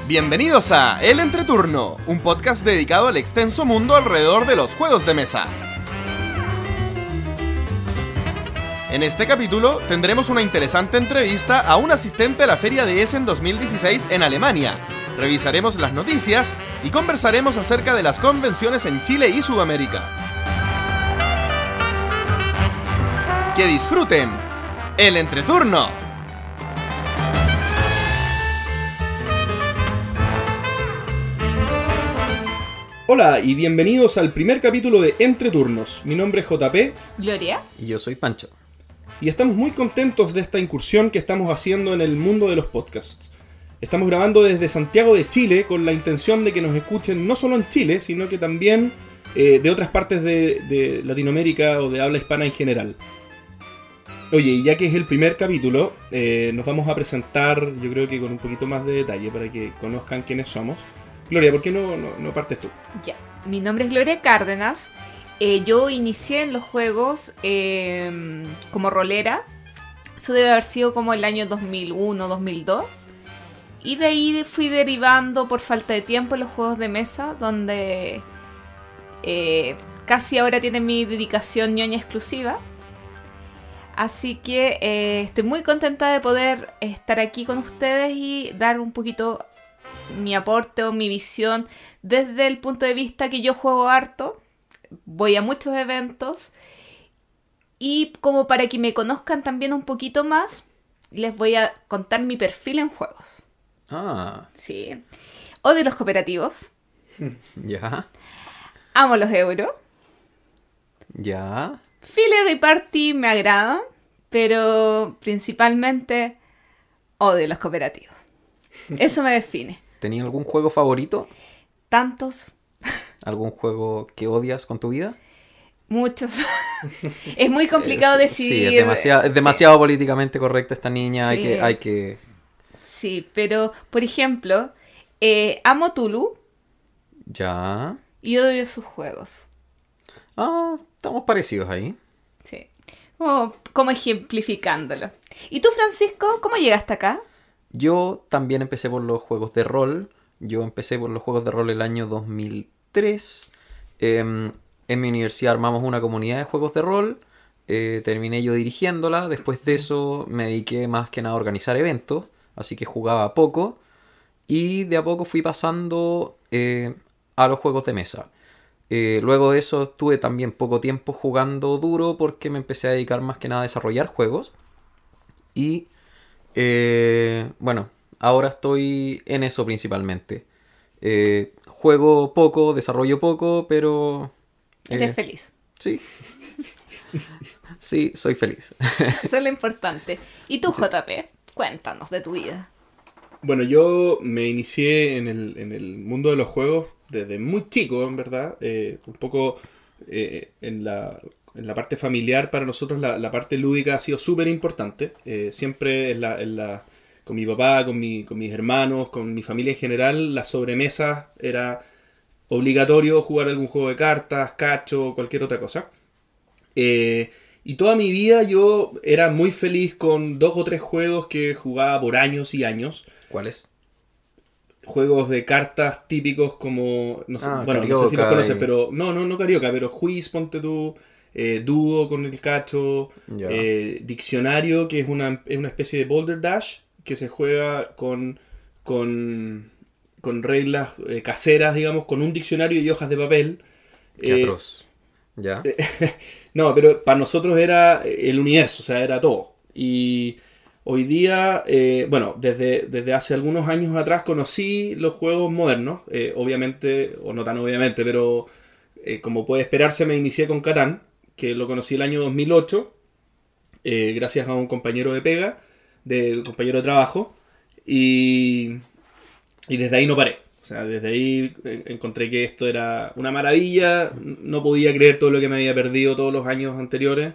Bienvenidos a El Entreturno, un podcast dedicado al extenso mundo alrededor de los juegos de mesa. En este capítulo tendremos una interesante entrevista a un asistente a la Feria de Essen 2016 en Alemania. Revisaremos las noticias y conversaremos acerca de las convenciones en Chile y Sudamérica. ¡Que disfruten El Entreturno! Hola y bienvenidos al primer capítulo de Entre Turnos. Mi nombre es JP. Gloria. Y yo soy Pancho. Y estamos muy contentos de esta incursión que estamos haciendo en el mundo de los podcasts. Estamos grabando desde Santiago de Chile con la intención de que nos escuchen no solo en Chile, sino que también de otras partes de Latinoamérica o de habla hispana en general. Oye, y ya que es el primer capítulo, nos vamos a presentar, yo creo que con un poquito más de detalle para que conozcan quiénes somos. Gloria, ¿por qué no partes tú? Ya, mi nombre es Gloria Cárdenas. Yo inicié en los juegos como rolera. Eso debe haber sido como el año 2001, 2002. Y de ahí fui derivando por falta de tiempo en los juegos de mesa, donde casi ahora tiene mi dedicación ñoña exclusiva. Así que estoy muy contenta de poder estar aquí con ustedes y dar un poquito mi aporte o mi visión desde el punto de vista que yo juego harto, voy a muchos eventos y como para que me conozcan también un poquito más, les voy a contar mi perfil en juegos. Ah. Sí. Odio los cooperativos. Ya. Amo los euros. Ya. Filler y Party me agradan, pero principalmente odio los cooperativos. Eso me define. ¿Tenías algún juego favorito? Tantos. ¿Algún juego que odias con tu vida? Muchos. Es muy complicado decidir. Sí, es demasiado políticamente correcta esta niña. Sí. Hay que... Sí, pero, por ejemplo, amo Tulu Ya. y odio sus juegos. Ah, estamos parecidos ahí. Sí. Como ejemplificándolo. ¿Y tú, Francisco, cómo llegaste acá? Yo también empecé por los juegos de rol. Yo empecé por los juegos de rol el año 2003. En mi universidad armamos una comunidad de juegos de rol. Terminé yo dirigiéndola. Después de eso me dediqué más que nada a organizar eventos. Así que jugaba poco. Y de a poco fui pasando a los juegos de mesa. Luego de eso estuve también poco tiempo jugando duro porque me empecé a dedicar más que nada a desarrollar juegos. Y bueno, ahora estoy en eso principalmente. Juego poco, desarrollo poco, pero... Eres feliz. Sí. Sí, soy feliz. Eso es lo importante. ¿Y tú, Sí. JP? Cuéntanos de tu vida. Bueno, yo me inicié en el mundo de los juegos desde muy chico, en verdad. Un poco en la parte familiar para nosotros la parte lúdica ha sido súper importante. Siempre con mi papá, con mis hermanos, con mi familia en general, las sobremesas era obligatorio jugar algún juego de cartas, cacho, cualquier otra cosa. Y toda mi vida yo era muy feliz con 2 o 3 juegos que jugaba por años y años. ¿Cuáles? Juegos de cartas típicos como... No sé, bueno, Carioca, no sé si los conoces, y... pero... No Carioca, pero Juiz, ponte tú... Dudo con el cacho... Ya. Diccionario, que es una especie de Boulder Dash, que se juega con reglas caseras, digamos, con un diccionario y hojas de papel. Qué atroz. ¿Ya? No, pero para nosotros era el universo, o sea, era todo. Y hoy día, bueno, desde hace algunos años atrás conocí los juegos modernos, obviamente, o no tan obviamente, pero como puede esperarse me inicié con Catán, que lo conocí el año 2008, gracias a un compañero de pega, compañero de trabajo, y desde ahí no paré. O sea, desde ahí encontré que esto era una maravilla, no podía creer todo lo que me había perdido todos los años anteriores,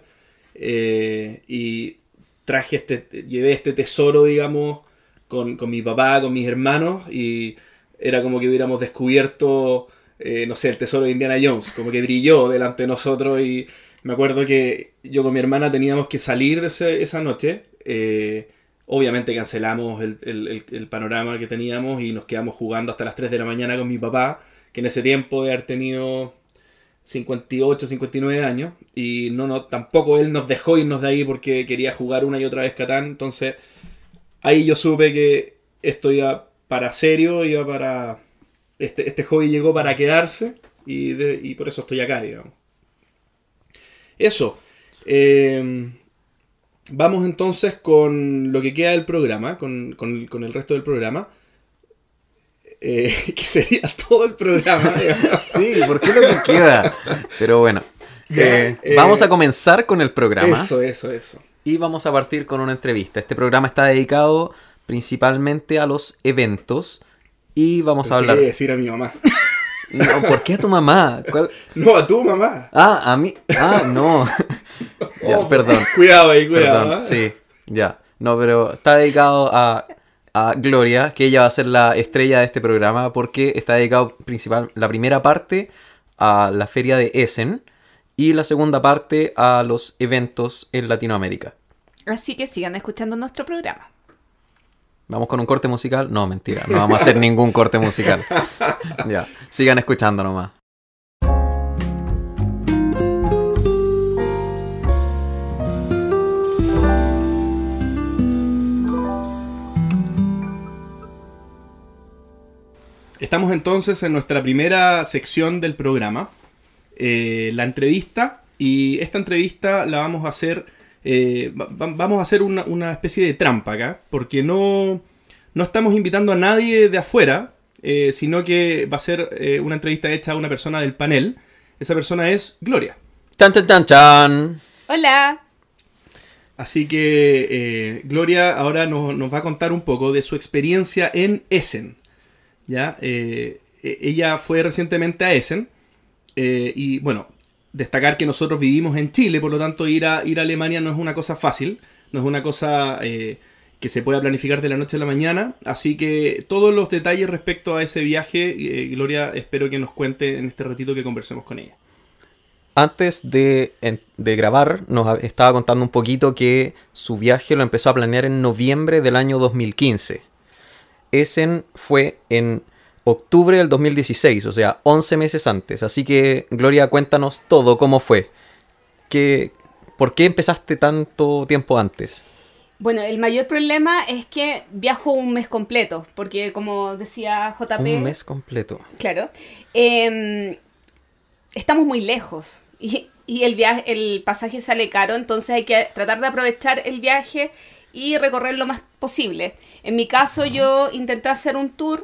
y llevé este tesoro, digamos, con mi papá, con mis hermanos, y era como que hubiéramos descubierto, no sé, el tesoro de Indiana Jones, como que brilló delante de nosotros, y me acuerdo que yo con mi hermana teníamos que salir esa noche, Obviamente cancelamos el panorama que teníamos y nos quedamos jugando hasta las 3 de la mañana con mi papá, que en ese tiempo de haber tenido 58, 59 años, y tampoco él nos dejó irnos de ahí porque quería jugar una y otra vez Catán. Entonces ahí yo supe que esto iba para serio, iba para... Este hobby llegó para quedarse y por eso estoy acá, digamos. Eso. Vamos entonces con lo que queda del programa, con el resto del programa. Que sería todo el programa. Sí, porque es lo que queda. Pero bueno, vamos a comenzar con el programa. Eso. Y vamos a partir con una entrevista. Este programa está dedicado principalmente a los eventos. Y vamos a hablar... Quería decir a mi mamá. No, ¿por qué a tu mamá? ¿Cuál? No, a tu mamá. Ah, a mí. Ah, no. Ya, perdón. Cuidado ahí, cuidado. Perdón, sí, ya. No, pero está dedicado a Gloria, que ella va a ser la estrella de este programa, porque está dedicado la primera parte a la feria de Essen y la segunda parte a los eventos en Latinoamérica. Así que sigan escuchando nuestro programa. ¿Vamos con un corte musical? No, mentira, no vamos a hacer ningún corte musical. Ya, sigan escuchando nomás. Estamos entonces en nuestra primera sección del programa, la entrevista, y esta entrevista la vamos a hacer, vamos a hacer una especie de trampa acá, porque no estamos invitando a nadie de afuera, sino que va a ser una entrevista hecha a una persona del panel. Esa persona es Gloria. ¡Chan, chan, chan, chan! ¡Hola! Así que Gloria ahora nos va a contar un poco de su experiencia en Essen. ¿Ya? Ella fue recientemente a Essen y bueno, destacar que nosotros vivimos en Chile, por lo tanto ir a Alemania no es una cosa fácil, no es una cosa que se pueda planificar de la noche a la mañana, así que todos los detalles respecto a ese viaje, Gloria, espero que nos cuente en este ratito que conversemos con ella. Antes de grabar, nos estaba contando un poquito que su viaje lo empezó a planear en noviembre del año 2015. Essen fue en octubre del 2016, o sea, 11 meses antes. Así que, Gloria, cuéntanos todo, cómo fue. ¿Por qué empezaste tanto tiempo antes? Bueno, el mayor problema es que viajo un mes completo, porque como decía JP... Un mes completo. Claro. Estamos muy lejos y el pasaje sale caro, entonces hay que tratar de aprovechar el viaje y recorrer lo más posible. En mi caso, yo intenté hacer un tour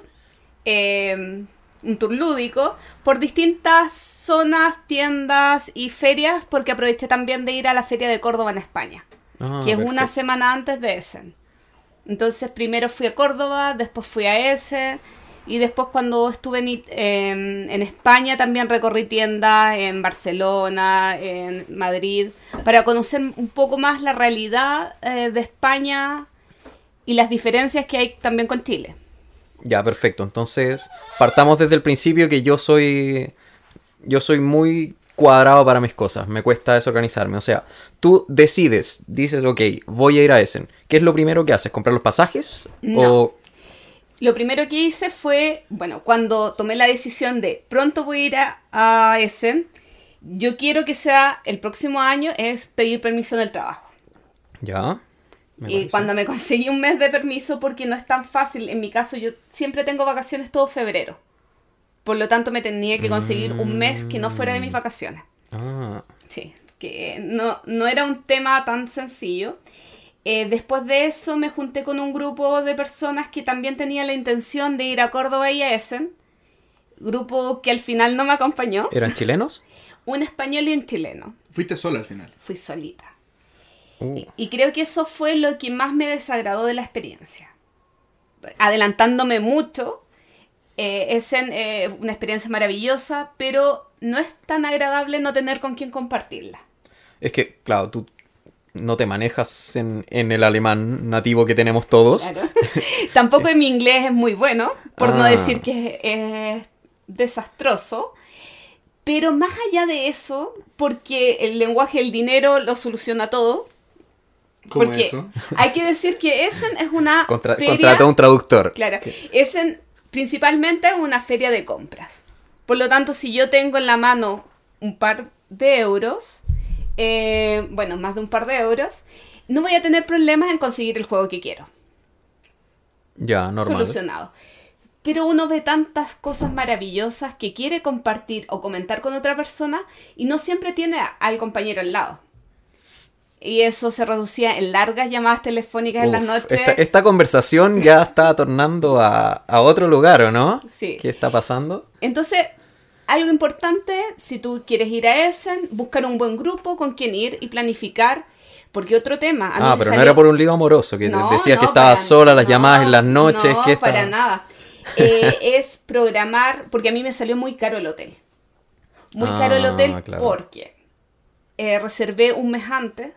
lúdico por distintas zonas, tiendas y ferias, porque aproveché también de ir a la feria de Córdoba en España, que es una semana antes de Essen. Entonces primero fui a Córdoba, después fui a Essen, y después cuando estuve en España también recorrí tiendas en Barcelona, en Madrid, para conocer un poco más la realidad de España y las diferencias que hay también con Chile. Ya, perfecto. Entonces, partamos desde el principio, que yo soy muy cuadrado para mis cosas. Me cuesta desorganizarme. O sea, tú dices, ok, voy a ir a Essen. ¿Qué es lo primero que haces? ¿Comprar los pasajes? No. Lo primero que hice fue, bueno, cuando tomé la decisión de pronto voy a ir a Essen, yo quiero que sea el próximo año, es pedir permiso en el trabajo. Ya. Y cuando me conseguí un mes de permiso, porque no es tan fácil, en mi caso yo siempre tengo vacaciones todo febrero. Por lo tanto me tenía que conseguir un mes que no fuera de mis vacaciones. Ah. Sí, que no era un tema tan sencillo. Después de eso me junté con un grupo de personas que también tenían la intención de ir a Córdoba y a Essen. Grupo que al final no me acompañó. ¿Eran chilenos? Un español y un chileno. ¿Fuiste sola al final? Fui solita. Y creo que eso fue lo que más me desagradó de la experiencia. Adelantándome mucho, Essen una experiencia maravillosa, pero no es tan agradable no tener con quién compartirla. Es que, claro, tú no te manejas en el alemán nativo que tenemos todos. Claro. Tampoco en mi inglés es muy bueno, por no decir que es desastroso. Pero más allá de eso, porque el lenguaje del dinero lo soluciona todo, ¿Cómo Porque eso? hay que decir que Essen es una feria... Contrató un traductor. Claro, Essen principalmente es una feria de compras. Por lo tanto, si yo tengo en la mano un par de euros, más de un par de euros, no voy a tener problemas en conseguir el juego que quiero. Ya, normal. Solucionado. Pero uno ve tantas cosas maravillosas que quiere compartir o comentar con otra persona y no siempre tiene al compañero al lado. Y eso se reducía en largas llamadas telefónicas en las noches. Esta conversación ya está tornando a otro lugar, ¿o no? Sí. ¿Qué está pasando? Entonces, algo importante, si tú quieres ir a Essen, buscar un buen grupo con quien ir y planificar. Porque otro tema... a mí me Pero salió... no era por un lío amoroso, que No, decías no, que estabas sola, las no, llamadas en las noches. No, que para nada. Es programar, porque a mí me salió muy caro el hotel. Muy caro el hotel claro. porque reservé un mes antes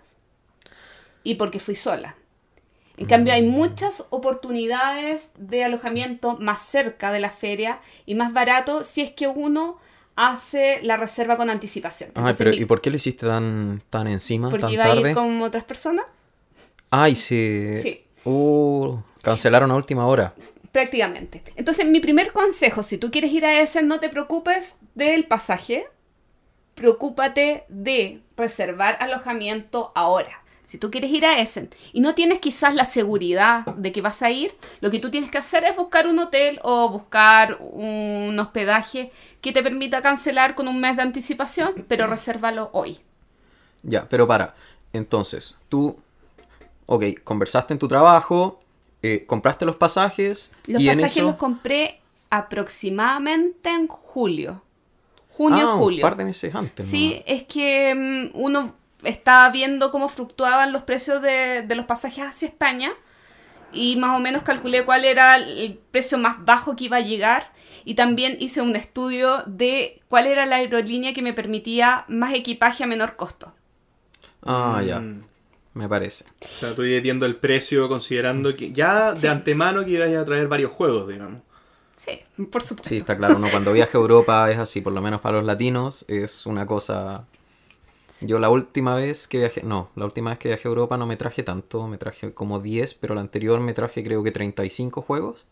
y porque fui sola. En cambio, hay muchas oportunidades de alojamiento más cerca de la feria y más barato si es que uno hace la reserva con anticipación. Ay, pero ¿y por qué lo hiciste tan encima, porque tan iba tarde? a ir con otras personas. Ay, sí. Sí. Cancelaron a última hora. Prácticamente. Entonces, mi primer consejo, si tú quieres ir a Essen, no te preocupes del pasaje. Preocúpate de reservar alojamiento ahora. Si tú quieres ir a Essen y no tienes quizás la seguridad de que vas a ir, lo que tú tienes que hacer es buscar un hotel o buscar un hospedaje que te permita cancelar con un mes de anticipación, pero resérvalo hoy. Ya, pero entonces, tú, conversaste en tu trabajo, compraste los pasajes. Los pasajes los compré aproximadamente en julio. Junio, julio. Un par de meses antes. Sí, ¿no? es que uno estaba viendo cómo fluctuaban los precios de los pasajes hacia España y más o menos calculé cuál era el precio más bajo que iba a llegar y también hice un estudio de cuál era la aerolínea que me permitía más equipaje a menor costo. Ya. Me parece. O sea, tú ibas viendo el precio considerando que ya de antemano que ibas a traer varios juegos, digamos. Sí, por supuesto. Sí, está claro, ¿no? Cuando viaje a Europa es así, por lo menos para los latinos, es una cosa... Yo la última vez que viajé a Europa no me traje tanto, me traje como 10, pero la anterior me traje creo que 35 juegos.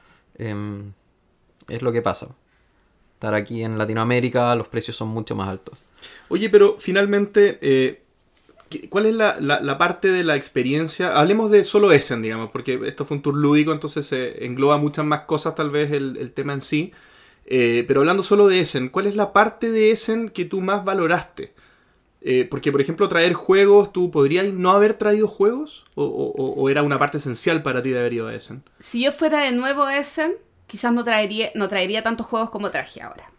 Es lo que pasa. Estar aquí en Latinoamérica, los precios son mucho más altos. Oye, pero finalmente, ¿cuál es la parte de la experiencia? Hablemos de solo Essen, digamos, porque esto fue un tour lúdico, entonces engloba muchas más cosas tal vez el tema en sí. Pero hablando solo de Essen, ¿cuál es la parte de Essen que tú más valoraste? Porque, por ejemplo, traer juegos, ¿tú podrías no haber traído juegos? ¿O era una parte esencial para ti de haber ido a Essen? Si yo fuera de nuevo a Essen, quizás no traería tantos juegos como traje ahora.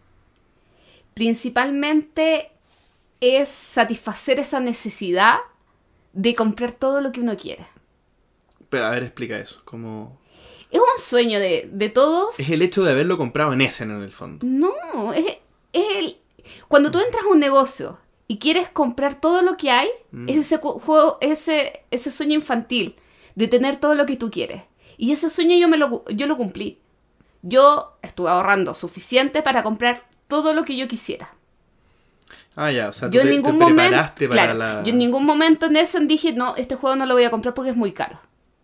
Principalmente es satisfacer esa necesidad de comprar todo lo que uno quiere. Pero, a ver, explica eso. ¿Cómo? Es un sueño de todos. Es el hecho de haberlo comprado en Essen, en el fondo. No, cuando tú entras a un negocio y quieres comprar todo lo que hay, es ese sueño infantil de tener todo lo que tú quieres. Y ese sueño yo lo cumplí. Yo estuve ahorrando suficiente para comprar todo lo que yo quisiera. Ya, o sea, Yo tú en ningún te momento, preparaste para claro, yo en ningún momento en Essen dije, no, este juego no lo voy a comprar porque es muy caro.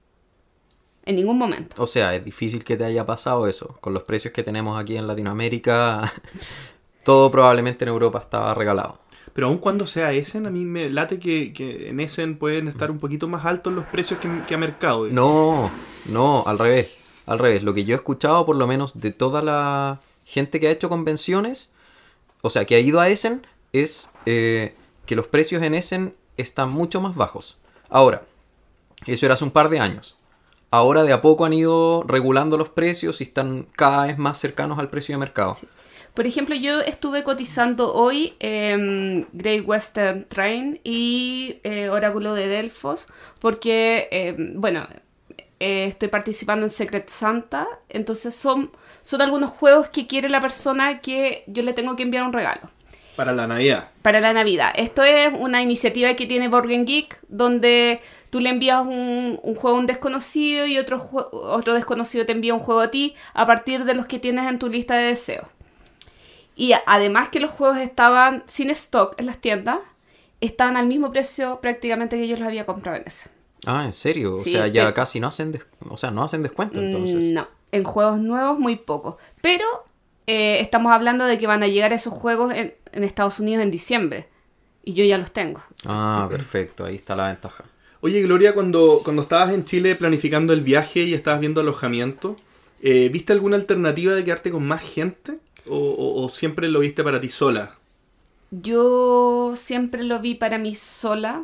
En ningún momento. O sea, es difícil que te haya pasado eso. Con los precios que tenemos aquí en Latinoamérica, todo probablemente en Europa estaba regalado. Pero aun cuando sea Essen, a mí me late que en Essen pueden estar un poquito más altos los precios que a mercado. No, al revés. Al revés, lo que yo he escuchado, por lo menos de toda la gente que ha hecho convenciones, o sea, que ha ido a Essen, es que los precios en Essen están mucho más bajos. Ahora, eso era hace un par de años. Ahora de a poco han ido regulando los precios y están cada vez más cercanos al precio de mercado. Sí. Por ejemplo, yo estuve cotizando hoy Great Western Train y Oráculo de Delfos porque, estoy participando en Secret Santa, entonces son algunos juegos que quiere la persona que yo le tengo que enviar un regalo. Para la Navidad. Para la Navidad. Esto es una iniciativa que tiene Board Game Geek, donde tú le envías un juego a un desconocido y otro desconocido te envía un juego a ti a partir de los que tienes en tu lista de deseos. Y además que los juegos estaban sin stock en las tiendas, estaban al mismo precio prácticamente que yo los había comprado en ese. Ah, ¿en serio? Sí, O sea, ya casi no hacen, o sea, no hacen descuento entonces. No, en juegos nuevos muy poco. Pero estamos hablando de que van a llegar esos juegos en Estados Unidos en diciembre. Y yo ya los tengo. Ah, perfecto, ahí está la ventaja. Oye, Gloria, cuando estabas en Chile planificando el viaje y estabas viendo alojamiento, ¿viste alguna alternativa de quedarte con más gente? ¿O siempre lo viste para ti sola? Yo siempre lo vi para mí sola.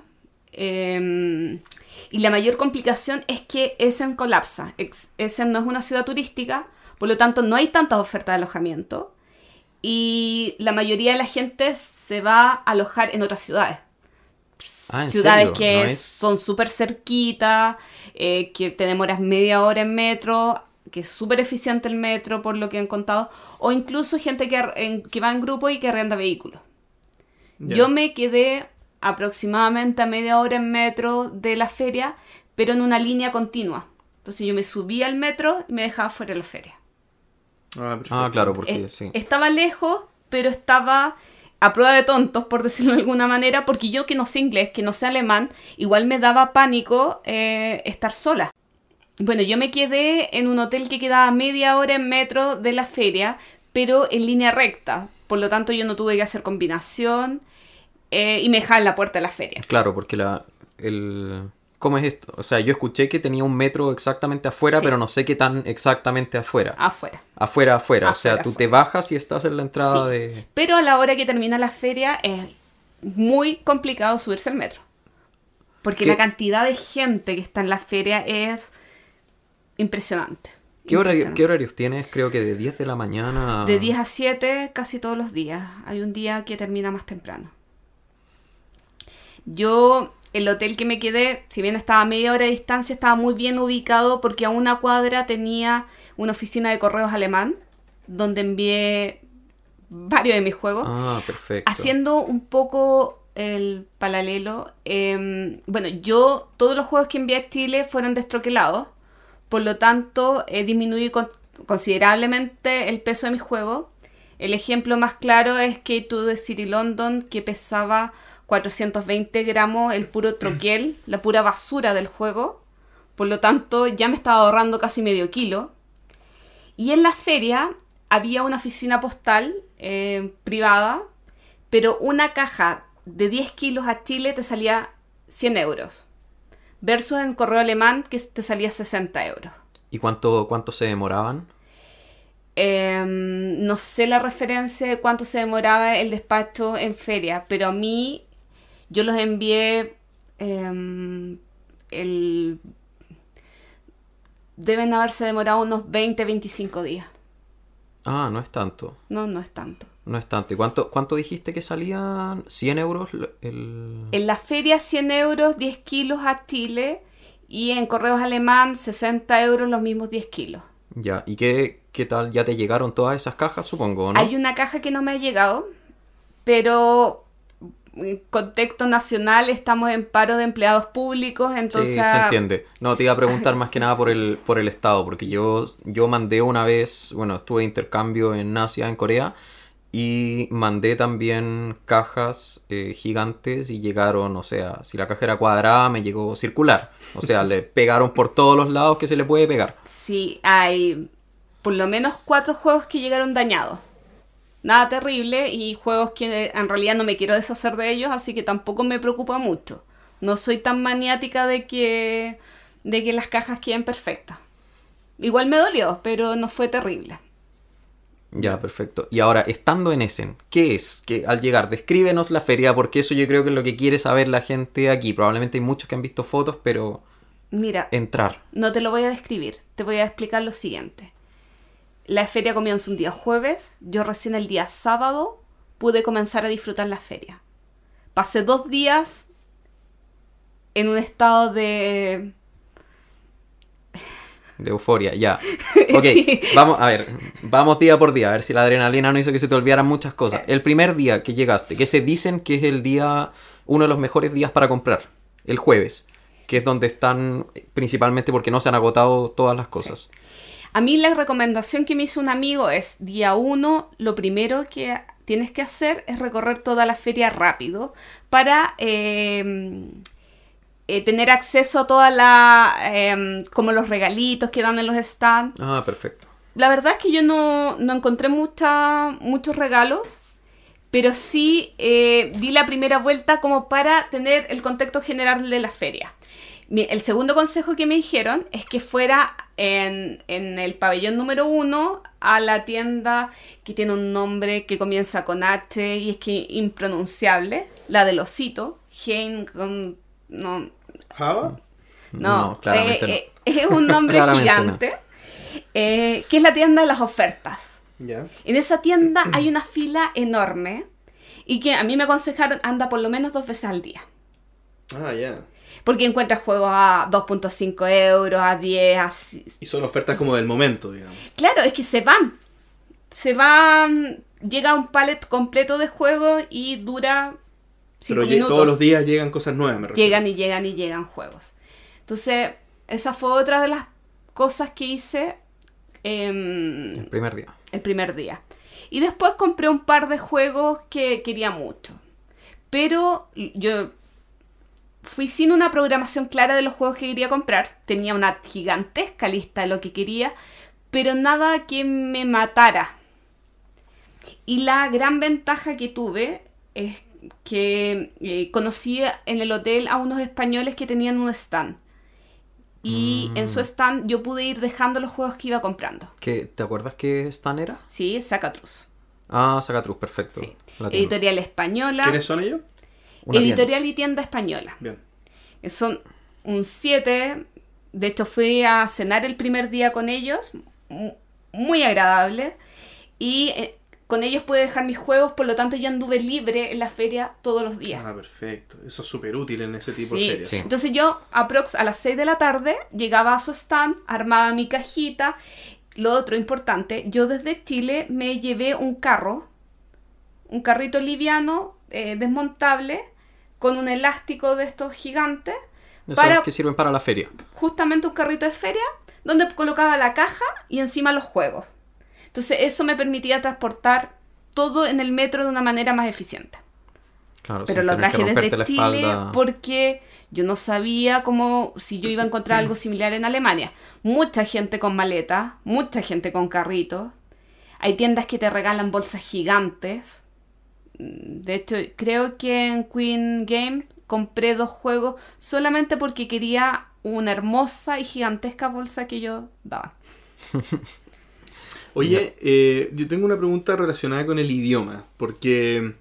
Y la mayor complicación es que Essen colapsa. Essen no es una ciudad turística, por lo tanto no hay tantas ofertas de alojamiento. Y la mayoría de la gente se va a alojar en otras ciudades. Ah, ¿en Ciudades serio? que ¿No es? son súper cerquitas, que te demoras media hora en metro, que es súper eficiente el metro por lo que han contado, o incluso gente que va en grupo y que arrenda vehículos. Ya. Yo me quedé aproximadamente a media hora en metro de la feria, pero en una línea continua. Entonces yo me subí al metro y me dejaba fuera de la feria. Ah, perfecto. Ah, claro, porque sí. Estaba lejos, pero estaba a prueba de tontos, por decirlo de alguna manera, porque yo que no sé inglés, que no sé alemán, igual me daba pánico estar sola. Bueno, yo me quedé en un hotel que quedaba media hora en metro de la feria, pero en línea recta. Por lo tanto, yo no tuve que hacer combinación y me dejaba en la puerta de la feria. Claro, porque ¿cómo es esto? O sea, yo escuché que tenía un metro exactamente afuera, Sí. pero no sé qué tan exactamente afuera. Afuera. Afuera. O sea, Afuera, tú afuera. te bajas y estás en la entrada Sí. de... Pero a la hora que termina la feria es muy complicado subirse al metro. Porque ¿Qué? la cantidad de gente que está en la feria es impresionante. ¿Qué Impresionante. horarios tienes? Creo que de 10 de la mañana... De 10 a 7 casi todos los días. Hay un día que termina más temprano. Yo, el hotel que me quedé, si bien estaba a media hora de distancia, estaba muy bien ubicado porque a una cuadra tenía una oficina de correos alemán, donde envié varios de mis juegos. Ah, perfecto. Haciendo un poco el paralelo, bueno, yo, todos los juegos que envié a Chile fueron destroquelados, por lo tanto, disminuí considerablemente el peso de mis juegos. El ejemplo más claro es K2 de City London, que pesaba 420 gramos, el puro troquel, la pura basura del juego. Por lo tanto, ya me estaba ahorrando casi medio kilo. Y en la feria había una oficina postal privada, pero una caja de 10 kilos a Chile te salía 100 euros. Versus en correo alemán que te salía 60 euros. ¿Y cuánto se demoraban? No sé la referencia de cuánto se demoraba el despacho en feria, pero a mí yo los envié deben haberse demorado unos 20-25 días. Ah, no es tanto. No es tanto. No es tanto. ¿Y cuánto dijiste que salían? ¿100 euros? En la feria 100 euros, 10 kilos a Chile, y en correos alemán 60 euros los mismos 10 kilos. Ya, ¿y qué tal? ¿Ya te llegaron todas esas cajas, supongo, no? Hay una caja que no me ha llegado, pero en contexto nacional estamos en paro de empleados públicos, entonces... Sí, se entiende. No, te iba a preguntar más que nada por el estado, porque yo mandé una vez, bueno, estuve de intercambio en Asia, en Corea, y mandé también cajas gigantes y llegaron, o sea, si la caja era cuadrada, me llegó circular. O sea, le pegaron por todos los lados que se le puede pegar. Sí, hay por lo menos 4 juegos que llegaron dañados. Nada terrible, y juegos que en realidad no me quiero deshacer de ellos, así que tampoco me preocupa mucho. No soy tan maniática de que las cajas queden perfectas. Igual me dolió, pero no fue terrible. Ya, perfecto. Y ahora, estando en Essen, ¿qué es? Que al llegar, descríbenos la feria, porque eso yo creo que es lo que quiere saber la gente aquí. Probablemente hay muchos que han visto fotos, pero Mira, entrar. no te lo voy a describir, te voy a explicar lo siguiente. La feria comienza un día jueves, yo recién el día sábado pude comenzar a disfrutar la feria. Pasé 2 días en un estado de... De euforia, ya. Ok, Sí. vamos día por día, a ver si la adrenalina no hizo que se te olvidaran muchas cosas. El primer día que llegaste, que se dicen que es el día, uno de los mejores días para comprar, el jueves, que es donde están principalmente porque no se han agotado todas las cosas. A mí la recomendación que me hizo un amigo es, día 1, lo primero que tienes que hacer es recorrer toda la feria rápido para tener acceso a toda la como los regalitos que dan en los stands. Ah, perfecto. La verdad es que yo no encontré muchos regalos, pero sí di la primera vuelta como para tener el contexto general de la feria. El segundo consejo que me dijeron es que fuera en el pabellón número 1 a la tienda que tiene un nombre que comienza con H y es que impronunciable, la del osito, no, ¿Java? no, claramente no. Es un nombre Claramente gigante, que es la tienda de las ofertas. Ya. En esa tienda hay una fila enorme y que a mí me aconsejaron anda por lo menos 2 veces al día. Ah, ya. Porque encuentras juegos a 2.5 euros, a 10, a... Y son ofertas como del momento, digamos. Claro, es que se van, llega un pallet completo de juegos y dura 5 Pero minutos. todos los días llegan cosas nuevas, me refiero. Llegan juegos. Entonces, esa fue otra de las cosas que hice El primer día. el primer día. Y después compré un par de juegos que quería mucho. Pero yo fui sin una programación clara de los juegos que quería comprar. Tenía una gigantesca lista de lo que quería, pero nada que me matara. Y la gran ventaja que tuve es que conocí en el hotel a unos españoles que tenían un stand. Y en su stand yo pude ir dejando los juegos que iba comprando. ¿Te acuerdas qué stand era? Sí, Zacatrus. Ah, Zacatrus, perfecto. Sí. La tengo. Editorial española. ¿Quiénes son ellos? Una Editorial y tienda española. Bien. Son un 7. De hecho, fui a cenar el primer día con ellos. Muy agradable. Y con ellos pude dejar mis juegos. Por lo tanto, yo anduve libre en la feria todos los días. Ah, perfecto. Eso es súper útil en ese tipo Sí. de ferias. Sí. Entonces yo, aprox a las 6 de la tarde, llegaba a su stand, armaba mi cajita. Lo otro importante, yo desde Chile me llevé un carrito liviano, desmontable, con un elástico de estos gigantes, Esos que sirven para la feria. justamente un carrito de feria, donde colocaba la caja y encima los juegos. Entonces eso me permitía transportar todo en el metro de una manera más eficiente. Claro, Pero sin lo tener que traje romperte desde la Chile espalda. porque yo no sabía si yo iba a encontrar algo similar en Alemania. Mucha gente con maletas, mucha gente con carritos. Hay tiendas que te regalan bolsas gigantes. De hecho, creo que en Queen Game compré 2 juegos solamente porque quería una hermosa y gigantesca bolsa que yo daba. Oye, yo tengo una pregunta relacionada con el idioma, porque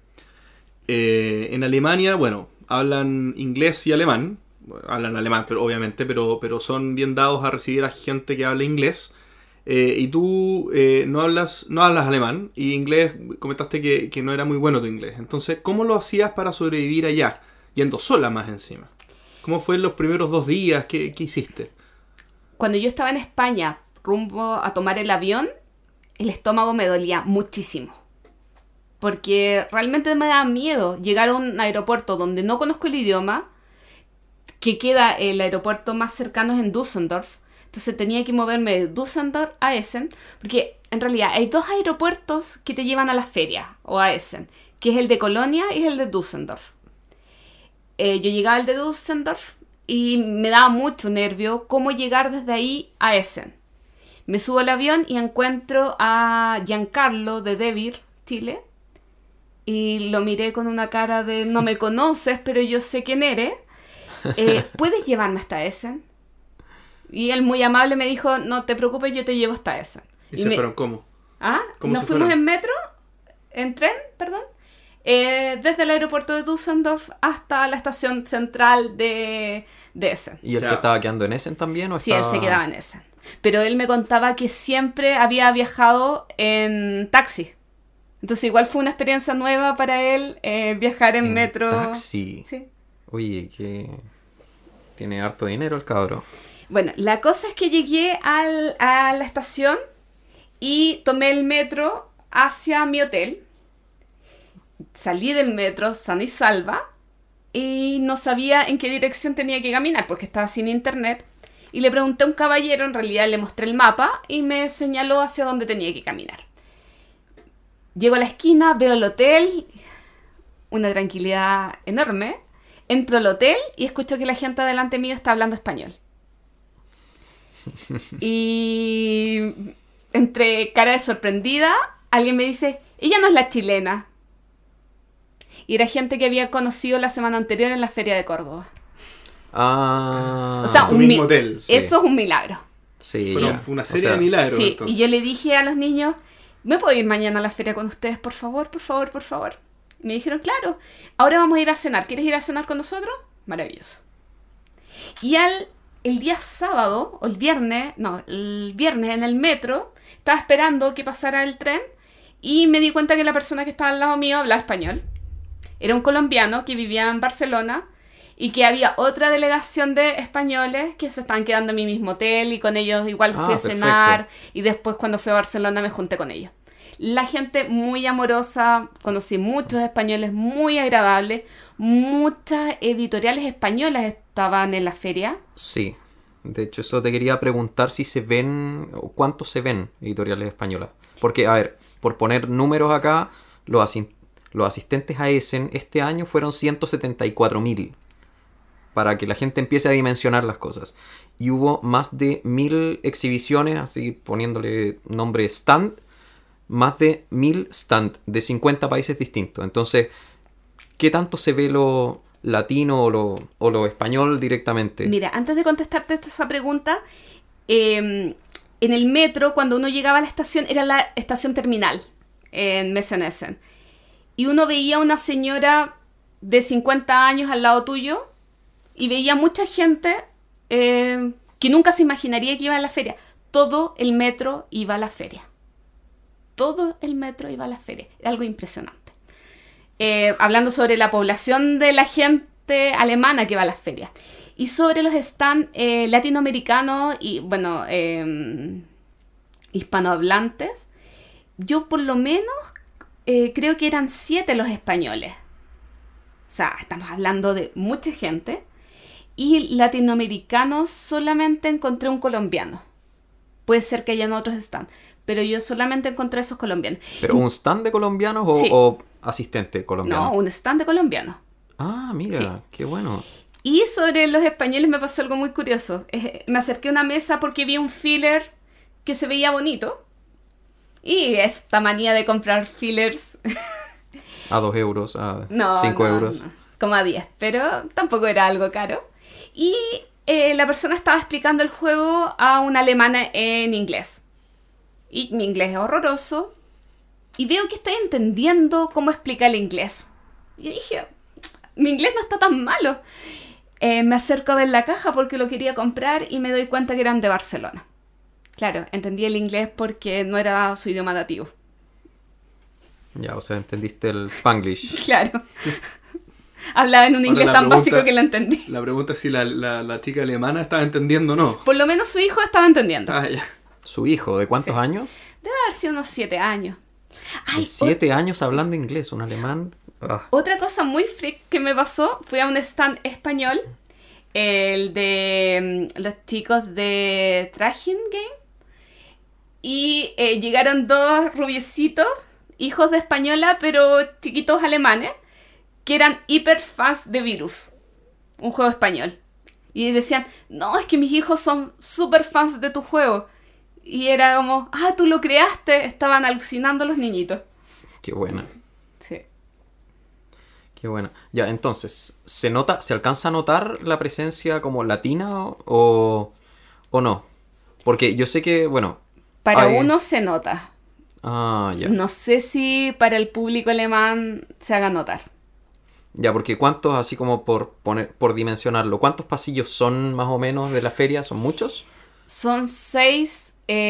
en Alemania, bueno, hablan inglés y alemán, hablan alemán, pero obviamente, pero son bien dados a recibir a gente que habla inglés, y tú no hablas alemán, y inglés, comentaste que no era muy bueno tu inglés. Entonces, ¿cómo lo hacías para sobrevivir allá, yendo sola más encima? ¿Cómo fue en los primeros 2 días? ¿Qué hiciste? Cuando yo estaba en España, rumbo a tomar el avión, el estómago me dolía muchísimo. Porque realmente me da miedo llegar a un aeropuerto donde no conozco el idioma, que queda el aeropuerto más cercano es en Düsseldorf. Entonces tenía que moverme de Düsseldorf a Essen, porque en realidad hay 2 aeropuertos que te llevan a la feria o a Essen, que es el de Colonia y el de Düsseldorf. Yo llegaba al de Düsseldorf y me daba mucho nervio cómo llegar desde ahí a Essen. Me subo al avión y encuentro a Giancarlo de Devir, Chile. Y lo miré con una cara de no me conoces, pero yo sé quién eres. ¿Puedes llevarme hasta Essen? Y él muy amable me dijo, no te preocupes, yo te llevo hasta Essen. ¿Y se fueron cómo? ¿Ah? ¿Cómo Nos se fuimos fueron? en metro, en tren, perdón. Desde el aeropuerto de Düsseldorf hasta la estación central de Essen. ¿Y él Ya. se estaba quedando en Essen también? ¿O Sí, él estaba... se quedaba en Essen. Pero él me contaba que siempre había viajado en taxi. Entonces igual fue una experiencia nueva para él viajar en metro. Taxi. Sí. Oye, que tiene harto dinero el cabro. Bueno, la cosa es que llegué a la estación y tomé el metro hacia mi hotel. Salí del metro sana y salva y no sabía en qué dirección tenía que caminar porque estaba sin internet. Y le pregunté a un caballero, en realidad le mostré el mapa y me señaló hacia dónde tenía que caminar. Llego a la esquina, veo el hotel, una tranquilidad enorme. Entro al hotel y escucho que la gente delante mío está hablando español. Y entre cara de sorprendida, alguien me dice, ella no es la chilena. Y era gente que había conocido la semana anterior en la Feria de Córdoba. Ah. O sea, tu mismo hotel. Sí. Eso es un milagro. Sí, Fue una serie de milagros. Sí, entonces. y yo le dije a los niños, ¿me puedo ir mañana a la feria con ustedes, por favor, por favor, por favor? Me dijeron, claro, ahora vamos a ir a cenar. ¿Quieres ir a cenar con nosotros? Maravilloso. Y el día sábado, o el viernes en el metro, estaba esperando que pasara el tren y me di cuenta que la persona que estaba al lado mío hablaba español. Era un colombiano que vivía en Barcelona y que había otra delegación de españoles que se estaban quedando en mi mismo hotel y con ellos igual fui a cenar y después cuando fui a Barcelona me junté con ellos. La gente muy amorosa, conocí muchos españoles muy agradables, muchas editoriales españolas estaban en la feria. Sí, de hecho eso te quería preguntar si se ven, o cuántos se ven editoriales españolas. Porque, a ver, por poner números acá, los asistentes a Essen este año fueron 174.000. Para que la gente empiece a dimensionar las cosas. Y hubo más de 1.000 exhibiciones, así poniéndole nombre stand, más de 1.000 stand de 50 países distintos. Entonces, ¿qué tanto se ve lo latino o lo español directamente? Mira, antes de contestarte esa pregunta, en el metro, cuando uno llegaba a la estación, era la estación terminal en Messen. Y uno veía a una señora de 50 años al lado tuyo y veía mucha gente que nunca se imaginaría que iba a la feria. Todo el metro iba a la feria. Todo el metro iba a la feria. Era algo impresionante. Hablando sobre la población de la gente alemana que va a las ferias. Y sobre los stands latinoamericanos y, bueno, hispanohablantes, yo por lo menos creo que eran 7 los españoles. O sea, estamos hablando de mucha gente. Y latinoamericanos solamente encontré un colombiano. Puede ser que hayan otros stands, pero yo solamente encontré esos colombianos. ¿Pero un stand de colombianos Sí. o asistente colombiano? No, un stand de colombianos. Ah, mira, Sí. qué bueno. Y sobre los españoles me pasó algo muy curioso. Me acerqué a una mesa porque vi un filler que se veía bonito. Y esta manía de comprar fillers. A 2 euros, a No, 5 no, euros. no. Como a 10, pero tampoco era algo caro. Y la persona estaba explicando el juego a una alemana en inglés. Y mi inglés es horroroso. Y veo que estoy entendiendo cómo explicar el inglés. Y dije, mi inglés no está tan malo. Me acerco a ver la caja porque lo quería comprar y me doy cuenta que eran de Barcelona. Claro, entendí el inglés porque no era su idioma nativo. Ya, o sea, entendiste el Spanglish. Claro. Hablaba en un inglés tan básico que lo entendí. La pregunta es si la chica alemana estaba entendiendo o no. Por lo menos su hijo estaba entendiendo. Ah, ya. ¿Su hijo? ¿De cuántos Sí. años? Debe haber sido unos 7 años. De 7 años hablando inglés, un alemán. Ah, Otra cosa muy freak que me pasó, fui a un stand español, el de los chicos de Trashing Game, y llegaron 2 rubiecitos, hijos de española, pero chiquitos alemanes, que eran hiper fans de Virus, un juego español. Y decían, no, es que mis hijos son super fans de tu juego. Y era como, ah, tú lo creaste. Estaban alucinando los niñitos. qué buena. Sí. Qué buena. Ya, entonces, ¿se alcanza a notar la presencia como latina o no? Porque yo sé que, bueno... Para hay- uno se nota. Ah, ya. No sé si para el público alemán se haga notar. Ya, porque ¿cuántos, así como por dimensionarlo, cuántos pasillos son más o menos de la feria? ¿Son muchos? Son 6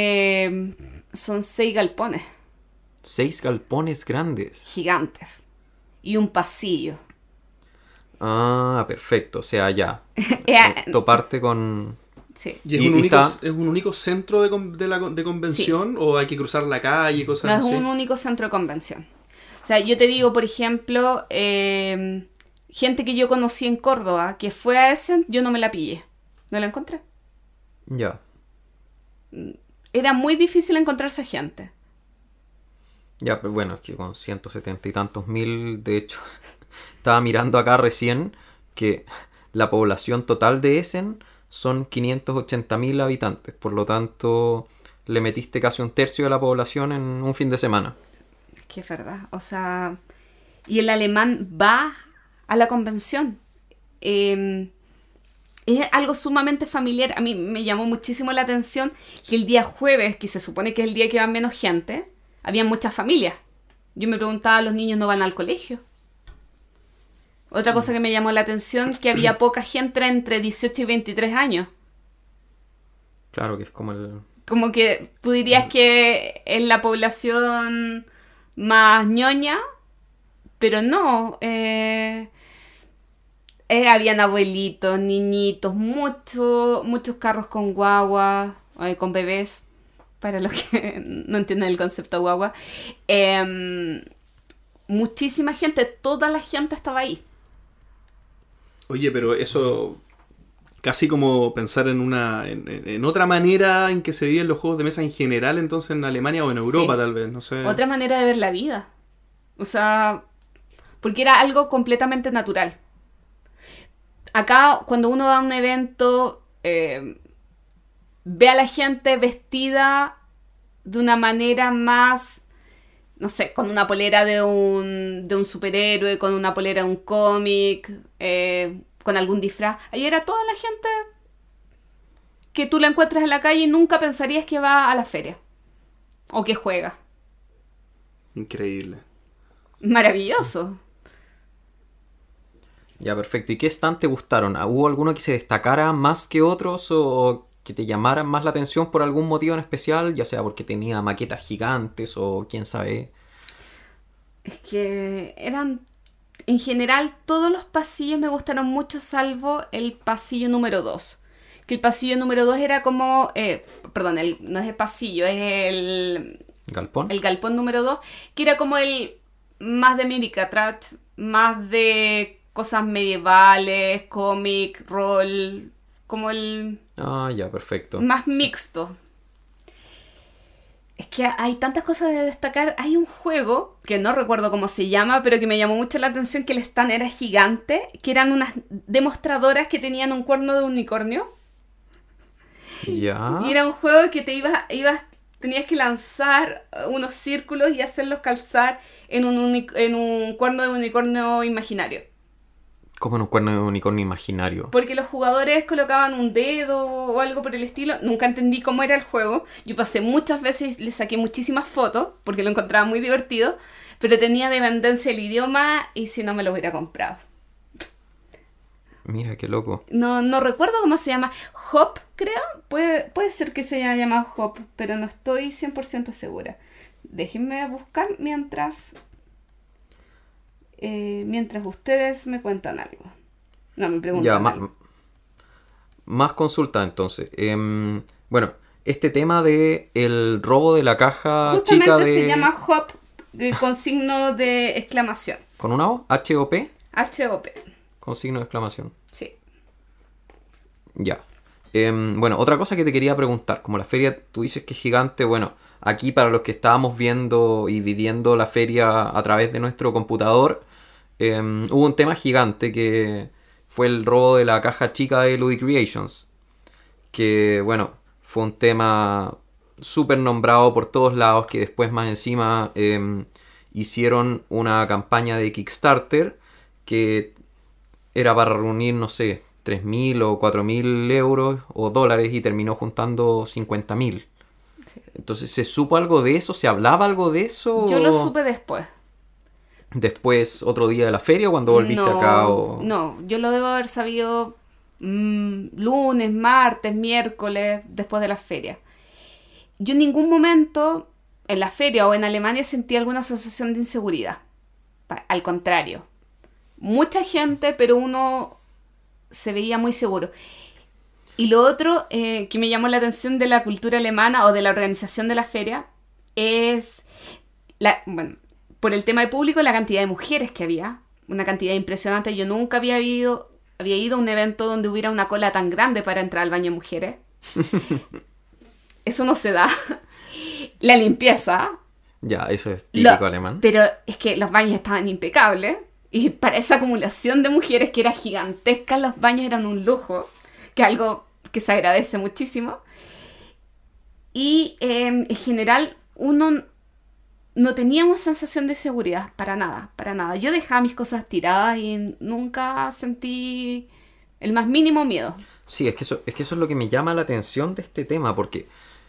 galpones 6 galpones grandes. gigantes y un pasillo. Ah, perfecto. O sea, ya. Eh, Toparte con... Sí. ¿Y es, Y un único, está- es un único centro de convención o hay que cruzar la calle, cosas No es así? un único centro de convención. O sea, yo te digo, por ejemplo, gente que yo conocí en Córdoba que fue a Essen, yo no me la pillé. No la encontré. Ya. Era muy difícil encontrar esa gente. Ya, pero bueno, es que con 170 y tantos mil, de hecho, estaba mirando acá recién que la población total de Essen son 580.000 habitantes. Por lo tanto, le metiste casi un tercio de la población en un fin de semana. Que es verdad. O sea, y el alemán va a la convención. Es algo sumamente familiar. A mí me llamó muchísimo la atención que el día jueves, que se supone que es el día que va menos gente, había muchas familias. Yo me preguntaba, ¿los niños no van al colegio? Otra cosa que me llamó la atención es que había poca gente entre 18 y 23 años. Claro, que es como el... Como que tú dirías que es la población más ñoña, pero no. Habían abuelitos, niñitos, muchos carros con guagua, con bebés, para los que no entienden el concepto de guagua. Muchísima gente, toda la gente estaba ahí. Oye, pero eso casi como pensar en otra manera en que se viven los juegos de mesa en general, entonces en Alemania o en Europa, Sí. tal vez, no sé. Otra manera de ver la vida. O sea, porque era algo completamente natural. Acá, cuando uno va a un evento, ve a la gente vestida de una manera más, no sé, con una polera de un superhéroe, con una polera de un cómic, con algún disfraz. Ahí era toda la gente que tú la encuentras en la calle y nunca pensarías que va a la feria o que juega. Increíble. Maravilloso. Ya, perfecto. ¿Y qué stand te gustaron? ¿Hubo alguno que se destacara más que otros o que te llamaran más la atención por algún motivo en especial? Ya sea porque tenía maquetas gigantes o quién sabe. Es que eran, en general, todos los pasillos me gustaron mucho, salvo el pasillo número 2. Que el pasillo número 2 era como, perdón, no es el pasillo, es ¿Galpón? el galpón número 2, que era como el más de Minicatrach, más de cosas medievales, cómic, rol, como el Ah, ya, perfecto. más mixto. Es que hay tantas cosas de destacar. Hay un juego, que no recuerdo cómo se llama, pero que me llamó mucho la atención, que el stand era gigante, que eran unas demostradoras que tenían un cuerno de unicornio. Ya. Y era un juego que tenías que lanzar unos círculos y hacerlos calzar en un cuerno de unicornio imaginario. Como en un cuerno de unicornio imaginario. Porque los jugadores colocaban un dedo o algo por el estilo. Nunca entendí cómo era el juego. Yo pasé muchas veces y le saqué muchísimas fotos porque lo encontraba muy divertido. Pero tenía dependencia el idioma y si no me lo hubiera comprado. Mira, qué loco. No recuerdo cómo se llama. Hop, creo. Puede ser que se haya llamado Hop, pero no estoy 100% segura. Déjenme buscar mientras ustedes me cuentan algo. No, me preguntan Ya, algo. más consulta entonces. Bueno, este tema de el robo de la caja Justamente chica de... se llama Hop con signo de exclamación. ¿Con una O? ¿H-O-P? H-O-P. Con signo de exclamación. Sí. Ya. Bueno, otra cosa que te quería preguntar. Como la feria, tú dices que es gigante. Bueno, aquí para los que estábamos viendo y viviendo la feria a través de nuestro computador, hubo un tema gigante que fue el robo de la caja chica de Ludwig Creations. Que, bueno, fue un tema súper nombrado por todos lados, que después más encima hicieron una campaña de Kickstarter que era para reunir, no sé, 3.000 o 4.000 euros o dólares y terminó juntando 50.000. Sí. Entonces, ¿se supo algo de eso? ¿Se hablaba algo de eso? Yo lo supe después. ¿Después, otro día de la feria, cuando volviste acá? O... No, yo lo debo haber sabido lunes, martes, miércoles, después de la feria. Yo en ningún momento en la feria o en Alemania sentí alguna sensación de inseguridad. Al contrario. Mucha gente, pero uno se veía muy seguro. Y lo otro que me llamó la atención de la cultura alemana o de la organización de la feria es, bueno, por el tema de público, la cantidad de mujeres que había. Una cantidad impresionante. Yo nunca había ido a un evento donde hubiera una cola tan grande para entrar al baño de mujeres. Eso no se da. La limpieza. Ya, eso es típico alemán. Pero es que los baños estaban impecables. Y para esa acumulación de mujeres que era gigantesca, los baños eran un lujo, que es algo que se agradece muchísimo. Y en general uno no teníamos sensación de seguridad, para nada, para nada. Yo dejaba mis cosas tiradas y nunca sentí el más mínimo miedo. Sí, es que eso es lo que me llama la atención de este tema, porque,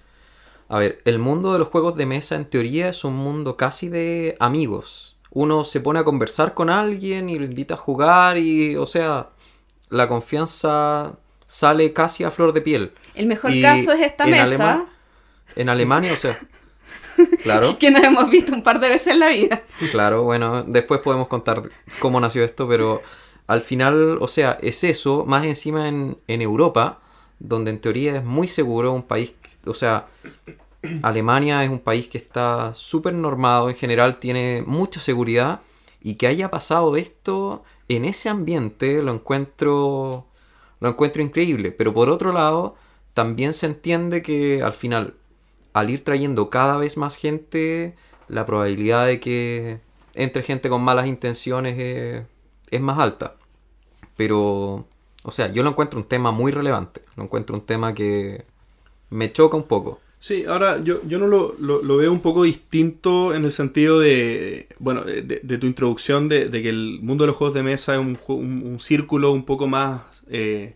a ver, el mundo de los juegos de mesa en teoría es un mundo casi de amigos. Uno se pone a conversar con alguien y lo invita a jugar y, o sea, la confianza sale casi a flor de piel. El mejor caso es esta mesa. En Alemania, o sea, claro. Que nos hemos visto un par de veces en la vida. Claro, bueno, después podemos contar cómo nació esto, pero al final, o sea, es eso, más encima en Europa, donde en teoría es muy seguro, un país, o sea, Alemania es un país que está súper normado, en general tiene mucha seguridad, y que haya pasado esto en ese ambiente lo encuentro increíble. Pero por otro lado, también se entiende que al final, al ir trayendo cada vez más gente, la probabilidad de que entre gente con malas intenciones es más alta. Pero, o sea, yo lo encuentro un tema muy relevante. Lo encuentro un tema que me choca un poco. Sí, ahora yo no lo veo un poco distinto en el sentido de, bueno, de tu introducción de que el mundo de los juegos de mesa es un círculo un poco más de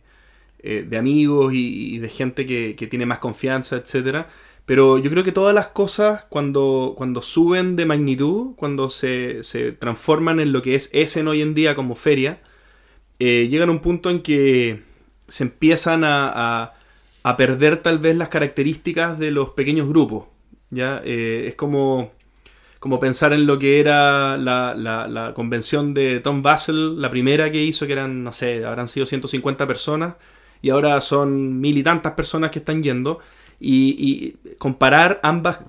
amigos y de gente que tiene más confianza, etcétera. Pero yo creo que todas las cosas cuando suben de magnitud, cuando se transforman en lo que es Essen hoy en día como feria, llegan a un punto en que se empiezan a perder tal vez las características de los pequeños grupos. ¿Ya? Es como pensar en lo que era la convención de Tom Vassell, la primera que hizo, que eran, no sé, habrán sido 150 personas, y ahora son 1000 y tantas personas que están yendo. Y comparar ambas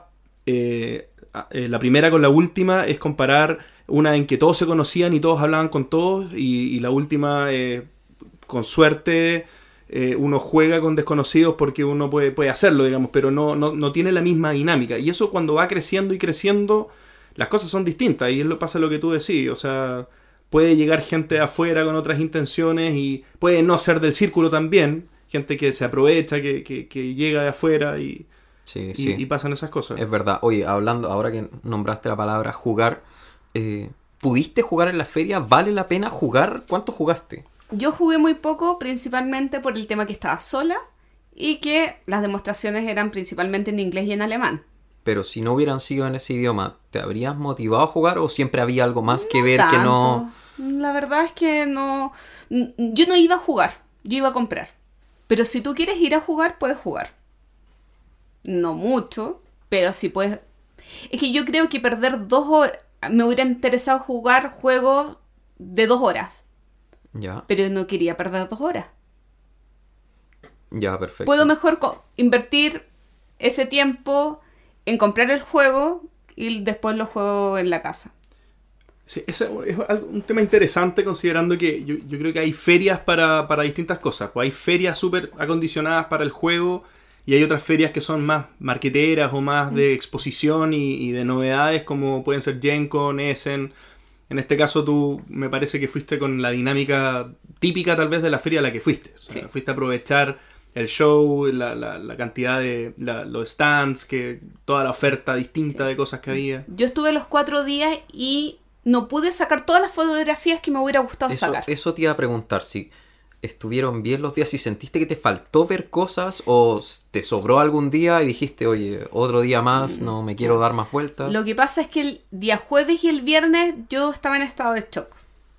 la primera con la última es comparar una en que todos se conocían y todos hablaban con todos, y la última, con suerte, uno juega con desconocidos porque uno puede hacerlo, digamos, pero no tiene la misma dinámica. Y eso, cuando va creciendo y creciendo, las cosas son distintas, y pasa lo que tú decís. O sea, puede llegar gente de afuera con otras intenciones y puede no ser del círculo también. Gente que se aprovecha, que llega de afuera y pasan esas cosas. Es verdad. Oye, hablando, ahora que nombraste la palabra jugar, ¿pudiste jugar en la feria? ¿Vale la pena jugar? ¿Cuánto jugaste? Yo jugué muy poco, principalmente por el tema que estaba sola y que las demostraciones eran principalmente en inglés y en alemán. Pero si no hubieran sido en ese idioma, ¿te habrías motivado a jugar o siempre había algo más que ver tanto. Que no...? La verdad es que no... Yo no iba a jugar, yo iba a comprar. Pero si tú quieres ir a jugar, puedes jugar. No mucho, pero sí puedes... Es que yo creo que perder 2 horas... Me hubiera interesado jugar juegos de 2 horas. Ya. Pero no quería perder 2 horas. Ya, perfecto. Puedo mejor invertir ese tiempo en comprar el juego y después lo juego en la casa. Sí, eso es un tema interesante, considerando que yo creo que hay ferias para distintas cosas. Pues hay ferias súper acondicionadas para el juego, y hay otras ferias que son más marqueteras o más de exposición y de novedades, como pueden ser Gen Con, Essen. En este caso tú me parece que fuiste con la dinámica típica tal vez de la feria a la que fuiste. O sea, sí. Fuiste a aprovechar el show, la cantidad de los stands, toda la oferta distinta de cosas que había. Yo estuve los 4 días y no pude sacar todas las fotografías que me hubiera gustado sacar. Eso te iba a preguntar, si estuvieron bien los días, si sentiste que te faltó ver cosas o te sobró algún día y dijiste, oye, otro día más, no me quiero dar más vueltas. Lo que pasa es que el día jueves y el viernes yo estaba en estado de shock.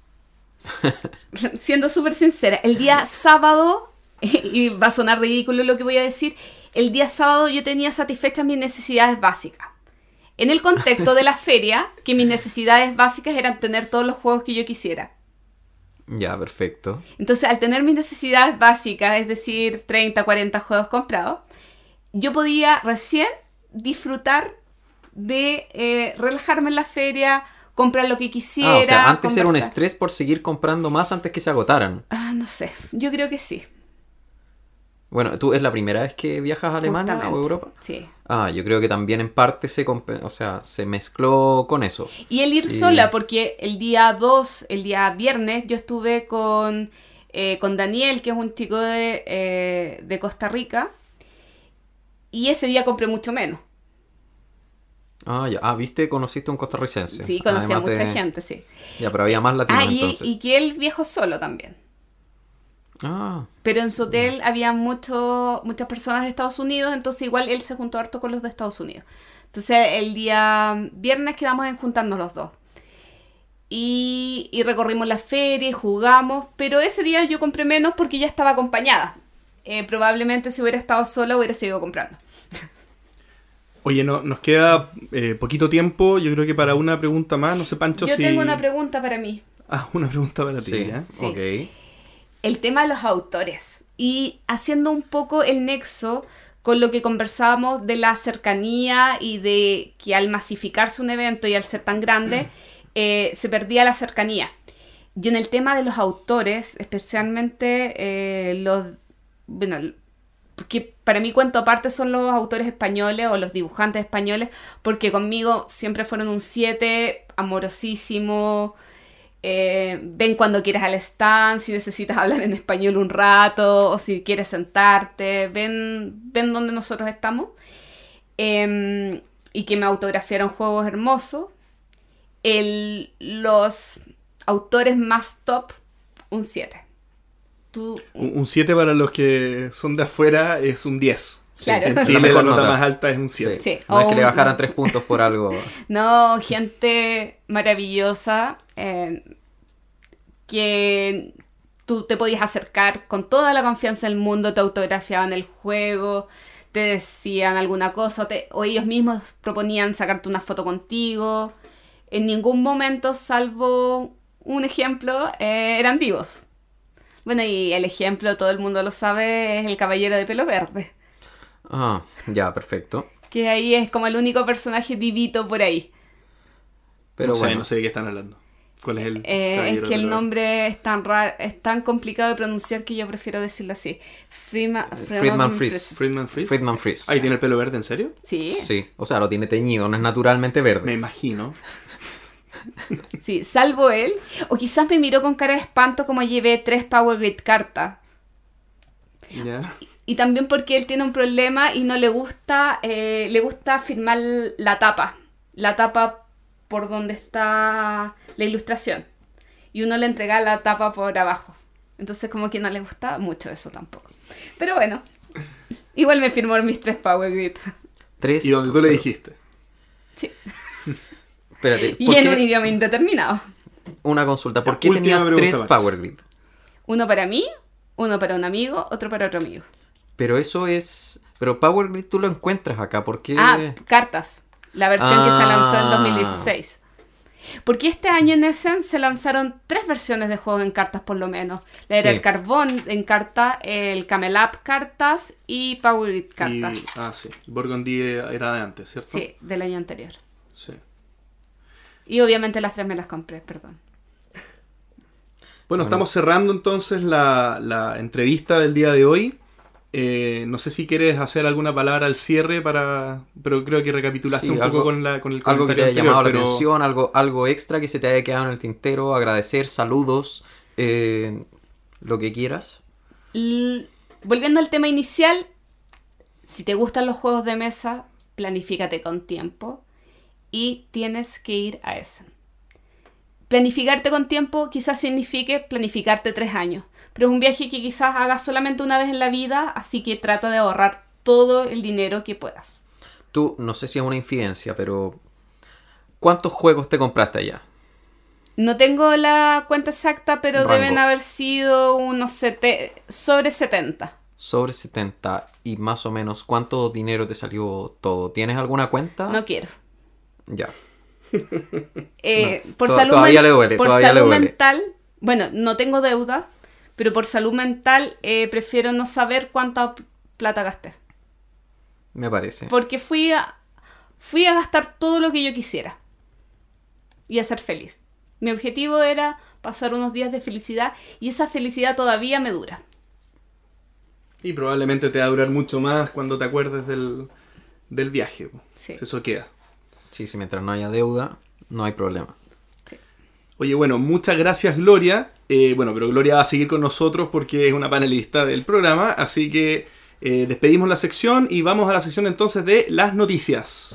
Siendo súper sincera, el día sábado, y va a sonar ridículo lo que voy a decir, el día sábado yo tenía satisfechas mis necesidades básicas. En el contexto de la feria, que mis necesidades básicas eran tener todos los juegos que yo quisiera. Ya, perfecto. Entonces, al tener mis necesidades básicas, es decir, 30, 40 juegos comprados, yo podía recién disfrutar de relajarme en la feria, comprar lo que quisiera. O sea, antes conversar. Era un estrés por seguir comprando más antes que se agotaran. No sé, yo creo que sí. Bueno, ¿tú es la primera vez que viajas a Alemania o Justamente. Europa? Sí. Ah, yo creo que también en parte se mezcló con eso. Y el ir Sí. sola, porque el día 2, el día viernes, yo estuve con Daniel, que es un chico de Costa Rica, y ese día compré mucho menos. Ah, ya. Ah, ¿viste? Conociste a un costarricense. Sí, conocí a Además mucha de- gente, sí. Ya, pero había más latinos entonces. Y que él viajó solo también. Ah, Pero en su hotel había muchas personas de Estados Unidos, entonces igual él se juntó harto con los de Estados Unidos. Entonces el día viernes quedamos en juntarnos los dos. Y recorrimos la feria y jugamos, pero ese día yo compré menos porque ya estaba acompañada. Probablemente si hubiera estado sola hubiera seguido comprando. Oye, nos queda poquito tiempo. Yo creo que para una pregunta más, no sé, Pancho, Yo si... tengo una pregunta para mí. Ah, una pregunta para ti, sí. ¿ya? Sí. Ok. El tema de los autores y haciendo un poco el nexo con lo que conversábamos de la cercanía y de que al masificarse un evento y al ser tan grande se perdía la cercanía. Yo en el tema de los autores, especialmente bueno, porque para mí cuento aparte son los autores españoles o los dibujantes españoles, porque conmigo siempre fueron un 7, amorosísimo. Ven cuando quieras al stand, si necesitas hablar en español un rato, o si quieres sentarte, ven donde nosotros estamos. Y que me autografiaron juegos hermosos. Los autores más top, un 7. Tú, Un 7 para los que son de afuera es un 10. Claro. En La Chile la mejor nota nota. más alta es un 7. Sí. No es O que le un- bajaran 3 puntos por algo. No, gente maravillosa que tú te podías acercar con toda la confianza del mundo, te autografiaban el juego, te decían alguna cosa o ellos mismos proponían sacarte una foto contigo. En ningún momento, salvo un ejemplo, eran divos. Bueno, y el ejemplo, todo el mundo lo sabe, es el caballero de pelo verde. Ah, ya, perfecto. Que ahí es como el único personaje divito por ahí. Pero no sé, bueno, no sé de qué están hablando. ¿Cuál es el Es caballero que el de la- nombre es tan raro, es tan complicado de pronunciar que yo prefiero decirlo así. Friedman Fries. Friedman Fries? Friedman Fries. Ahí tiene el pelo verde, ¿en serio? Sí, sí, Sí, o sea, lo tiene teñido, no es naturalmente Me verde. imagino. salvo él. O quizás me miró con cara de espanto como llevé 3 Power Grid cartas. ¿Ya? Y también porque él tiene un problema y no le gusta firmar la tapa por donde está la ilustración. Y uno le entrega la tapa por abajo. Entonces como que no le gusta mucho eso tampoco. Pero bueno, igual me firmó mis 3 Power Grid. 3. Y donde tú le dijiste. Sí. Espérate, Y ¿por en qué- un idioma indeterminado. una consulta. ¿Por qué Última tenías pregunta, 3 Max. Power Grid? Uno para mí, uno para un amigo, otro para otro amigo. Pero eso es... Pero Power Grid tú lo encuentras acá, ¿por qué? Cartas. La versión que se lanzó en Ah. 2016. Porque este año en Essen se lanzaron 3 versiones de juegos en cartas por lo menos. Era Sí. el Carbón en carta, el Camel Up cartas y Power Grid cartas. Sí. Burgundy era de antes, ¿cierto? Sí, del año anterior. Sí. Y obviamente las 3 me las compré, perdón. Bueno, estamos cerrando entonces la entrevista del día de hoy. No sé si quieres hacer alguna palabra al cierre pero creo que recapitulaste Sí, un algo- poco con el comentario Algo que te haya anterior, llamado la pero- atención, algo extra que se te haya quedado en el tintero, agradecer, saludos, lo que quieras. Volviendo al tema inicial, si te gustan los juegos de mesa, planifícate con tiempo y tienes que ir a Essen. Planificarte con tiempo quizás signifique planificarte 3 años, pero es un viaje que quizás hagas solamente una vez en la vida, así que trata de ahorrar todo el dinero que puedas. Tú, no sé si es una infidencia, pero ¿cuántos juegos te compraste allá? No tengo la cuenta exacta, pero Rango. deben haber sido unos sobre 70. Sobre 70 y más o menos, ¿cuánto dinero te salió todo? ¿Tienes alguna cuenta? No quiero. Ya. Por To- salud, todavía le duele, por todavía le salud duele. mental, bueno, no tengo deuda, pero por salud mental prefiero no saber cuánta plata gasté. Me parece. Porque fui a gastar todo lo que yo quisiera y a ser feliz. Mi objetivo era pasar unos días de felicidad y esa felicidad todavía me dura. Y probablemente te va a durar mucho más cuando te acuerdes del viaje. Sí. Eso queda. Sí, sí, mientras no haya deuda, no hay problema. Sí. Oye, bueno, muchas gracias, Gloria. Bueno, pero Gloria va a seguir con nosotros porque es una panelista del programa. Así que despedimos la sección y vamos a la sección entonces de las noticias.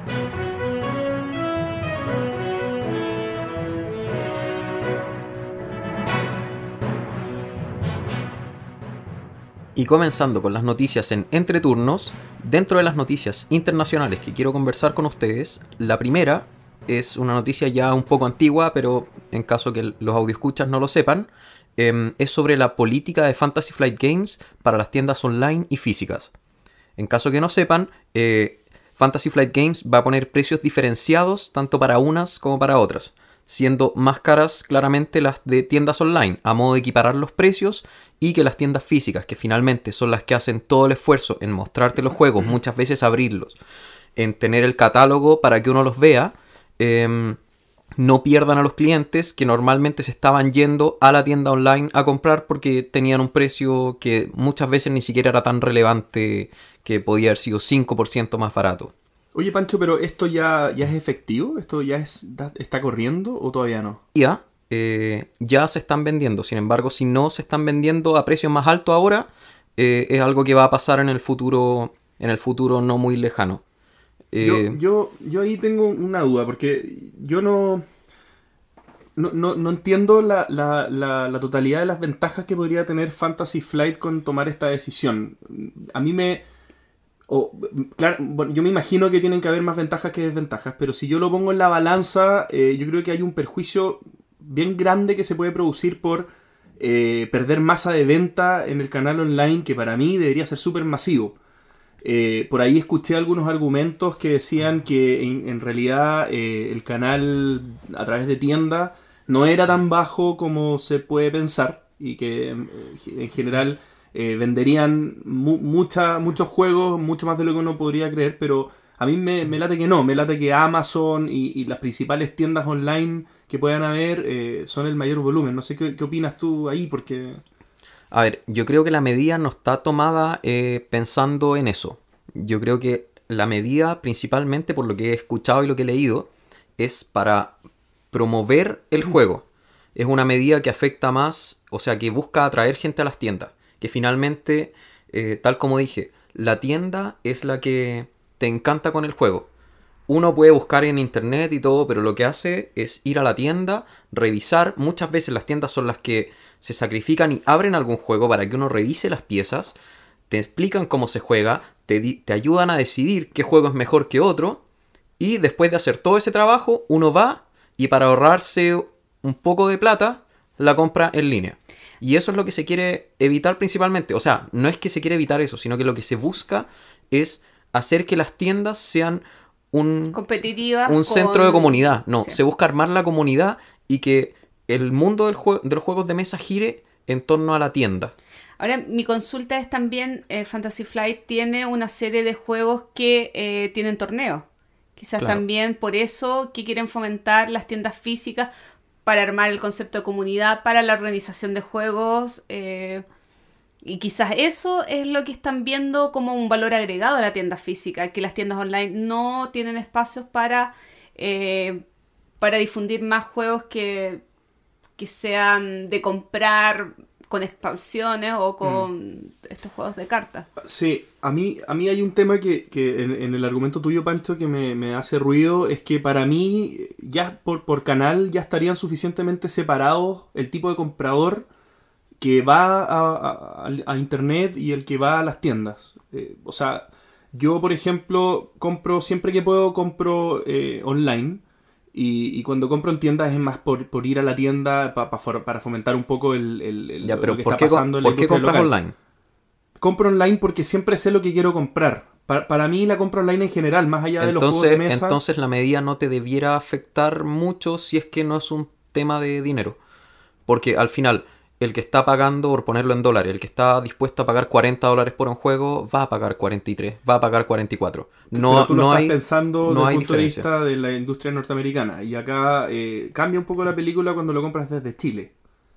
Y comenzando con las noticias en entreturnos, dentro de las noticias internacionales que quiero conversar con ustedes, la primera es una noticia ya un poco antigua, pero en caso que los audioescuchas no lo sepan, es sobre la política de Fantasy Flight Games para las tiendas online y físicas. En caso que no sepan, Fantasy Flight Games va a poner precios diferenciados tanto para unas como para otras, siendo más caras claramente las de tiendas online, a modo de equiparar los precios, y que las tiendas físicas, que finalmente son las que hacen todo el esfuerzo en mostrarte los juegos, muchas veces abrirlos, en tener el catálogo para que uno los vea, no pierdan a los clientes que normalmente se estaban yendo a la tienda online a comprar porque tenían un precio que muchas veces ni siquiera era tan relevante, que podía haber sido 5% más barato. Oye, Pancho, pero ¿esto ya es efectivo? ¿Esto ya está corriendo o todavía no? Ya se están vendiendo. Sin embargo, si no se están vendiendo a precios más altos ahora, es algo que va a pasar en el futuro no muy lejano. Yo ahí tengo una duda, porque yo no entiendo la totalidad de las ventajas que podría tener Fantasy Flight con tomar esta decisión. A mí claro, bueno, yo me imagino que tienen que haber más ventajas que desventajas, pero si yo lo pongo en la balanza, yo creo que hay un perjuicio bien grande que se puede producir por perder masa de venta en el canal online, que para mí debería ser súper masivo. Por ahí escuché algunos argumentos que decían que en realidad el canal a través de tienda no era tan bajo como se puede pensar, y que en general venderían muchos juegos, mucho más de lo que uno podría creer, pero a mí me late que no, me late que Amazon y las principales tiendas online que puedan haber son el mayor volumen. No sé qué opinas tú ahí, porque... A ver, yo creo que la medida no está tomada pensando en eso. Yo creo que la medida, principalmente por lo que he escuchado y lo que he leído, es para promover el juego. Es una medida que afecta más, o sea, que busca atraer gente a las tiendas. Que finalmente, tal como dije, la tienda es la que te encanta con el juego. Uno puede buscar en internet y todo, pero lo que hace es ir a la tienda, revisar. Muchas veces las tiendas son las que se sacrifican y abren algún juego para que uno revise las piezas, te explican cómo se juega, te ayudan a decidir qué juego es mejor que otro, y después de hacer todo ese trabajo, uno va y para ahorrarse un poco de plata, la compra en línea. Y eso es lo que se quiere evitar principalmente. O sea, no es que se quiere evitar eso, sino que lo que se busca es hacer que las tiendas sean competitivas, un centro de comunidad. No, sí. Se busca armar la comunidad y que el mundo de los juegos de mesa gire en torno a la tienda. Ahora, mi consulta es también, Fantasy Flight tiene una serie de juegos que tienen torneos. Quizás Claro. también por eso que quieren fomentar las tiendas físicas para armar el concepto de comunidad, para la organización de juegos. Y quizás eso es lo que están viendo como un valor agregado a la tienda física, que las tiendas online no tienen espacios para difundir más juegos que sean de comprar con expansiones o con estos juegos de cartas. Sí, a mí hay un tema que en el argumento tuyo, Pancho, que me hace ruido, es que para mí ya por canal ya estarían suficientemente separados el tipo de comprador que va a internet y el que va a las tiendas. O sea, yo por ejemplo compro, siempre que puedo compro online. Y cuando compro en tiendas es más por ir a la tienda para fomentar un poco Ya, pero lo que ¿por está qué, pasando en la ¿por qué industria compras local. online? Compro online porque siempre sé lo que quiero comprar. Para mí la compra online en general, más allá de los juegos de mesa... Entonces la medida no te debiera afectar mucho si es que no es un tema de dinero. Porque al final, el que está pagando, por ponerlo en dólares, el que está dispuesto a pagar $40 por un juego, va a pagar 43, va a pagar 44. Pero tú lo no estás hay, pensando no desde hay el punto de diferencia. vista de la industria norteamericana. Y acá cambia un poco la película cuando lo compras desde Chile.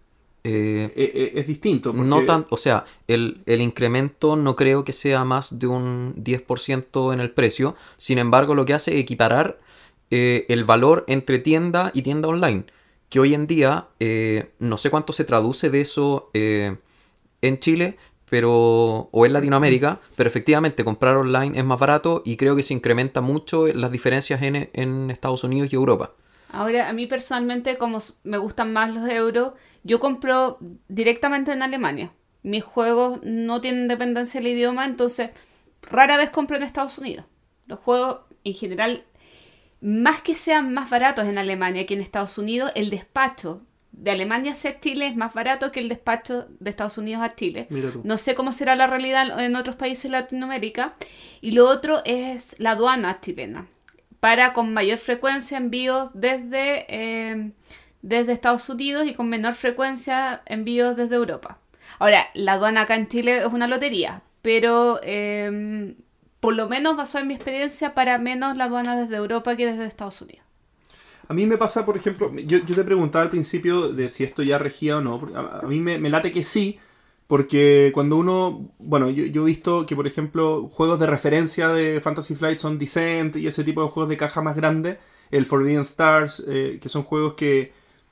Es distinto. Porque... No tan, o sea, el incremento no creo que sea más de un 10% en el precio. Sin embargo, lo que hace es equiparar el valor entre tienda y tienda online. Que hoy en día, no sé cuánto se traduce de eso en Chile, o en Latinoamérica, pero efectivamente comprar online es más barato y creo que se incrementa mucho las diferencias en Estados Unidos y Europa. Ahora, a mí personalmente, como me gustan más los euros, yo compro directamente en Alemania. Mis juegos no tienen dependencia del idioma, entonces rara vez compro en Estados Unidos. Los juegos, en general, más que sean más baratos en Alemania que en Estados Unidos, el despacho de Alemania hacia Chile es más barato que el despacho de Estados Unidos a Chile. No sé cómo será la realidad en otros países de Latinoamérica. Y lo otro es la aduana chilena. Para con mayor frecuencia envíos desde Estados Unidos y con menor frecuencia envíos desde Europa. Ahora, la aduana acá en Chile es una lotería, pero por lo menos basado en mi experiencia, para menos la aduana desde Europa que desde Estados Unidos. A mí me pasa, por ejemplo, yo te preguntaba al principio de si esto ya regía o no. A mí me late que sí, porque cuando uno... Bueno, yo he visto que, por ejemplo, juegos de referencia de Fantasy Flight son Descent y ese tipo de juegos de caja más grande, el Forbidden Stars, que son juegos que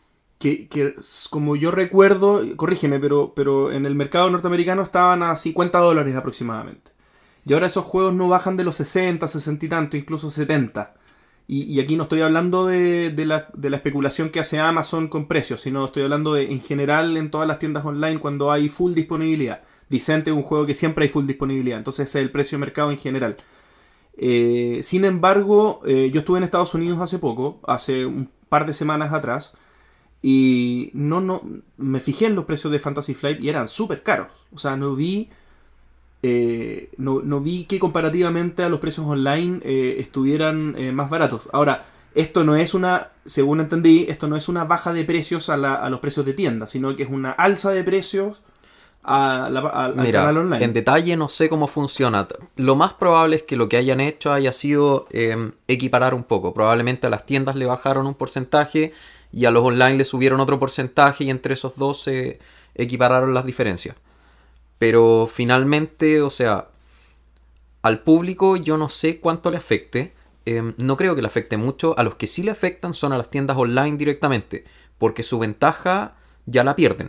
como yo recuerdo, corrígeme, pero en el mercado norteamericano estaban a $50 aproximadamente. Y ahora esos juegos no bajan de los 60, 60 y tanto, incluso 70. Y aquí no estoy hablando de la especulación que hace Amazon con precios, sino estoy hablando de en general en todas las tiendas online cuando hay full disponibilidad. Descent es un juego que siempre hay full disponibilidad, entonces ese es el precio de mercado en general. Sin embargo, yo estuve en Estados Unidos hace poco, hace un par de semanas atrás, y no me fijé en los precios de Fantasy Flight y eran súper caros. O sea, no vi que comparativamente a los precios online estuvieran más baratos. Ahora, esto no es según entendí, esto no es una baja de precios a los precios de tienda, sino que es una alza de precios al canal online. En detalle no sé cómo funciona. Lo más probable es que lo que hayan hecho haya sido equiparar un poco. Probablemente a las tiendas le bajaron un porcentaje y a los online le subieron otro porcentaje y entre esos dos se equipararon las diferencias. Pero finalmente, o sea, al público yo no sé cuánto le afecte. No creo que le afecte mucho. A los que sí le afectan son a las tiendas online directamente, porque su ventaja ya la pierden.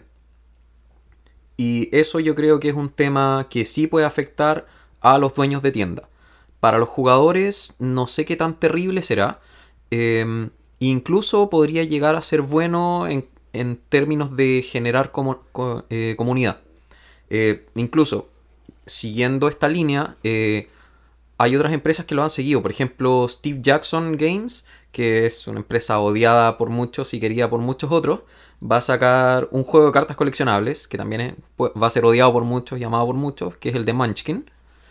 Y eso yo creo que es un tema que sí puede afectar a los dueños de tienda. Para los jugadores no sé qué tan terrible será. Incluso podría llegar a ser bueno en términos de generar comunidad. Incluso, siguiendo esta línea, hay otras empresas que lo han seguido. Por ejemplo, Steve Jackson Games, que es una empresa odiada por muchos y querida por muchos otros, va a sacar un juego de cartas coleccionables, que también va a ser odiado por muchos y amado por muchos, que es el de Munchkin.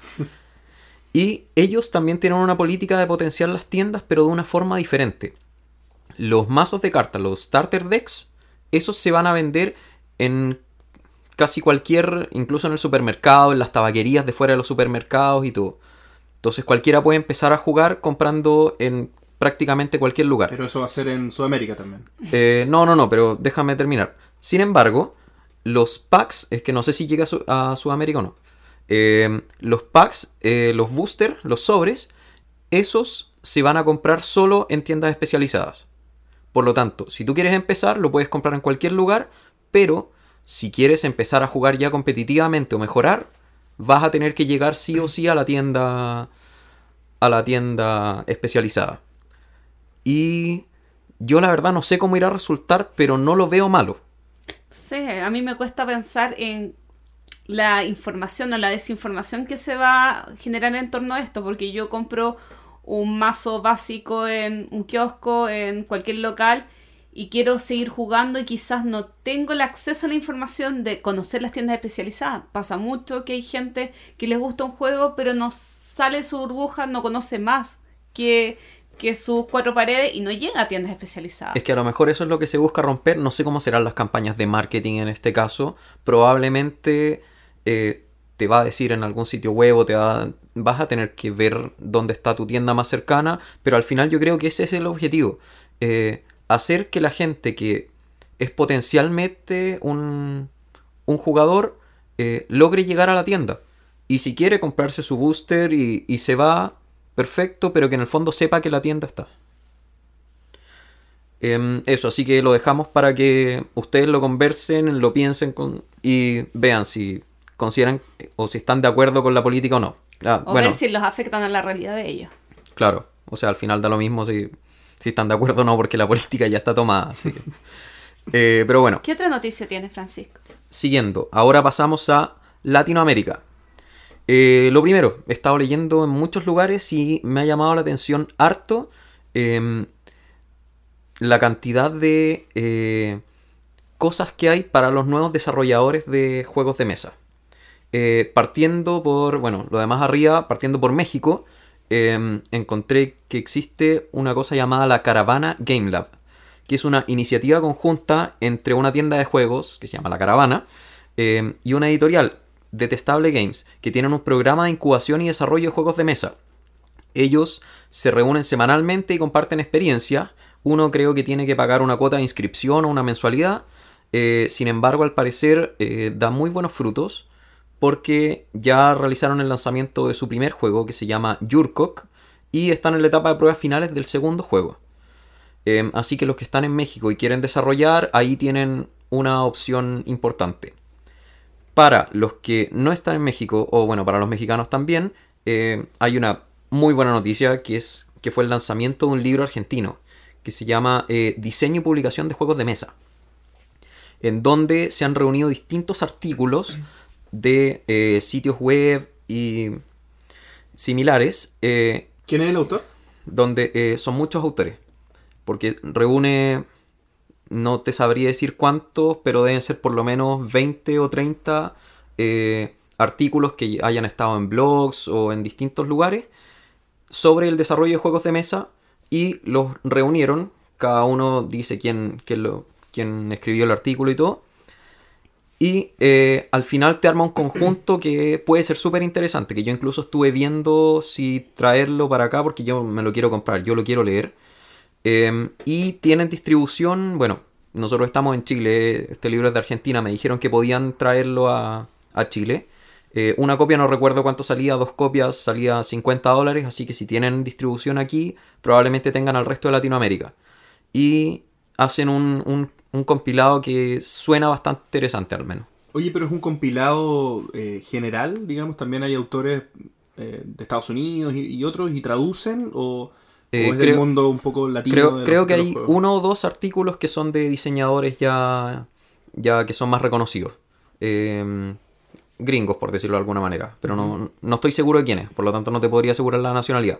Y ellos también tienen una política de potenciar las tiendas, pero de una forma diferente. Los mazos de cartas, los starter decks, esos se van a vender en casi cualquier, incluso en el supermercado, en las tabaquerías de fuera de los supermercados y todo. Entonces cualquiera puede empezar a jugar comprando en prácticamente cualquier lugar. Pero eso va a ser en Sudamérica también. No, pero déjame terminar. Sin embargo, los packs, es que no sé si llega a Sudamérica o no. Los packs, los boosters, los sobres, esos se van a comprar solo en tiendas especializadas. Por lo tanto, si tú quieres empezar, lo puedes comprar en cualquier lugar, pero si quieres empezar a jugar ya competitivamente o mejorar, vas a tener que llegar sí o sí a la tienda especializada. Y yo la verdad no sé cómo irá a resultar, pero no lo veo malo. Sí, a mí me cuesta pensar en la información o la desinformación que se va a generar en torno a esto, porque yo compro un mazo básico en un kiosco, en cualquier local, y quiero seguir jugando y quizás no tengo el acceso a la información de conocer las tiendas especializadas. Pasa mucho que hay gente que les gusta un juego, pero no sale de su burbuja, no conoce más que sus cuatro paredes y no llega a tiendas especializadas. Es que a lo mejor eso es lo que se busca romper. No sé cómo serán las campañas de marketing en este caso. Probablemente te va a decir en algún sitio web o vas a tener que ver dónde está tu tienda más cercana, pero al final yo creo que ese es el objetivo. Hacer que la gente que es potencialmente un jugador logre llegar a la tienda. Y si quiere comprarse su booster y se va, perfecto, pero que en el fondo sepa que la tienda está. Eso, así que lo dejamos para que ustedes lo conversen, lo piensen y vean si consideran o si están de acuerdo con la política o no. O ver si los afectan a la realidad de ellos. Claro, o sea, al final da lo mismo si están de acuerdo o no, porque la política ya está tomada. Así que, pero bueno. ¿Qué otra noticia tiene, Francisco? Siguiendo, ahora pasamos a Latinoamérica. Lo primero, he estado leyendo en muchos lugares y me ha llamado la atención harto la cantidad de cosas que hay para los nuevos desarrolladores de juegos de mesa. Partiendo por, bueno, lo demás arriba, partiendo por México, encontré que existe una cosa llamada la Caravana Game Lab, que es una iniciativa conjunta entre una tienda de juegos, que se llama La Caravana, y una editorial, Detestable Games, que tienen un programa de incubación y desarrollo de juegos de mesa. Ellos se reúnen semanalmente y comparten experiencias. Uno creo que tiene que pagar una cuota de inscripción o una mensualidad. Sin embargo, al parecer da muy buenos frutos, porque ya realizaron el lanzamiento de su primer juego, que se llama Yurkok, y están en la etapa de pruebas finales del segundo juego. Así que los que están en México y quieren desarrollar, ahí tienen una opción importante. Para los que no están en México, o bueno, para los mexicanos también, hay una muy buena noticia, que fue el lanzamiento de un libro argentino, que se llama Diseño y publicación de juegos de mesa, en donde se han reunido distintos artículos de sitios web y similares. ¿Quién es el autor? Donde son muchos autores, porque reúne, no te sabría decir cuántos, pero deben ser por lo menos 20 o 30 artículos que hayan estado en blogs o en distintos lugares sobre el desarrollo de juegos de mesa, y los reunieron. Cada uno dice quién escribió el artículo y todo. Y al final te arma un conjunto que puede ser súper interesante, que yo incluso estuve viendo si traerlo para acá, porque yo me lo quiero comprar, yo lo quiero leer. Y tienen distribución, bueno, nosotros estamos en Chile, este libro es de Argentina, me dijeron que podían traerlo a Chile. Una copia no recuerdo cuánto salía, 2 copias salía $50, así que si tienen distribución aquí, probablemente tengan al resto de Latinoamérica. Y hacen un compilado que suena bastante interesante al menos. Oye, pero es un compilado general, digamos, también hay autores de Estados Unidos y otros, y traducen, o es del mundo un poco latino. Creo que hay 1 o 2 artículos que son de diseñadores ya que son más reconocidos. Gringos, por decirlo de alguna manera. Pero no estoy seguro de quiénes, por lo tanto no te podría asegurar la nacionalidad.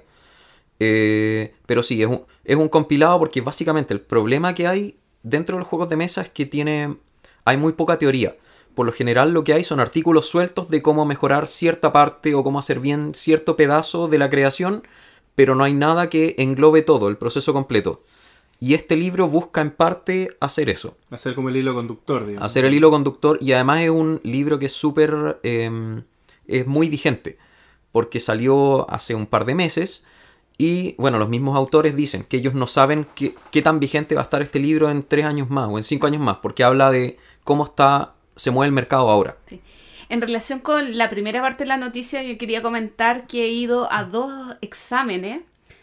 Pero sí, es un compilado, porque básicamente el problema que hay dentro de los juegos de mesa es que hay muy poca teoría. Por lo general lo que hay son artículos sueltos de cómo mejorar cierta parte o cómo hacer bien cierto pedazo de la creación, pero no hay nada que englobe todo, el proceso completo. Y este libro busca en parte hacer eso. Hacer como el hilo conductor, digamos. Hacer el hilo conductor, y además es un libro que es súper... es muy vigente, porque salió hace un par de meses, y bueno, los mismos autores dicen que ellos no saben qué tan vigente va a estar este libro en 3 años más o en 5 años más, porque habla de cómo se mueve el mercado ahora. Sí. En relación con la primera parte de la noticia, yo quería comentar que he ido a 2 exámenes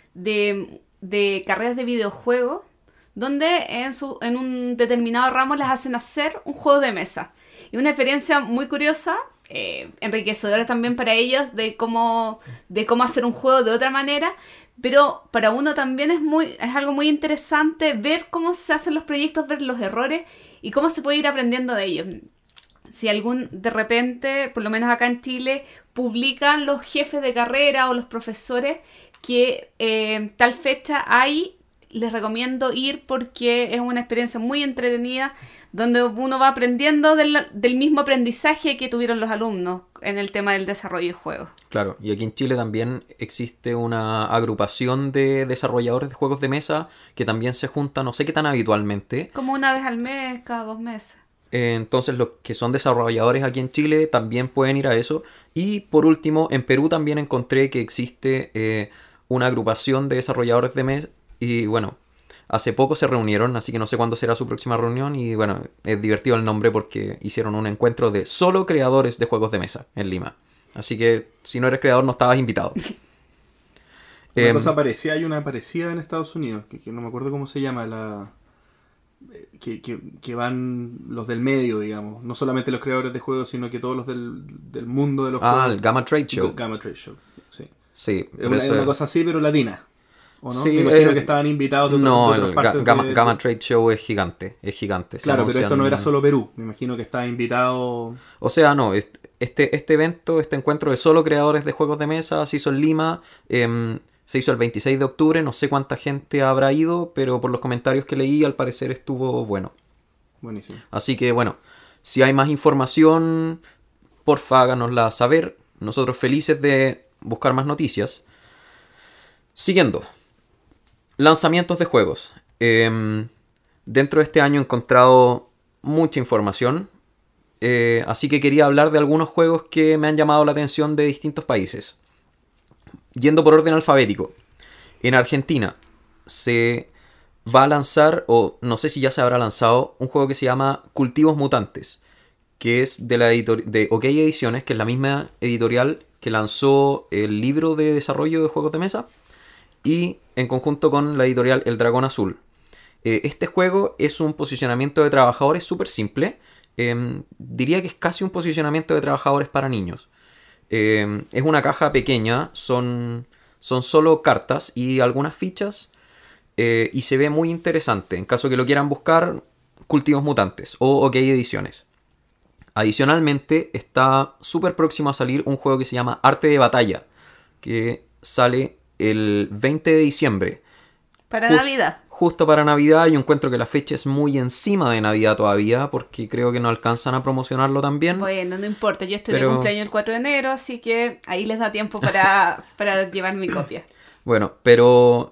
de carreras de videojuegos, donde en un determinado ramo les hacen hacer un juego de mesa. Y una experiencia muy curiosa, enriquecedora también para ellos, de cómo hacer un juego de otra manera. Pero para uno también es algo muy interesante ver cómo se hacen los proyectos, ver los errores y cómo se puede ir aprendiendo de ellos. Si de repente, por lo menos acá en Chile, publican los jefes de carrera o los profesores que tal fecha hay, les recomiendo ir, porque es una experiencia muy entretenida, donde uno va aprendiendo del mismo aprendizaje que tuvieron los alumnos en el tema del desarrollo de juegos. Claro, y aquí en Chile también existe una agrupación de desarrolladores de juegos de mesa que también se juntan, no sé qué tan habitualmente. Como una vez al mes, cada 2 meses. Entonces los que son desarrolladores aquí en Chile también pueden ir a eso. Y por último, en Perú también encontré que existe una agrupación de desarrolladores de mesa. Y bueno, Hace poco se reunieron, así que no sé cuándo será su próxima reunión. Y bueno, es divertido el nombre porque hicieron un encuentro de solo creadores de juegos de mesa en Lima. Así que si no eres creador no estabas invitado. Una cosa parecida, hay una parecida en Estados Unidos, que no me acuerdo cómo se llama, que van los del medio, digamos. No solamente los creadores de juegos, sino que todos los del mundo de los juegos. El Gamma Trade Show. Gamma Trade Show, sí. Sí, Es una cosa así, pero latina. ¿O no? Sí, me imagino que estaban invitados de otras partes. Gamma Trade Show es gigante. Claro, pero esto no era solo Perú. Me imagino que estaba invitado... O sea, no, este evento, este encuentro de solo creadores de juegos de mesa se hizo en Lima. Se hizo el 26 de octubre. No sé cuánta gente habrá ido, pero por los comentarios que leí, al parecer estuvo bueno. Buenísimo. Así que bueno, si hay más información, porfa háganosla saber. Nosotros felices de buscar más noticias. Siguiendo. Lanzamientos de juegos. Dentro de este año he encontrado mucha información. Así que quería hablar de algunos juegos que me han llamado la atención de distintos países. Yendo por orden alfabético. En Argentina se va a lanzar, o no sé si ya se habrá lanzado, un juego que se llama Cultivos Mutantes. Que es de la de OK Ediciones, que es la misma editorial que lanzó el libro de desarrollo de juegos de mesa. Y en conjunto con la editorial El Dragón Azul. Este juego es un posicionamiento de trabajadores súper simple. Diría que es casi un posicionamiento de trabajadores para niños. Es una caja pequeña, son solo cartas y algunas fichas. Y se ve muy interesante. En caso que lo quieran buscar, Cultivos Mutantes o OK Ediciones. Adicionalmente, está súper próximo a salir un juego que se llama Arte de Batalla. Que sale el 20 de diciembre. Para Navidad. Justo para Navidad. Yo encuentro que la fecha es muy encima de Navidad todavía, porque creo que no alcanzan a promocionarlo también. Bueno, no importa. Yo estoy de cumpleaños el 4 de enero, así que ahí les da tiempo para llevar mi copia. Bueno, pero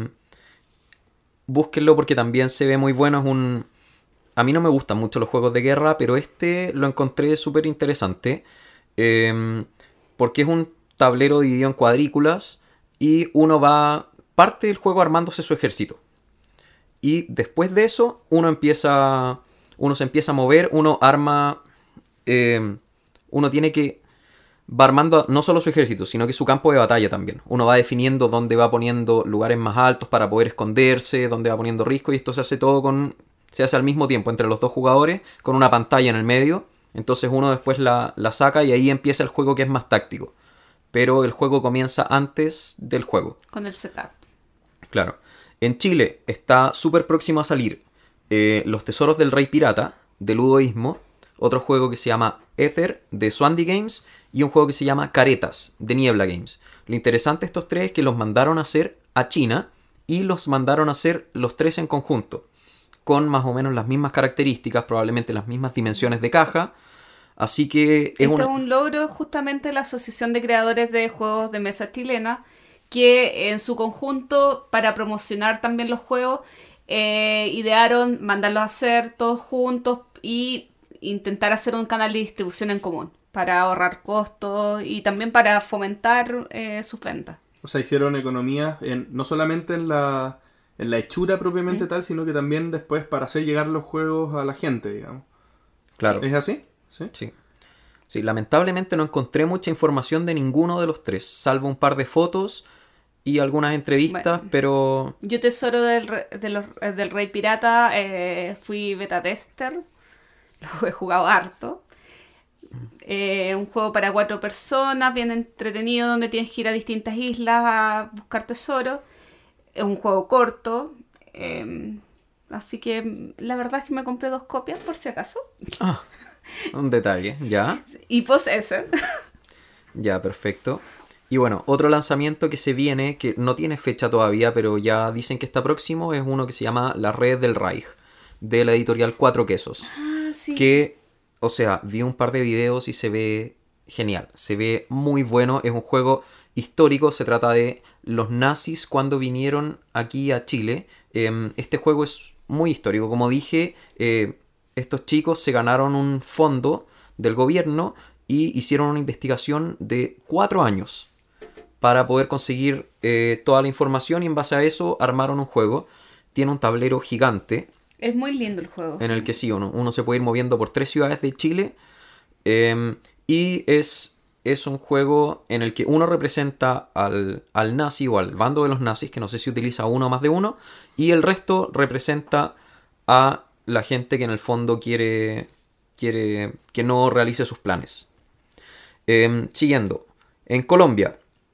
búsquenlo porque también se ve muy bueno. A mí no me gustan mucho los juegos de guerra, pero este lo encontré súper interesante. Porque es un tablero dividido en cuadrículas. Y uno parte del juego armándose su ejército. Y después de eso, uno se empieza a mover, uno arma, uno va armando no solo su ejército, sino que su campo de batalla también. Uno va definiendo dónde va poniendo lugares más altos para poder esconderse, dónde va poniendo risco, y esto se hace todo se hace al mismo tiempo entre los dos jugadores, con una pantalla en el medio. Entonces uno después la saca y ahí empieza el juego, que es más táctico. Pero el juego comienza antes del juego. Con el setup. Claro. En Chile está súper próximo a salir Los Tesoros del Rey Pirata, de Ludoísmo. Otro juego que se llama Ether, de Swandy Games. Y un juego que se llama Caretas, de Niebla Games. Lo interesante de estos tres es que los mandaron a hacer a China. Y los mandaron a hacer los tres en conjunto. Con más o menos las mismas características, probablemente las mismas dimensiones de caja. Así que es un logro justamente de la Asociación de Creadores de Juegos de Mesa Chilena, que en su conjunto, para promocionar también los juegos, idearon mandarlos a hacer todos juntos y intentar hacer un canal de distribución en común para ahorrar costos y también para fomentar sus ventas. O sea, hicieron economías no solamente en la hechura propiamente tal, sino que también después para hacer llegar los juegos a la gente, digamos. Claro. ¿Es así? Sí. Sí, lamentablemente no encontré mucha información de ninguno de los tres, salvo un par de fotos y algunas entrevistas, pero... Yo Tesoro del Rey Pirata fui beta tester, lo he jugado harto. Un juego para 4 personas, bien entretenido, donde tienes que ir a distintas islas a buscar tesoros. Es un juego corto, así que la verdad es que me compré 2 copias por si acaso. Ah, un detalle, ¿ya? Y Possessed. Ya, perfecto. Y bueno, otro lanzamiento que se viene, que no tiene fecha todavía, pero ya dicen que está próximo, es uno que se llama La Red del Reich, de la editorial Cuatro Quesos. Ah, sí. Que, o sea, vi un par de videos y se ve genial, se ve muy bueno, es un juego histórico, se trata de los nazis cuando vinieron aquí a Chile. Este juego es muy histórico, como dije, estos chicos se ganaron un fondo del gobierno y hicieron una investigación de 4 años para poder conseguir toda la información y en base a eso armaron un juego. tiene un tablero gigante Es muy lindo el juego. en el que sí, uno se puede ir moviendo por 3 ciudades de Chile. Y es un juego en el que uno representa al nazi o al bando de los nazis, que no sé si utiliza uno o más de uno, y el resto representa a la gente que en el fondo quiere que no realice sus planes. Siguiendo, en Colombia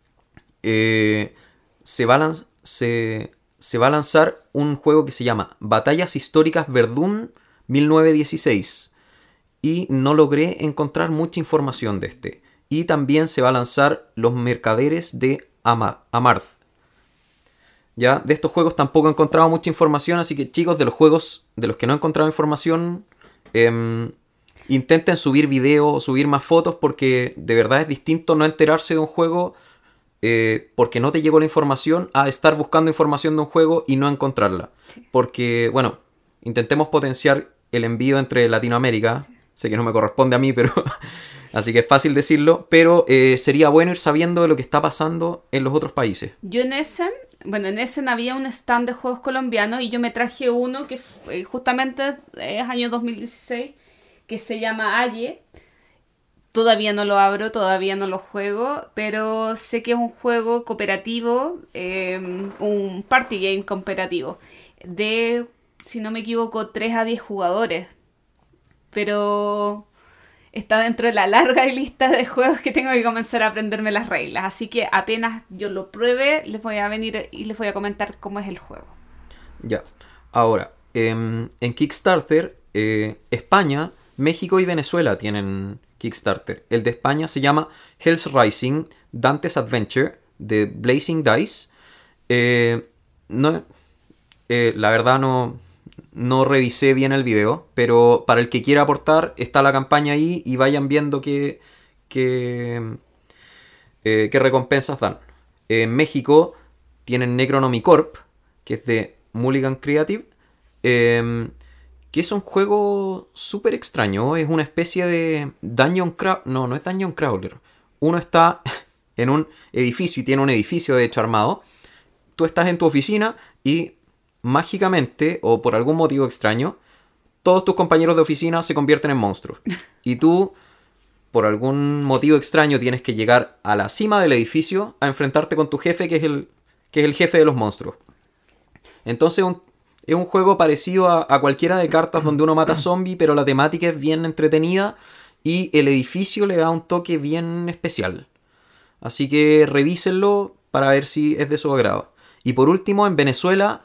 se va a lanzar un juego que se llama Batallas Históricas Verdún 1916 y no logré encontrar mucha información de este. Y también se va a lanzar Los Mercaderes de Amarth. Ya, de estos juegos tampoco he encontrado mucha información, así que chicos, de los juegos de los que no he encontrado información, intenten subir videos o subir más fotos, porque de verdad es distinto no enterarse de un juego porque no te llegó la información a estar buscando información de un juego y no encontrarla. Sí. Porque, bueno, intentemos potenciar el envío entre Latinoamérica. Sí. Sé que no me corresponde a mí, pero así que es fácil decirlo, pero sería bueno ir sabiendo de lo que está pasando en los otros países. Yo en Essen había un stand de juegos colombianos y yo me traje uno que justamente es año 2016, que se llama Aye. Todavía no lo abro, todavía no lo juego, pero sé que es un juego cooperativo, un party game cooperativo, de, si no me equivoco, 3 a 10 jugadores. Pero está dentro de la larga lista de juegos que tengo que comenzar a aprenderme las reglas. Así que apenas yo lo pruebe, les voy a venir y les voy a comentar cómo es el juego. Ya, ahora, en Kickstarter, España, México y Venezuela tienen Kickstarter. El de España se llama Hell's Rising Dante's Adventure de Blazing Dice. La verdad no revisé bien el video, pero para el que quiera aportar está la campaña ahí y vayan viendo qué recompensas dan. En México tienen Necronomicorp, que es de Mulligan Creative, que es un juego súper extraño. Es una especie de Dungeon Crawler. No es Dungeon Crawler. Uno está en un edificio y tiene un edificio de hecho armado. Tú estás en tu oficina y mágicamente, o por algún motivo extraño, todos tus compañeros de oficina se convierten en monstruos. Y tú, por algún motivo extraño, tienes que llegar a la cima del edificio a enfrentarte con tu jefe, que es el jefe de los monstruos. Entonces es un juego parecido a cualquiera de cartas donde uno mata zombies, pero la temática es bien entretenida y el edificio le da un toque bien especial. Así que revísenlo para ver si es de su agrado. Y por último, en Venezuela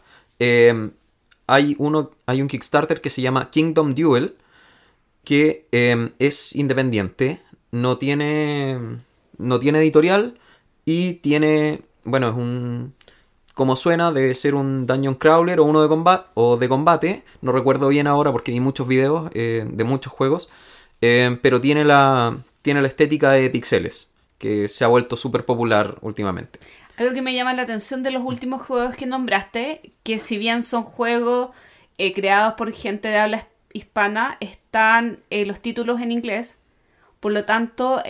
hay un Kickstarter que se llama Kingdom Duel, que es independiente, no tiene editorial y tiene, bueno, como suena, debe ser un Dungeon Crawler o uno de combate, no recuerdo bien ahora porque vi muchos videos de muchos juegos, pero tiene la estética de píxeles, que se ha vuelto súper popular últimamente. Algo que me llama la atención de los últimos juegos que nombraste, que si bien son juegos creados por gente de habla hispana, están los títulos en inglés. Por lo tanto,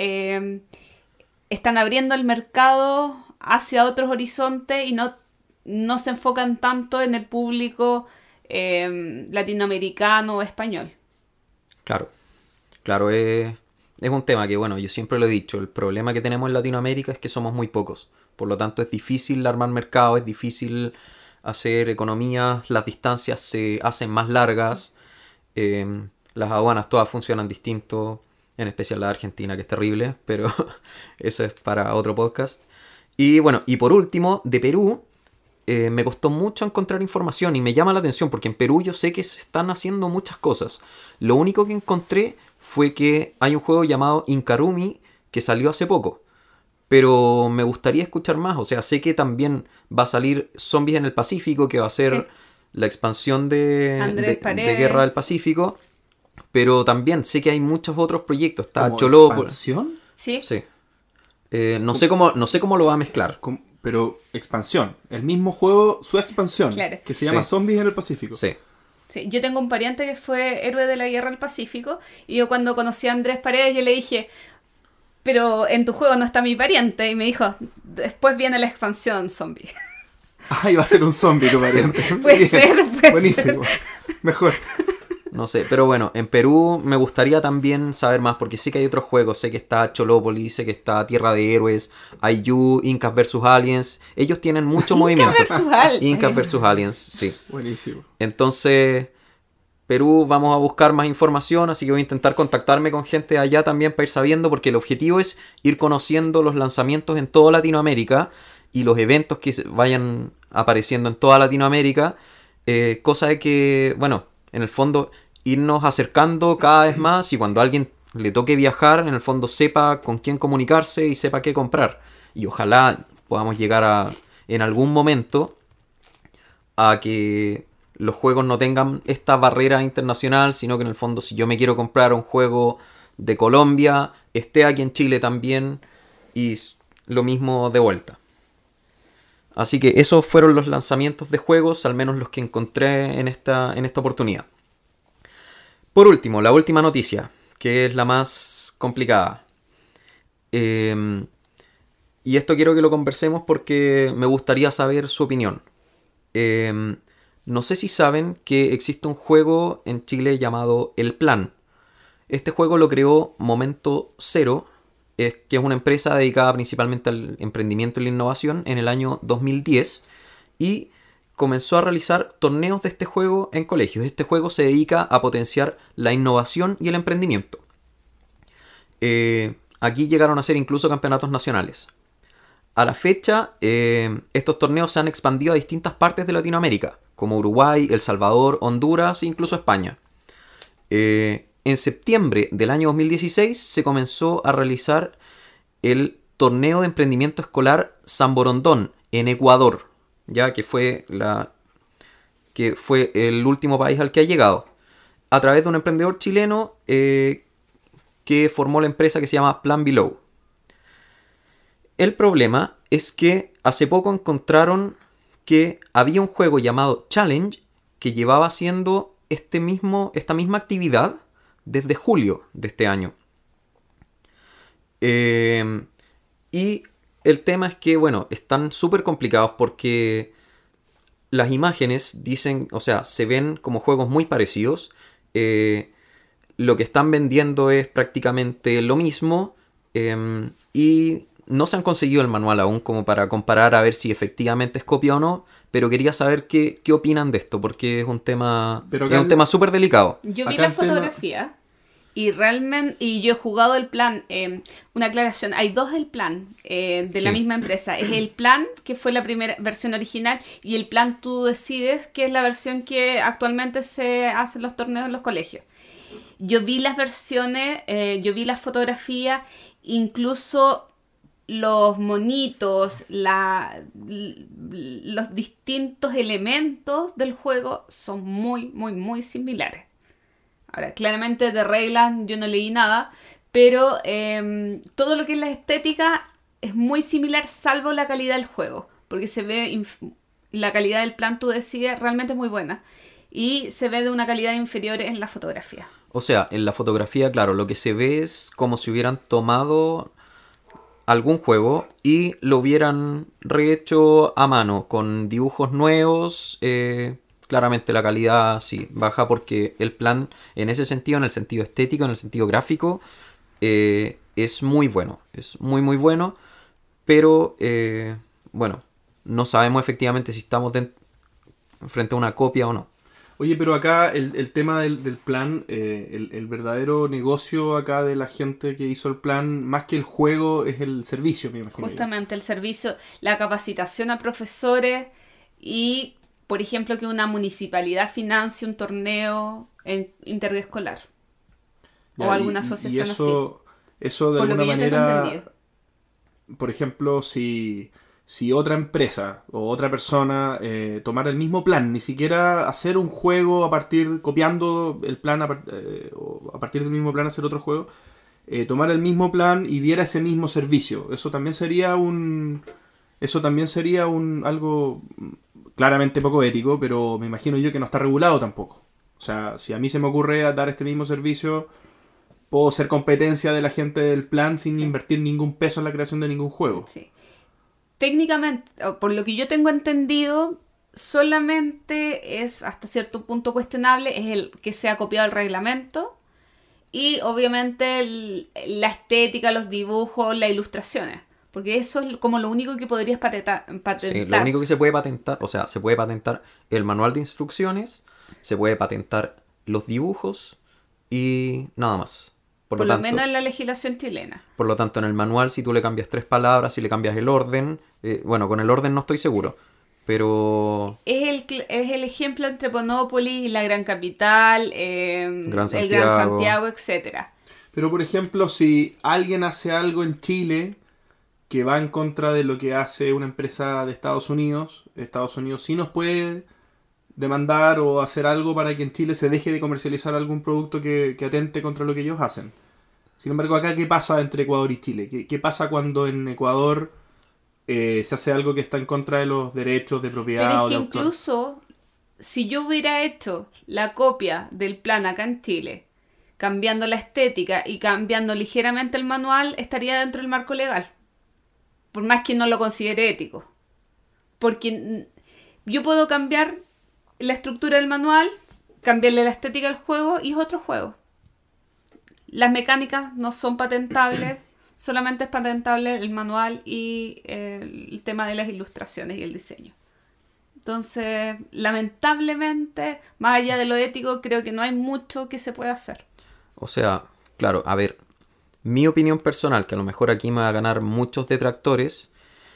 están abriendo el mercado hacia otros horizontes y no se enfocan tanto en el público latinoamericano o español. Claro, es un tema que, bueno, yo siempre lo he dicho, el problema que tenemos en Latinoamérica es que somos muy pocos. Por lo tanto, es difícil armar mercado, es difícil hacer economías, las distancias se hacen más largas, las aduanas todas funcionan distinto, en especial la de Argentina, que es terrible, pero eso es para otro podcast. Y bueno, y por último, de Perú, me costó mucho encontrar información y me llama la atención porque en Perú yo sé que se están haciendo muchas cosas. Lo único que encontré fue que hay un juego llamado Inkarumi que salió hace poco. Pero me gustaría escuchar más. O sea, sé que también va a salir Zombies en el Pacífico, que va a ser la expansión de Guerra del Pacífico. Pero también sé que hay muchos otros proyectos. Está Choló. ¿Expansión? Sí. No sé cómo lo va a mezclar. Pero expansión. El mismo juego, su expansión. Claro. Que se llama Zombies en el Pacífico. Sí. Yo tengo un pariente que fue héroe de la Guerra del Pacífico. Y yo cuando conocí a Andrés Paredes, yo le dije... Pero en tu juego no está mi pariente. Y me dijo, después viene la expansión zombie. Ah, iba a ser un zombie tu pariente. Puede Bien. ser, puede Buenísimo. Mejor. No sé, pero bueno, en Perú me gustaría también saber más, porque sé que hay otros juegos, sé que está Cholópolis, sé que está Tierra de Héroes, IU, Incas vs Aliens, ellos tienen mucho movimiento. versus Aliens. Incas vs Aliens, sí. Buenísimo. Entonces, Perú, vamos a buscar más información, así que voy a intentar contactarme con gente allá también para ir sabiendo, porque el objetivo es ir conociendo los lanzamientos en toda Latinoamérica y los eventos que vayan apareciendo en toda Latinoamérica, cosa de que, bueno, en el fondo irnos acercando cada vez más y cuando a alguien le toque viajar, en el fondo sepa con quién comunicarse y sepa qué comprar. Y ojalá podamos llegar a, en algún momento, a que los juegos no tengan esta barrera internacional, sino que en el fondo si yo me quiero comprar un juego de Colombia, esté aquí en Chile también y lo mismo de vuelta. Así que esos fueron los lanzamientos de juegos, al menos los que encontré en esta oportunidad. Por último, la última noticia, que es la más complicada. Y esto quiero que lo conversemos porque me gustaría saber su opinión. No sé si saben que existe un juego en Chile llamado El Plan. Este juego lo creó Momento Cero, que es una empresa dedicada principalmente al emprendimiento y la innovación en el año 2010 y comenzó a realizar torneos de este juego en colegios. Este juego se dedica a potenciar la innovación y el emprendimiento. Aquí llegaron a ser incluso campeonatos nacionales. A la fecha, estos torneos se han expandido a distintas partes de Latinoamérica, como Uruguay, El Salvador, Honduras e incluso España. En septiembre del año 2016 se comenzó a realizar el torneo de emprendimiento escolar San Borondón en Ecuador, ya que fue el último país al que ha llegado, a través de un emprendedor chileno que formó la empresa que se llama Plan Below. El problema es que hace poco encontraron que había un juego llamado Challenge que llevaba haciendo esta misma actividad desde julio de este año. Y el tema es que, bueno, están súper complicados porque las imágenes dicen, o sea, se ven como juegos muy parecidos. Lo que están vendiendo es prácticamente lo mismo y no se han conseguido el manual aún como para comparar a ver si efectivamente es copia o no, pero quería saber qué opinan de esto, porque es un tema súper delicado. Yo vi Acá la el tema- fotografía y realmente, y yo he jugado el plan, una aclaración, hay dos del plan de la Sí. misma empresa. Es el plan, que fue la primera versión original, y el plan Tú Decides, que es la versión que actualmente se hacen los torneos en los colegios. Yo vi las versiones, yo vi las fotografías, incluso los monitos, los distintos elementos del juego son muy, muy, muy similares. Ahora, claramente de reglas yo no leí nada, pero todo lo que es la estética es muy similar, salvo la calidad del juego, porque se ve la calidad del plan Tú Decides realmente muy buena y se ve de una calidad inferior en la fotografía. O sea, en la fotografía, claro, lo que se ve es como si hubieran tomado algún juego y lo hubieran rehecho a mano con dibujos nuevos. Claramente la calidad sí baja porque el plan en ese sentido, en el sentido estético, en el sentido gráfico, es muy bueno. Es muy muy bueno, pero bueno, no sabemos efectivamente si estamos frente a una copia o no. Oye, pero acá el tema del plan, el verdadero negocio acá de la gente que hizo el plan, más que el juego, es el servicio, me imagino. Justamente el servicio, la capacitación a profesores y, por ejemplo, que una municipalidad financie un torneo interescolar Ya, o alguna y asociación eso de Por lo alguna que yo tengo manera, entendido. por ejemplo, si otra empresa o otra persona tomara el mismo plan, ni siquiera hacer un juego copiando el plan o a partir del mismo plan hacer otro juego, tomar el mismo plan y diera ese mismo servicio, eso también sería algo claramente poco ético, pero me imagino yo que no está regulado tampoco. O sea, si a mí se me ocurre dar este mismo servicio, puedo ser competencia de la gente del plan sin invertir ningún peso en la creación de ningún juego. Sí. técnicamente, o por lo que yo tengo entendido, solamente es hasta cierto punto cuestionable es el que sea copiado el reglamento y obviamente la estética, los dibujos, las ilustraciones. Porque eso es como lo único que podrías patentar. Sí, lo único que se puede patentar, o sea, se puede patentar el manual de instrucciones, se puede patentar los dibujos y nada más. Por lo menos en la legislación chilena. Por lo tanto, en el manual, si tú le cambias 3 palabras, si le cambias el orden, bueno, con el orden no estoy seguro, pero... Es el ejemplo entre Monopoly y la Gran Capital, el Gran Santiago, etcétera. Pero, por ejemplo, si alguien hace algo en Chile que va en contra de lo que hace una empresa de Estados Unidos sí nos puede demandar o hacer algo para que en Chile se deje de comercializar algún producto que atente contra lo que ellos hacen. Sin embargo, acá, ¿qué pasa entre Ecuador y Chile? ¿Qué pasa cuando en Ecuador se hace algo que está en contra de los derechos de propiedad? Pero es o que de autor? incluso si yo hubiera hecho la copia del plan acá en Chile, cambiando la estética y cambiando ligeramente el manual, estaría dentro del marco legal. Por más que no lo considere ético. Porque yo puedo cambiar la estructura del manual, cambiarle la estética al juego y es otro juego. Las mecánicas no son patentables, solamente es patentable el manual y el tema de las ilustraciones y el diseño. Entonces, lamentablemente, más allá de lo ético, creo que no hay mucho que se pueda hacer. O sea, claro, a ver, mi opinión personal, que a lo mejor aquí me va a ganar muchos detractores,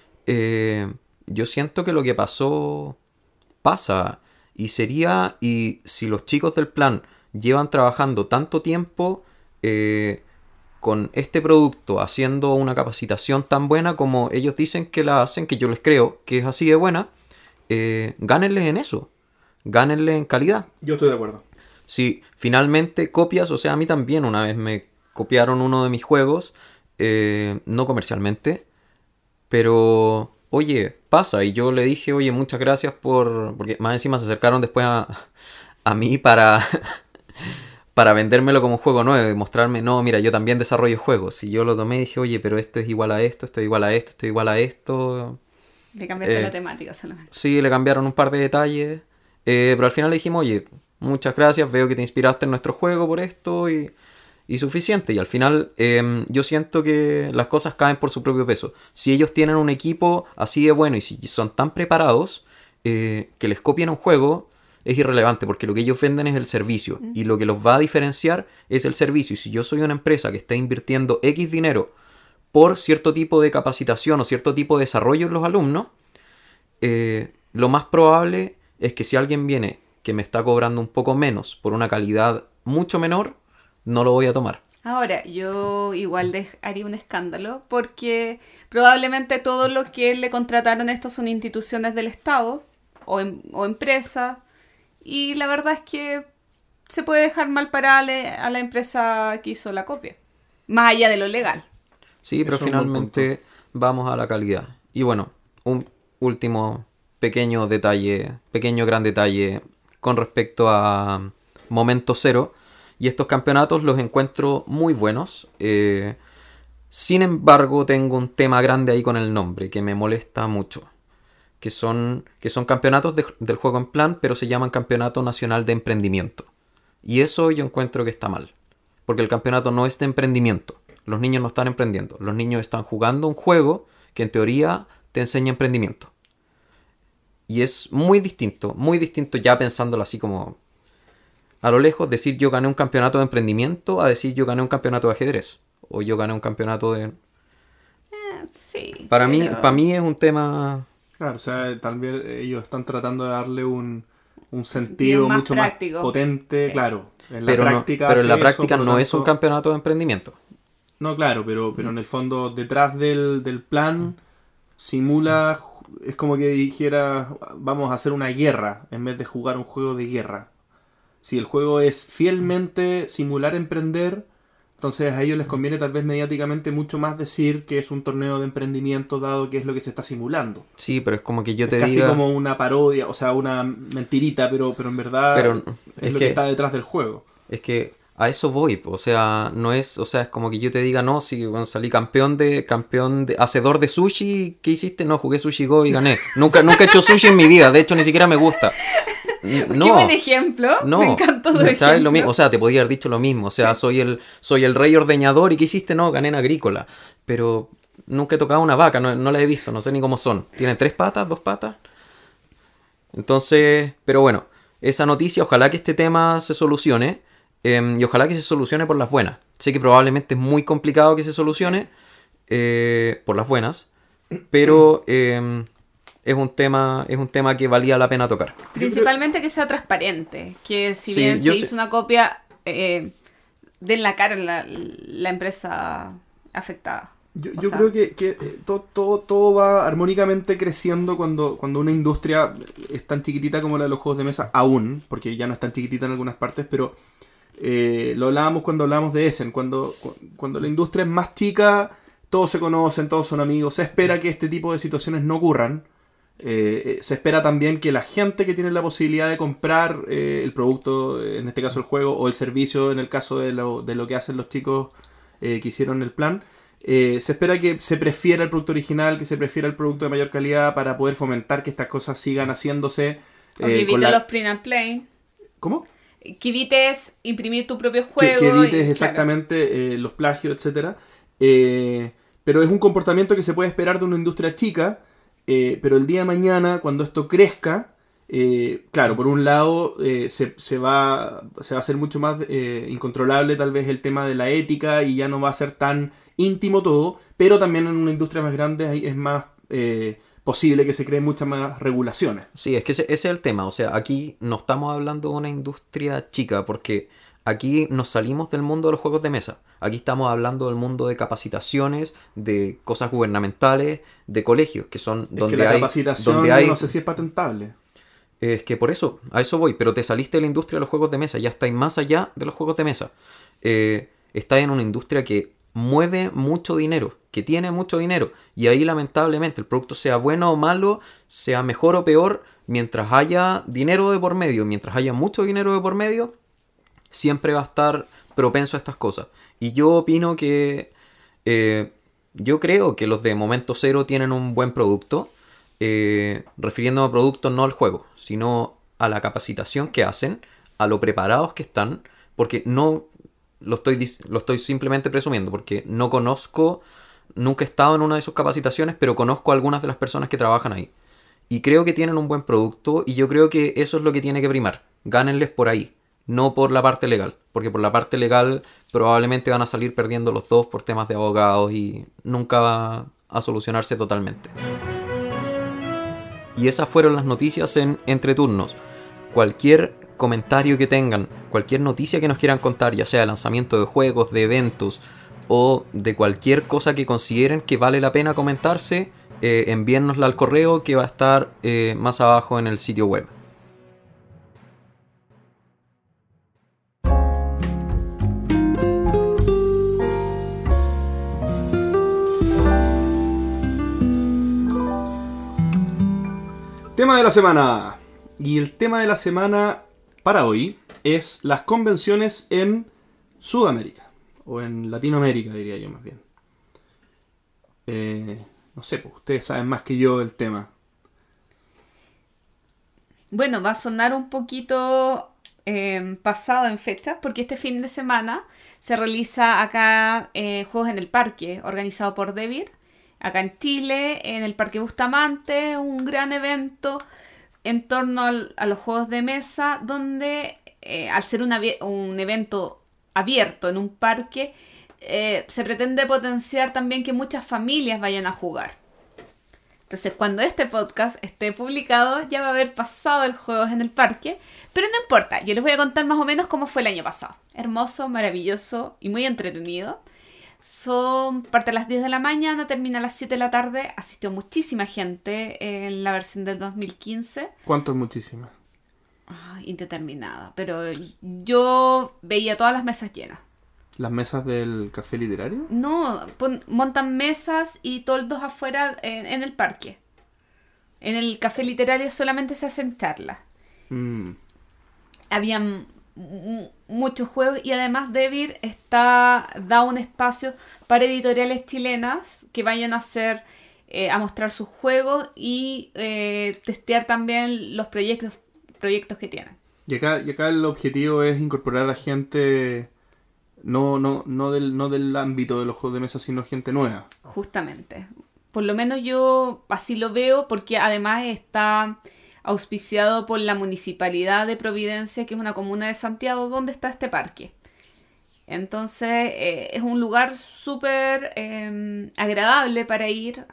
yo siento que lo que pasó pasa. Y si los chicos del plan llevan trabajando tanto tiempo con este producto, haciendo una capacitación tan buena como ellos dicen que la hacen, que yo les creo que es así de buena, gánenles en eso, gánenles en calidad. Yo estoy de acuerdo. Si finalmente copias, o sea, a mí también una vez me copiaron uno de mis juegos, no comercialmente, pero oye, pasa. Y yo le dije, oye, muchas gracias porque más encima se acercaron después a mí para vendérmelo como juego nuevo y mostrarme, no, mira, yo también desarrollo juegos. Y yo lo tomé y dije, oye, pero esto es igual a esto, esto es igual a esto, esto es igual a esto. Le cambiaste la temática solamente. Sí, le cambiaron un par de detalles, pero al final le dijimos, oye, muchas gracias, veo que te inspiraste en nuestro juego por esto y suficiente. Y al final yo siento que las cosas caen por su propio peso. Si ellos tienen un equipo así de bueno y si son tan preparados, que les copien un juego es irrelevante porque lo que ellos venden es el servicio. Y lo que los va a diferenciar es el servicio. Y si yo soy una empresa que está invirtiendo X dinero por cierto tipo de capacitación o cierto tipo de desarrollo en los alumnos, lo más probable es que si alguien viene que me está cobrando un poco menos por una calidad mucho menor, no lo voy a tomar. Ahora, yo igual haría un escándalo porque probablemente todos los que le contrataron esto son instituciones del Estado o empresas y la verdad es que se puede dejar mal parada a la empresa que hizo la copia, más allá de lo legal. Sí, pero finalmente vamos a la calidad. Y bueno, un último pequeño gran detalle con respecto a Momento Cero. Y estos campeonatos los encuentro muy buenos. Sin embargo, tengo un tema grande ahí con el nombre que me molesta mucho. Que son campeonatos del juego en plan, pero se llaman Campeonato Nacional de Emprendimiento. Y eso yo encuentro que está mal. Porque el campeonato no es de emprendimiento. Los niños no están emprendiendo. Los niños están jugando un juego que en teoría te enseña emprendimiento. Y es muy distinto ya pensándolo así como a lo lejos, decir yo gané un campeonato de emprendimiento a decir yo gané un campeonato de ajedrez. O yo gané un campeonato de... Sí. Para mí es un tema... Claro, o sea, también ellos están tratando de darle un sentido mucho práctico. Más potente, sí. Claro. En pero la práctica en la práctica eso, no tanto... es un campeonato de emprendimiento. No, claro, pero en el fondo detrás del plan simula, es como que dijera, vamos a hacer una guerra en vez de jugar un juego de guerra. Si el juego es fielmente simular emprender, entonces a ellos les conviene tal vez mediáticamente mucho más decir que es un torneo de emprendimiento dado que es lo que se está simulando. Sí, pero es como que yo te diga... Es casi como una parodia, o sea, una mentirita, pero en verdad es lo que está detrás del juego. Es que A eso voy, o sea, no es, o sea, es como que yo te diga, no, si bueno, salí hacedor de sushi, ¿qué hiciste? No, jugué Sushi Go y gané. Nunca he hecho sushi en mi vida, de hecho ni siquiera me gusta. No, qué buen ejemplo, no, me encantó tu ¿sabes? ejemplo. Lo mismo, o sea, te podría haber dicho lo mismo, o sea, Sí. soy el rey ordeñador y ¿qué hiciste? No, gané en agrícola, pero nunca he tocado una vaca, no la he visto, no sé ni cómo son. ¿Tienen 3 patas, 2 patas? Entonces, pero bueno, esa noticia, ojalá que este tema se solucione y ojalá que se solucione por las buenas. Sé que probablemente es muy complicado que se solucione por las buenas, pero es un tema que valía la pena tocar. Principalmente que sea transparente, que si Sí, bien yo se sé. hizo una copia, den la cara en la empresa afectada. O Yo sea, creo que todo va armónicamente creciendo cuando una industria es tan chiquitita como la de los juegos de mesa, aún, porque ya no es tan chiquitita en algunas partes, pero lo hablábamos cuando hablábamos de Essen, cuando la industria es más chica, todos se conocen, todos son amigos, se espera que este tipo de situaciones no ocurran. Se espera también que la gente que tiene la posibilidad de comprar el producto, en este caso el juego, o el servicio, en el caso de lo que hacen los chicos que hicieron el plan, se espera que se prefiera el producto original, que se prefiera el producto de mayor calidad para poder fomentar que estas cosas sigan haciéndose. o que evites los print and play. ¿Cómo? Que evites imprimir tu propio Que juego. evites claro. exactamente los plagios, etcétera. Pero es un comportamiento que se puede esperar de una industria chica, pero el día de mañana, cuando esto crezca, claro, por un lado se va a hacer mucho más incontrolable tal vez el tema de la ética y ya no va a ser tan íntimo todo, pero también en una industria más grande es más posible que se creen muchas más regulaciones. Sí, es que ese es el tema. O sea, aquí no estamos hablando de una industria chica, porque aquí nos salimos del mundo de los juegos de mesa. Aquí estamos hablando del mundo de capacitaciones, de cosas gubernamentales, de colegios, que son Es donde que la hay... capacitación donde hay no sé si es patentable. Es que por eso, a eso voy, pero te saliste de la industria de los juegos de mesa, ya estáis más allá de los juegos de mesa. Estáis en una industria que mueve mucho dinero, que tiene mucho dinero, y ahí lamentablemente el producto sea bueno o malo, sea mejor o peor, mientras haya dinero de por medio, mientras haya mucho dinero de por medio, siempre va a estar propenso a estas cosas. Y yo opino que... yo creo que los de Momento Cero tienen un buen producto, refiriéndome a productos no al juego, sino a la capacitación que hacen, a lo preparados que están, porque no lo estoy simplemente presumiendo, porque no conozco, nunca he estado en una de sus capacitaciones, pero conozco a algunas de las personas que trabajan ahí. Y creo que tienen un buen producto y yo creo que eso es lo que tiene que primar. Gánenles por ahí, no por la parte legal, porque por la parte legal probablemente van a salir perdiendo los dos por temas de abogados y nunca va a solucionarse totalmente. Y esas fueron las noticias en Entre Turnos. Cualquier comentario que tengan, cualquier noticia que nos quieran contar, ya sea de lanzamiento de juegos, de eventos o de cualquier cosa que consideren que vale la pena comentarse, envíennosla al correo que va a estar más abajo en el sitio web. Tema de la semana. Y el tema de la semana para hoy es las convenciones en Sudamérica. O en Latinoamérica, diría yo más bien. No sé, pues ustedes saben más que yo del tema. Bueno, va a sonar un poquito pasado en fechas, porque este fin de semana se realiza acá Juegos en el Parque, organizado por Devir, acá en Chile, en el Parque Bustamante, un gran evento en torno a los juegos de mesa, donde al ser un evento abierto en un parque, se pretende potenciar también que muchas familias vayan a jugar. Entonces, cuando este podcast esté publicado, ya va a haber pasado el Juegos en el Parque, pero no importa, yo les voy a contar más o menos cómo fue el año pasado. Hermoso, maravilloso y muy entretenido. Parte a las 10 de la mañana, termina a las 7 de la tarde. Asistió muchísima gente en la versión del 2015. ¿Cuánto es muchísimo? Indeterminada, pero yo veía todas las mesas llenas. ¿Las mesas del café literario? No, montan mesas y toldos afuera en el parque. En el café literario solamente se hacen charlas. Habían muchos juegos, y además Devir da un espacio para editoriales chilenas que vayan a hacer a mostrar sus juegos y testear también los proyectos que tienen. Y acá el objetivo es incorporar a gente no del ámbito de los juegos de mesa, sino gente nueva. Justamente. Por lo menos yo así lo veo, porque además está auspiciado por la Municipalidad de Providencia, que es una comuna de Santiago, donde está este parque. Entonces es un lugar súper agradable para ir.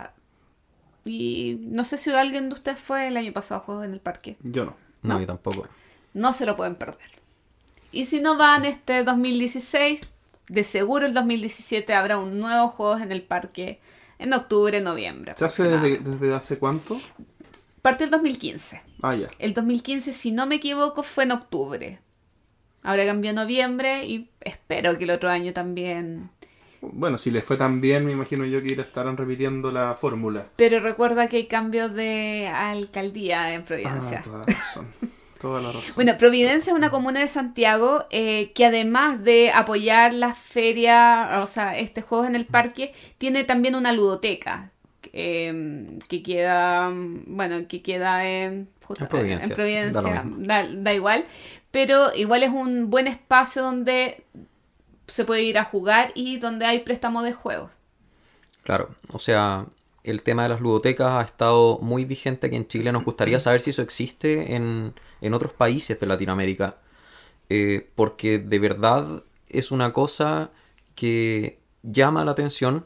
Y no sé si alguien de ustedes fue el año pasado a Juegos en el Parque. Yo no. No, yo tampoco. No se lo pueden perder. Y si no van este 2016, de seguro el 2017 habrá un nuevo Juegos en el Parque en octubre, noviembre. ¿Se hace desde hace cuánto? Partió el 2015. Ah, ya. El 2015, si no me equivoco, fue en octubre. Ahora cambió a noviembre y espero que el otro año también. Bueno, si les fue tan bien, me imagino yo que estarán repitiendo la fórmula. Pero recuerda que hay cambios de alcaldía en Providencia. Toda la razón. Toda la razón. Bueno, Providencia es una comuna de Santiago que además de apoyar la feria, o sea, Juegos en el Parque, tiene también una ludoteca que queda en Providencia. Da igual, pero igual es un buen espacio donde se puede ir a jugar y donde hay préstamo de juegos. Claro, o sea, el tema de las ludotecas ha estado muy vigente aquí en Chile. Nos gustaría saber si eso existe en otros países de Latinoamérica. Porque de verdad es una cosa que llama la atención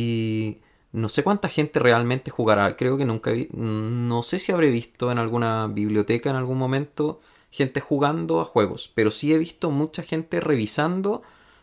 y no sé cuánta gente realmente jugará. Creo que nunca no sé si habré visto en alguna biblioteca en algún momento gente jugando a juegos, pero sí he visto mucha gente revisando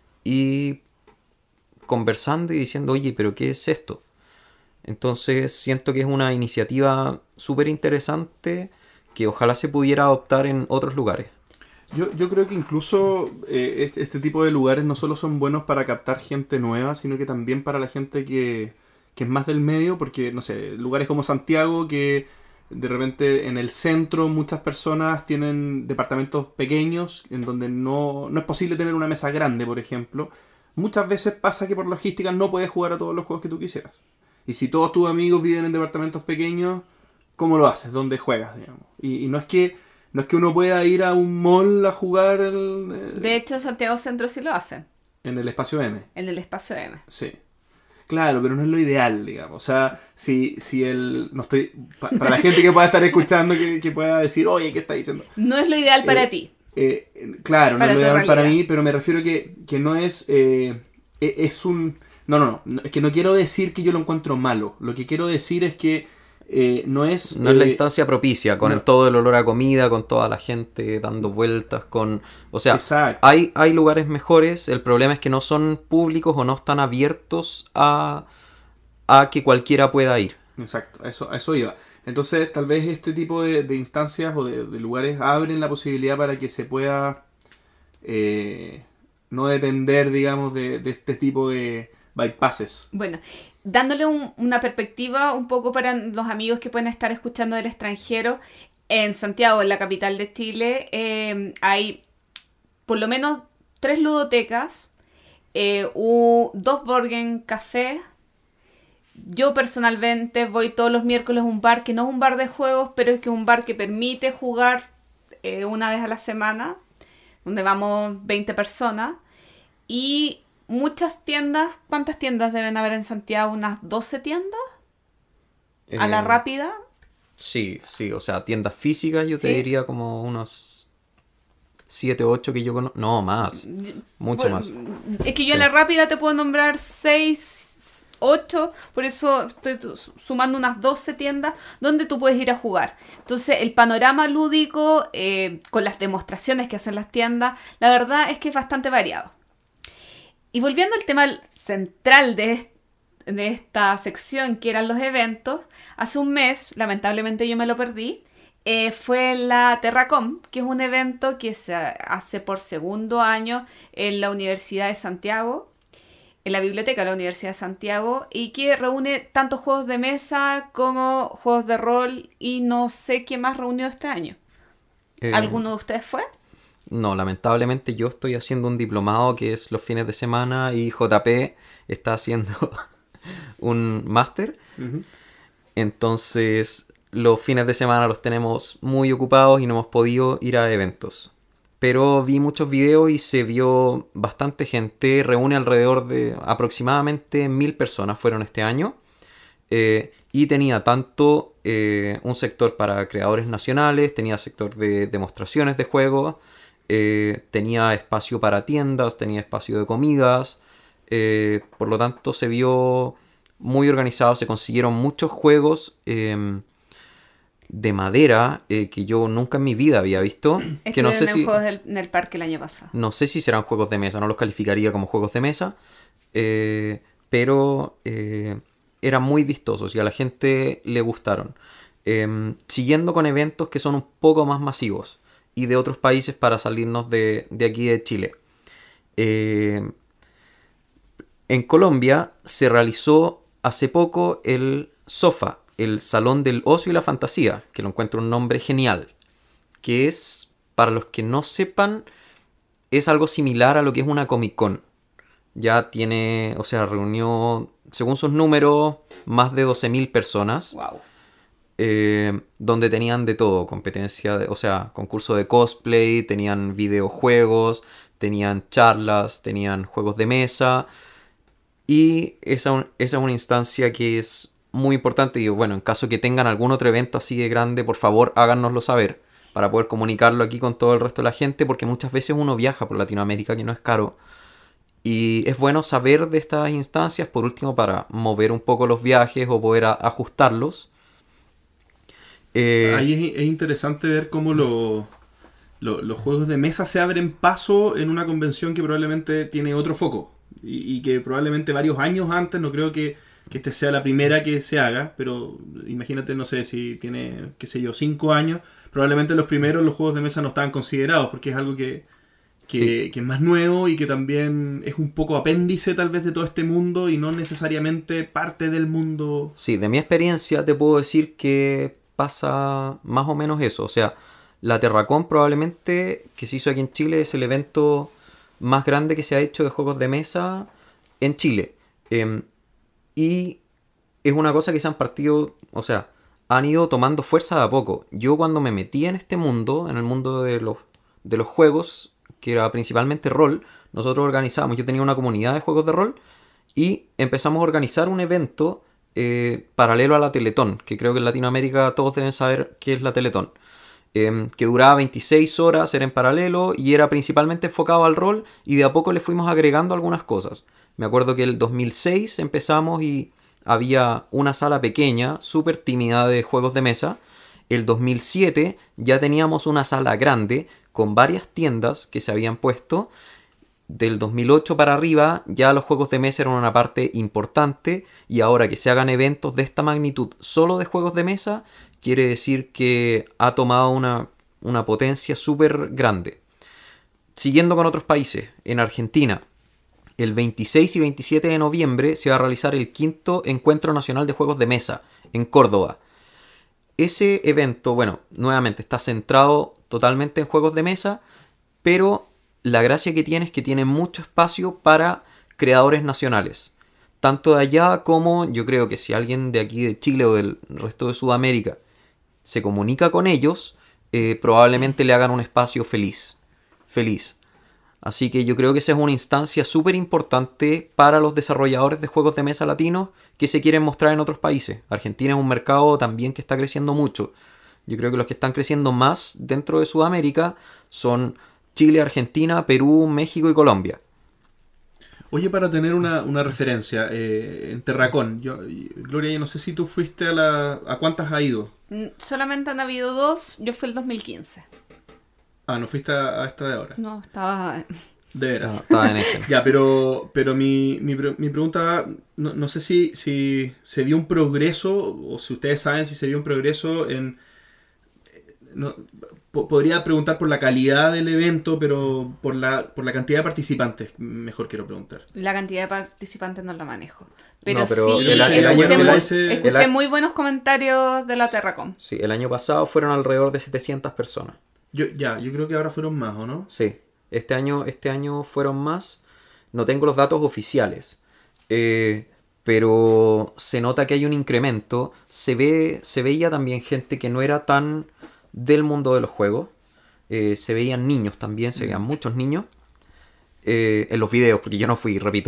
y conversando y diciendo, oye, pero ¿qué es esto? Entonces siento que es una iniciativa súper interesante que ojalá se pudiera adoptar en otros lugares. Yo creo que incluso este tipo de lugares no solo son buenos para captar gente nueva, sino que también para la gente que es más del medio, porque, no sé, lugares como Santiago, que de repente en el centro muchas personas tienen departamentos pequeños, en donde no es posible tener una mesa grande, por ejemplo. Muchas veces pasa que por logística no puedes jugar a todos los juegos que tú quisieras. Y si todos tus amigos viven en departamentos pequeños, ¿cómo lo haces? ¿Dónde juegas, digamos? Y no es que uno pueda ir a un mall a jugar. De hecho, en Santiago Centro sí lo hacen. En el espacio M. En el espacio M. Sí. Claro, pero no es lo ideal, digamos. O sea, no estoy. Para la gente que pueda estar escuchando, que pueda decir, oye, ¿qué está diciendo? No es lo ideal para ti. Claro, para no es lo ideal realidad. para mí, pero me refiero que no es. Es un. No. Es que no quiero decir que yo lo encuentro malo. Lo que quiero decir es que no es... No es la instancia propicia, con todo el olor a comida, con toda la gente dando vueltas, o sea, exacto. Hay lugares mejores, el problema es que no son públicos o no están abiertos a que cualquiera pueda ir. Exacto, a eso iba. Entonces, tal vez este tipo de instancias o de lugares abren la posibilidad para que se pueda no depender, digamos, de este tipo de bypasses. Bueno, dándole una perspectiva un poco para los amigos que pueden estar escuchando del extranjero, en Santiago, en la capital de Chile, hay por lo menos 3 ludotecas, 2 board game cafés. Yo personalmente voy todos los miércoles a un bar que no es un bar de juegos, pero es que es un bar que permite jugar una vez a la semana, donde vamos 20 personas. Y muchas tiendas. ¿Cuántas tiendas deben haber en Santiago? ¿Unas 12 tiendas? ¿A la rápida? Sí, o sea, tiendas físicas yo te diría como unos 7 o 8 que yo conozco. No, más. Mucho más. Es que yo a la rápida te puedo nombrar 6, 8. Por eso estoy sumando unas 12 tiendas donde tú puedes ir a jugar. Entonces, el panorama lúdico, con las demostraciones que hacen las tiendas, la verdad es que es bastante variado. Y volviendo al tema central de esta sección, que eran los eventos, hace un mes, lamentablemente yo me lo perdí, fue la Terracom, que es un evento que se hace por segundo año en la Universidad de Santiago, en la biblioteca de la Universidad de Santiago, y que reúne tanto juegos de mesa como juegos de rol, y no sé qué más reunió este año. ¿Alguno de ustedes fue? No, lamentablemente yo estoy haciendo un diplomado que es los fines de semana y JP está haciendo un máster. Ujú. Entonces los fines de semana los tenemos muy ocupados y no hemos podido ir a eventos. Pero vi muchos videos y se vio bastante gente, reúne alrededor de aproximadamente 1000 personas fueron este año. Y tenía tanto un sector para creadores nacionales, tenía sector de demostraciones de juegos, tenía espacio para tiendas, tenía espacio de comidas, por lo tanto se vio muy organizado, se consiguieron muchos juegos de madera que yo nunca en mi vida había visto. Que no sé Estuvieron en si, juegos en el parque el año pasado. no sé si serán juegos de mesa, no los calificaría como juegos de mesa, pero eran muy vistosos y a la gente le gustaron. Siguiendo con eventos que son un poco más masivos y de otros países para salirnos de aquí de Chile. En Colombia se realizó hace poco el SOFA, el Salón del Ocio y la Fantasía, que lo encuentro un nombre genial, que es, para los que no sepan, es algo similar a lo que es una Comic Con. Ya tiene, o sea, reunió, según sus números, más de 12.000 personas. Wow. Donde tenían de todo, competencia, o sea, concurso de cosplay, tenían videojuegos, tenían charlas, tenían juegos de mesa. Y esa es una instancia que es muy importante. Y bueno, en caso que tengan algún otro evento así de grande, por favor háganoslo saber para poder comunicarlo aquí con todo el resto de la gente, porque muchas veces uno viaja por Latinoamérica, que no es caro. Y es bueno saber de estas instancias, por último, para mover un poco los viajes o poder ajustarlos. Ahí es interesante ver cómo los juegos de mesa se abren paso en una convención que probablemente tiene otro foco. Y que probablemente varios años antes, no creo que esta sea la primera que se haga, pero imagínate, no sé, si tiene, qué sé yo, 5 años, probablemente los primeros los juegos de mesa no estaban considerados, porque es algo que es más nuevo y que también es un poco apéndice tal vez de todo este mundo y no necesariamente parte del mundo. Sí, de mi experiencia te puedo decir que pasa más o menos eso. O sea, la Terracon probablemente, que se hizo aquí en Chile, es el evento más grande que se ha hecho de juegos de mesa en Chile. Y es una cosa que se han partido, o sea, han ido tomando fuerza de a poco. Yo cuando me metí en este mundo, en el mundo de los juegos, que era principalmente rol, nosotros organizábamos, yo tenía una comunidad de juegos de rol y empezamos a organizar un evento paralelo a la Teletón, que creo que en Latinoamérica todos deben saber qué es la Teletón. Que duraba 26 horas, era en paralelo y era principalmente enfocado al rol y de a poco le fuimos agregando algunas cosas. Me acuerdo que el 2006 empezamos y había una sala pequeña, súper tímida de juegos de mesa. El 2007 ya teníamos una sala grande con varias tiendas que se habían puesto. Del 2008 para arriba ya los juegos de mesa eran una parte importante y ahora que se hagan eventos de esta magnitud solo de juegos de mesa quiere decir que ha tomado una potencia súper grande. Siguiendo con otros países, en Argentina, el 26 y 27 de noviembre se va a realizar el 5º Encuentro Nacional de Juegos de Mesa en Córdoba. Ese evento, bueno, nuevamente está centrado totalmente en juegos de mesa, pero la gracia que tiene es que tiene mucho espacio para creadores nacionales. Tanto de allá como yo creo que si alguien de aquí de Chile o del resto de Sudamérica se comunica con ellos, probablemente le hagan un espacio feliz. Así que yo creo que esa es una instancia súper importante para los desarrolladores de juegos de mesa latinos que se quieren mostrar en otros países. Argentina es un mercado también que está creciendo mucho. Yo creo que los que están creciendo más dentro de Sudamérica son Chile, Argentina, Perú, México y Colombia. Oye, para tener una referencia, en Terracon, Gloria, yo no sé si tú fuiste ¿a cuántas has ido? Solamente han habido 2, yo fui el 2015. Ah, ¿no fuiste a esta de ahora? No, estaba... De veras. Estaba en ese. Ya, pero mi pregunta, no sé si se vio un progreso, o si ustedes saben si se vio un progreso en... podría preguntar por la calidad del evento, pero por la cantidad de participantes, mejor quiero preguntar. La cantidad de participantes no la manejo. Pero, No, pero sí, escuché muy buenos comentarios de la Terracom. Sí, el año pasado fueron alrededor de 700 personas. Yo creo que ahora fueron más, ¿o no? Sí, este año fueron más. No tengo los datos oficiales. Pero se nota que hay un incremento. Se veía también gente que no era tan del mundo de los juegos. Se veían niños también, se veían muchos niños. En los videos, porque yo no fui, repito.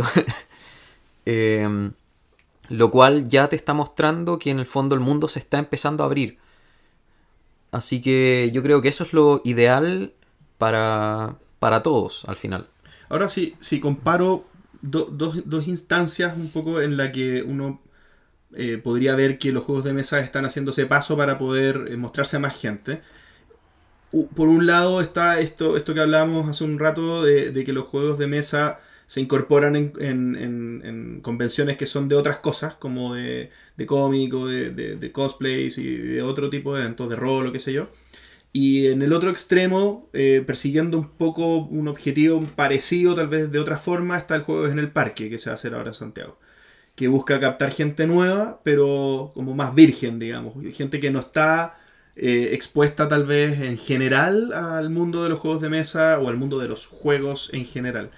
Lo cual ya te está mostrando que en el fondo el mundo se está empezando a abrir. Así que yo creo que eso es lo ideal para todos, al final. Ahora sí, si comparo dos instancias un poco en la que uno podría ver que los juegos de mesa están haciéndose paso para poder mostrarse a más gente. Por un lado está esto que hablábamos hace un rato de que los juegos de mesa se incorporan en convenciones que son de otras cosas, como de cómic o de cosplays y de otro tipo de eventos, de rol o qué sé yo. Y en el otro extremo, persiguiendo un poco un objetivo parecido, tal vez de otra forma, está el Juegos en el Parque, que se va a hacer ahora en Santiago. Que busca captar gente nueva, pero como más virgen, digamos. Gente que no está expuesta tal vez en general al mundo de los juegos de mesa o al mundo de los juegos en general.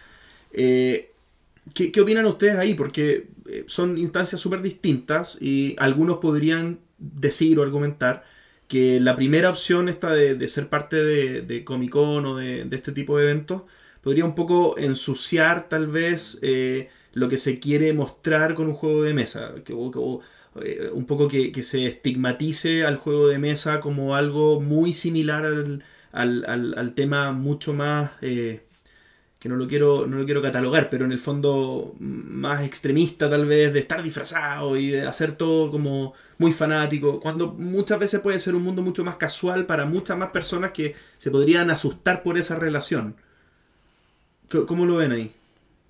¿Qué opinan ustedes ahí? Porque son instancias súper distintas y algunos podrían decir o argumentar que la primera opción esta de ser parte de Comic Con o de este tipo de eventos podría un poco ensuciar tal vez lo que se quiere mostrar con un juego de mesa. Un poco que se estigmatice al juego de mesa como algo muy similar al tema mucho más... que no lo quiero catalogar, pero en el fondo más extremista tal vez, de estar disfrazado y de hacer todo como muy fanático, cuando muchas veces puede ser un mundo mucho más casual para muchas más personas que se podrían asustar por esa relación. ¿Cómo lo ven ahí?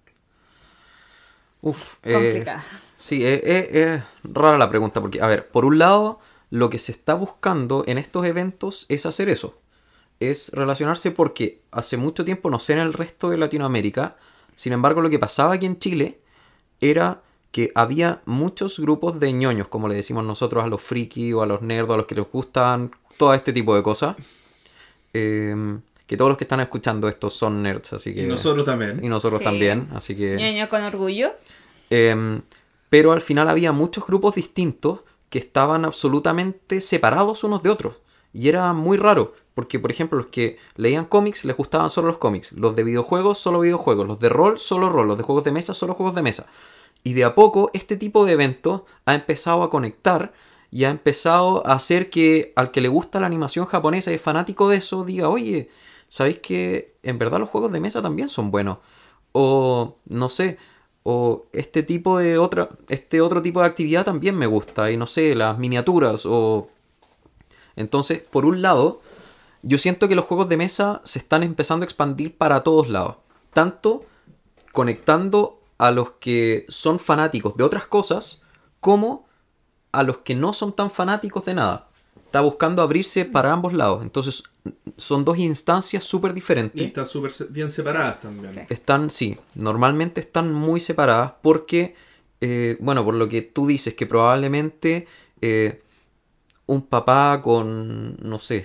Complicada. Sí, es rara la pregunta, porque, a ver, por un lado, lo que se está buscando en estos eventos es hacer eso. Es relacionarse porque hace mucho tiempo, no sé en el resto de Latinoamérica, sin embargo lo que pasaba aquí en Chile era que había muchos grupos de ñoños, como le decimos nosotros a los friki o a los nerdos, a los que les gustan todo este tipo de cosas. Que todos los que están escuchando esto son nerds, así que... Y nosotros también. Y nosotros Sí. también, así que... Ñoño con orgullo. Pero al final había muchos grupos distintos que estaban absolutamente separados unos de otros. Y era muy raro, porque por ejemplo los que leían cómics les gustaban solo los cómics, los de videojuegos solo videojuegos, los de rol solo rol, los de juegos de mesa solo juegos de mesa. Y de a poco este tipo de eventos ha empezado a conectar y ha empezado a hacer que al que le gusta la animación japonesa y es fanático de eso diga, oye, ¿sabéis que en verdad los juegos de mesa también son buenos? O no sé, o este otro tipo de actividad también me gusta, y no sé, las miniaturas o... Entonces, por un lado, yo siento que los juegos de mesa se están empezando a expandir para todos lados. Tanto conectando a los que son fanáticos de otras cosas, como a los que no son tan fanáticos de nada. Está buscando abrirse para ambos lados. Entonces, son dos instancias súper diferentes. Y están súper bien separadas también. Sí. Normalmente están muy separadas porque, bueno, por lo que tú dices, que probablemente... un papá con, no sé,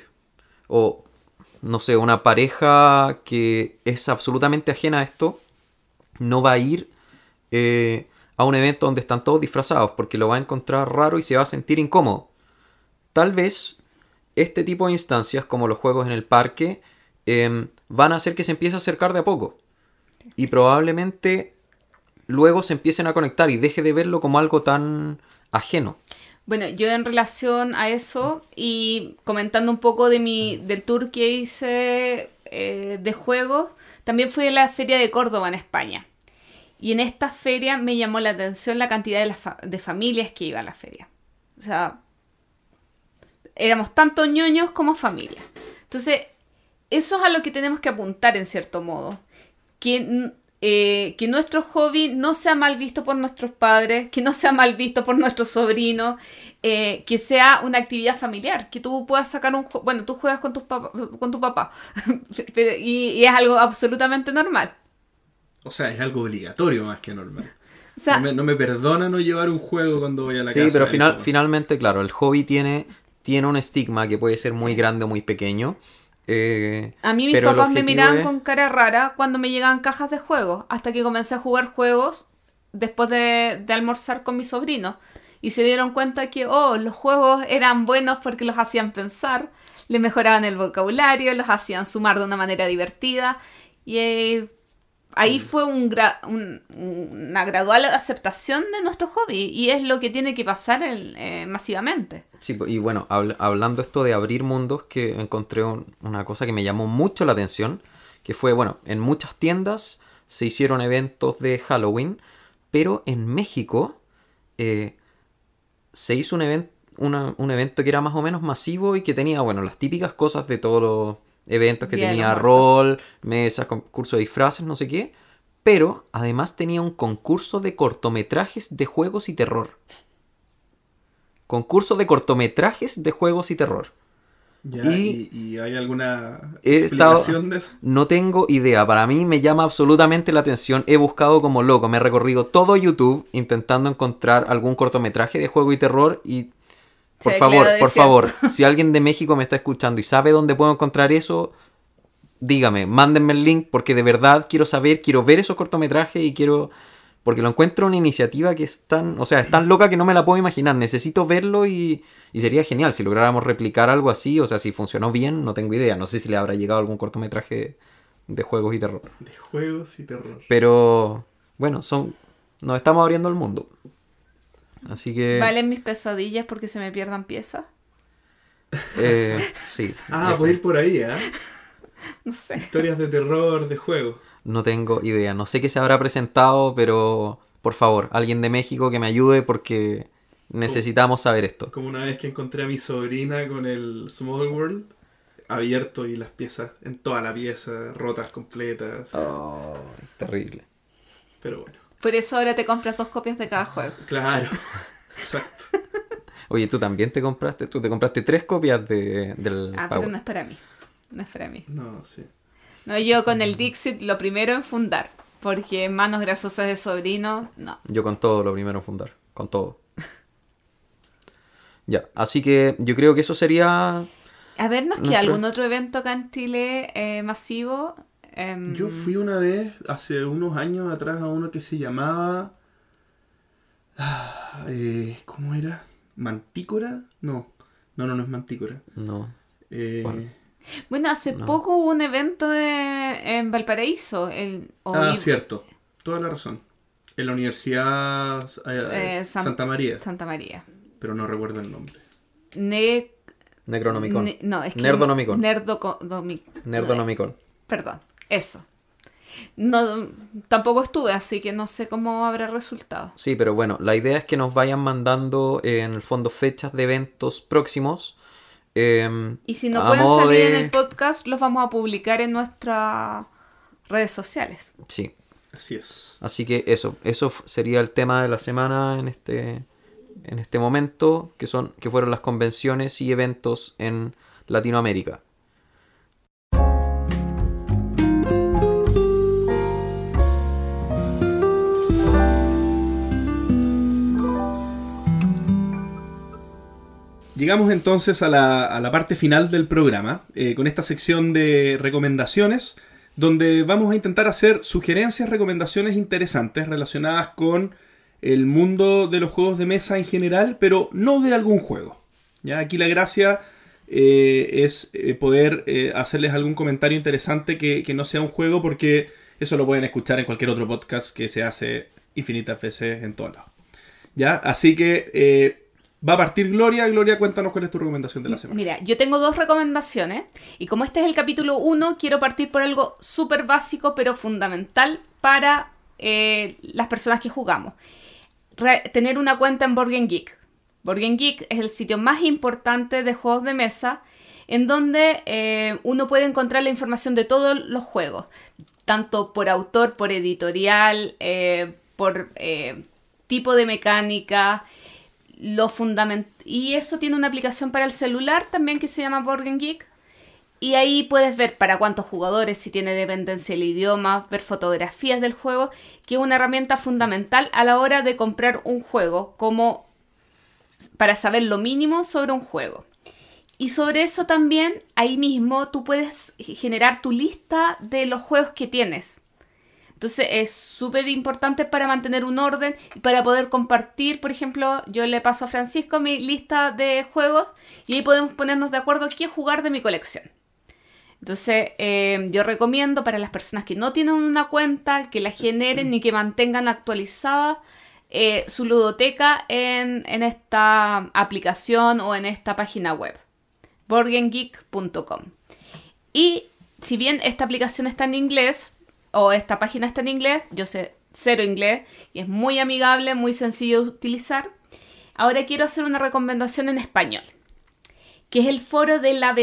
una pareja que es absolutamente ajena a esto, no va a ir a un evento donde están todos disfrazados, porque lo va a encontrar raro y se va a sentir incómodo. Tal vez este tipo de instancias, como los juegos en el parque, van a hacer que se empiece a acercar de a poco. Y probablemente luego se empiecen a conectar y deje de verlo como algo tan ajeno. Bueno, yo en relación a eso y comentando un poco del tour que hice de juegos, también fui a la Feria de Córdoba en España. Y en esta feria me llamó la atención la cantidad de familias que iba a la feria. O sea, éramos tanto ñoños como familia. Entonces, eso es a lo que tenemos que apuntar en cierto modo. Que nuestro hobby no sea mal visto por nuestros padres, que no sea mal visto por nuestros sobrinos, que sea una actividad familiar, que tú puedas sacar bueno, tú juegas con tu papá y es algo absolutamente normal. O sea, es algo obligatorio más que normal. O sea, No me perdona no llevar un juego cuando voy a la casa. Sí, pero finalmente, claro, el hobby tiene un estigma que puede ser muy grande o muy pequeño. A mí mis pero el papás me objetivo miraban es- con cara rara cuando me llegaban cajas de juegos, hasta que comencé a jugar juegos después de almorzar con mi sobrino. Y se dieron cuenta que, los juegos eran buenos porque los hacían pensar, le mejoraban el vocabulario, los hacían sumar de una manera divertida. Y ahí fue una gradual aceptación de nuestro hobby. Y es lo que tiene que pasar masivamente. Sí, y bueno, hablando esto de abrir mundos, que encontré una cosa que me llamó mucho la atención, que fue, bueno, en muchas tiendas se hicieron eventos de Halloween, pero en México se hizo un evento que era más o menos masivo y que tenía, bueno, las típicas cosas de todos los eventos que Día de tenía los rol, mesas, concurso de disfraces, no sé qué, pero además tenía un concurso de cortometrajes de juegos y terror. Concurso de cortometrajes de juegos y terror. Ya, Y- ¿y hay alguna He explicación de eso? No tengo idea, para mí me llama absolutamente la atención. He buscado como loco, me he recorrido todo YouTube intentando encontrar algún cortometraje de juego y terror y Se por favor, declara por desierto. favor, si alguien de México me está escuchando y sabe dónde puedo encontrar eso, dígame, mándenme el link porque de verdad quiero saber, quiero ver esos cortometrajes y quiero... Porque lo encuentro una iniciativa que es tan, o sea, es tan loca que no me la puedo imaginar. Necesito verlo y sería genial si lográramos replicar algo así. O sea, si funcionó bien, no tengo idea. No sé si le habrá llegado algún cortometraje de juegos y terror. De juegos y terror. Pero, bueno, nos estamos abriendo el mundo. Así que... ¿Valen mis pesadillas porque se me pierdan piezas? Sí. Ah, eso. voy a ir por ahí, ¿eh? No sé. Historias de terror, de juegos. No tengo idea. No sé qué se habrá presentado, pero por favor, alguien de México que me ayude porque necesitamos saber esto. Como una vez que encontré a mi sobrina con el Small World abierto y las piezas, en toda la pieza, rotas completas. Oh, terrible. Pero bueno, Por eso ahora te compras 2 copias de cada juego. claro. Exacto. Oye, tú te compraste 3 copias del Ah, Power. pero no es para mí. No es para mí. No, sí. No, yo con el Dixit lo primero en fundar. Porque manos grasosas de sobrino, no. Yo con todo lo primero en fundar. Con todo. Ya, así que yo creo que eso sería... A ver, ¿nos queda Nuestro- algún otro evento acá en Chile masivo? Yo fui una vez, hace unos años atrás, a uno que se llamaba... ¿Cómo era? ¿Mantícora? No, no es Mantícora. No. ¿Cuál? Bueno, hace No. poco hubo un evento en Valparaíso. Cierto. Toda la razón. En la Universidad Santa María. Santa María. Pero no recuerdo el nombre. Necronomicon. No, es que... Nerdonomicon. Nerdonomicon. Perdón, eso. No, tampoco estuve, así que no sé cómo habrá resultado. Sí, pero bueno, la idea es que nos vayan mandando en el fondo fechas de eventos próximos. Y si no a pueden modo salir de- en el podcast, los vamos a publicar en nuestras redes sociales. Sí, Así es. así que eso sería el tema de la semana en este momento, que fueron las convenciones y eventos en Latinoamérica. Llegamos entonces a la parte final del programa, con esta sección de recomendaciones, donde vamos a intentar hacer sugerencias, recomendaciones interesantes relacionadas con el mundo de los juegos de mesa en general, pero no de algún juego. ¿Ya? Aquí la gracia es poder hacerles algún comentario interesante que no sea un juego, porque eso lo pueden escuchar en cualquier otro podcast que se hace infinitas veces en todos lados. ¿Ya? Así que va a partir Gloria. Gloria, cuéntanos cuál es tu recomendación de la semana. Mira, yo tengo 2 recomendaciones y como este es el capítulo 1, quiero partir por algo súper básico pero fundamental para las personas que jugamos. Tener una cuenta en Board Game Geek. Board Game Geek es el sitio más importante de juegos de mesa en donde uno puede encontrar la información de todos los juegos, tanto por autor, por editorial, por tipo de mecánica, y eso tiene una aplicación para el celular también que se llama Board Game Geek. Y ahí puedes ver para cuántos jugadores, si tiene dependencia el idioma, ver fotografías del juego, que es una herramienta fundamental a la hora de comprar un juego, como para saber lo mínimo sobre un juego. Y sobre eso también, ahí mismo, tú puedes generar tu lista de los juegos que tienes. Entonces es súper importante para mantener un orden y para poder compartir. Por ejemplo, yo le paso a Francisco mi lista de juegos y ahí podemos ponernos de acuerdo qué jugar de mi colección. Entonces yo recomiendo para las personas que no tienen una cuenta que la generen y que mantengan actualizada su ludoteca en esta aplicación o en esta página web, boardgamegeek.com. Y si bien esta aplicación está en inglés, o esta página está en inglés, yo sé cero inglés, y es muy amigable, muy sencillo de utilizar, ahora quiero hacer una recomendación en español, que es el foro de la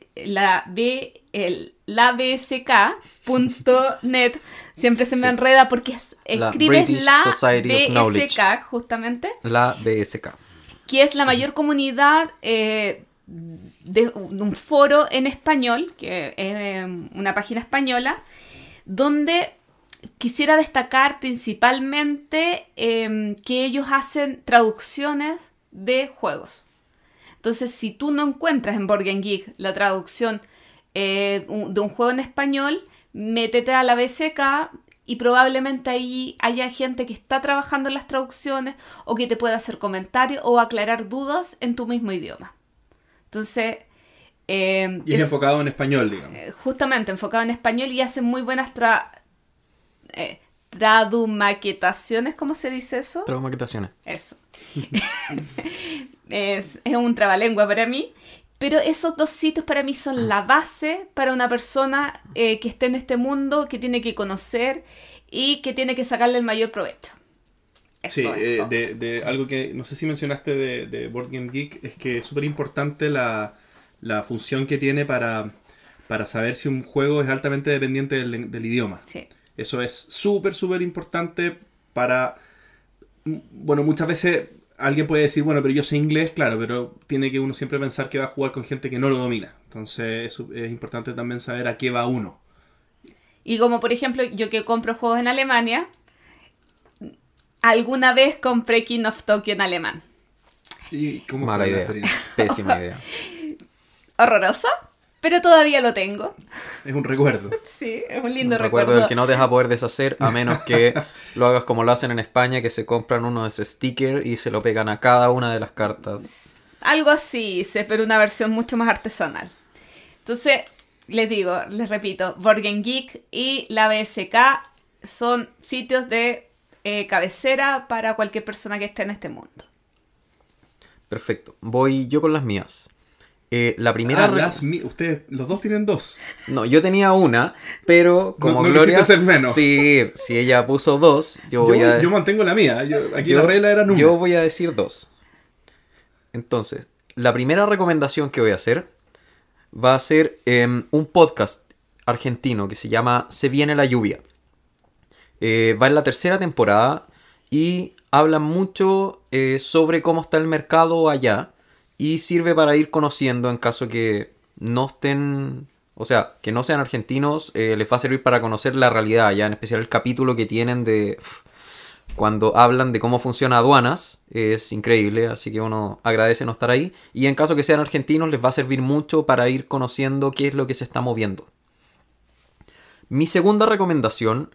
bsk.net. Siempre se me enreda porque escribes la BSK, justamente. La BSK. Que es la mayor comunidad de un foro en español, que es una página española, donde quisiera destacar principalmente que ellos hacen traducciones de juegos. Entonces, si tú no encuentras en Board Game Geek la traducción de un juego en español, métete a la BSK y probablemente ahí haya gente que está trabajando en las traducciones o que te pueda hacer comentarios o aclarar dudas en tu mismo idioma. Entonces... y es enfocado en español, digamos. Justamente, enfocado en español, y hacen muy buenas tradumaquetaciones, ¿cómo se dice eso? Tradumaquetaciones. Eso. es un trabalengua para mí, pero esos dos sitios para mí son la base para una persona que esté en este mundo, que tiene que conocer y que tiene que sacarle el mayor provecho. Eso sí, es todo. de algo que no sé si mencionaste de Board Game Geek, es que es súper importante la función que tiene para saber si un juego es altamente dependiente del idioma. Sí. Eso es súper, súper importante para... Bueno, muchas veces alguien puede decir, bueno, pero yo sé inglés, claro, pero tiene que uno siempre pensar que va a jugar con gente que no lo domina. Entonces es importante también saber a qué va uno. Y como por ejemplo, yo que compro juegos en Alemania, alguna vez compré King of Tokyo en alemán. ¿Y cómo Mala fue la idea. experiencia? Pésima idea. Horroroso, pero todavía lo tengo. Es un recuerdo. Sí, es un lindo Un recuerdo recuerdo. del que no te vas a poder deshacer, a menos que lo hagas como lo hacen en España, que se compran uno de esos stickers y se lo pegan a cada una de las cartas. Algo así hice, pero una versión mucho más artesanal. Entonces, les repito, Board Game Geek y la BSK son sitios de cabecera para cualquier persona que esté en este mundo. Perfecto. Voy yo con las mías. La primera... Ustedes, los dos tienen dos. No, yo tenía una, pero como no Gloria... quisiste ser menos. Sí, si ella puso dos, yo mantengo la mía. Aquí la regla era número. Yo voy a decir dos. Entonces, la primera recomendación que voy a hacer va a ser un podcast argentino que se llama Se Viene la Lluvia. Va en la tercera temporada y hablan mucho sobre cómo está el mercado allá. Y sirve para ir conociendo en caso que no estén... O sea, que no sean argentinos, les va a servir para conocer la realidad allá. En especial el capítulo que tienen de... Cuando hablan de cómo funciona aduanas. Es increíble, así que uno agradece no estar ahí. Y en caso que sean argentinos, les va a servir mucho para ir conociendo qué es lo que se está moviendo. Mi segunda recomendación...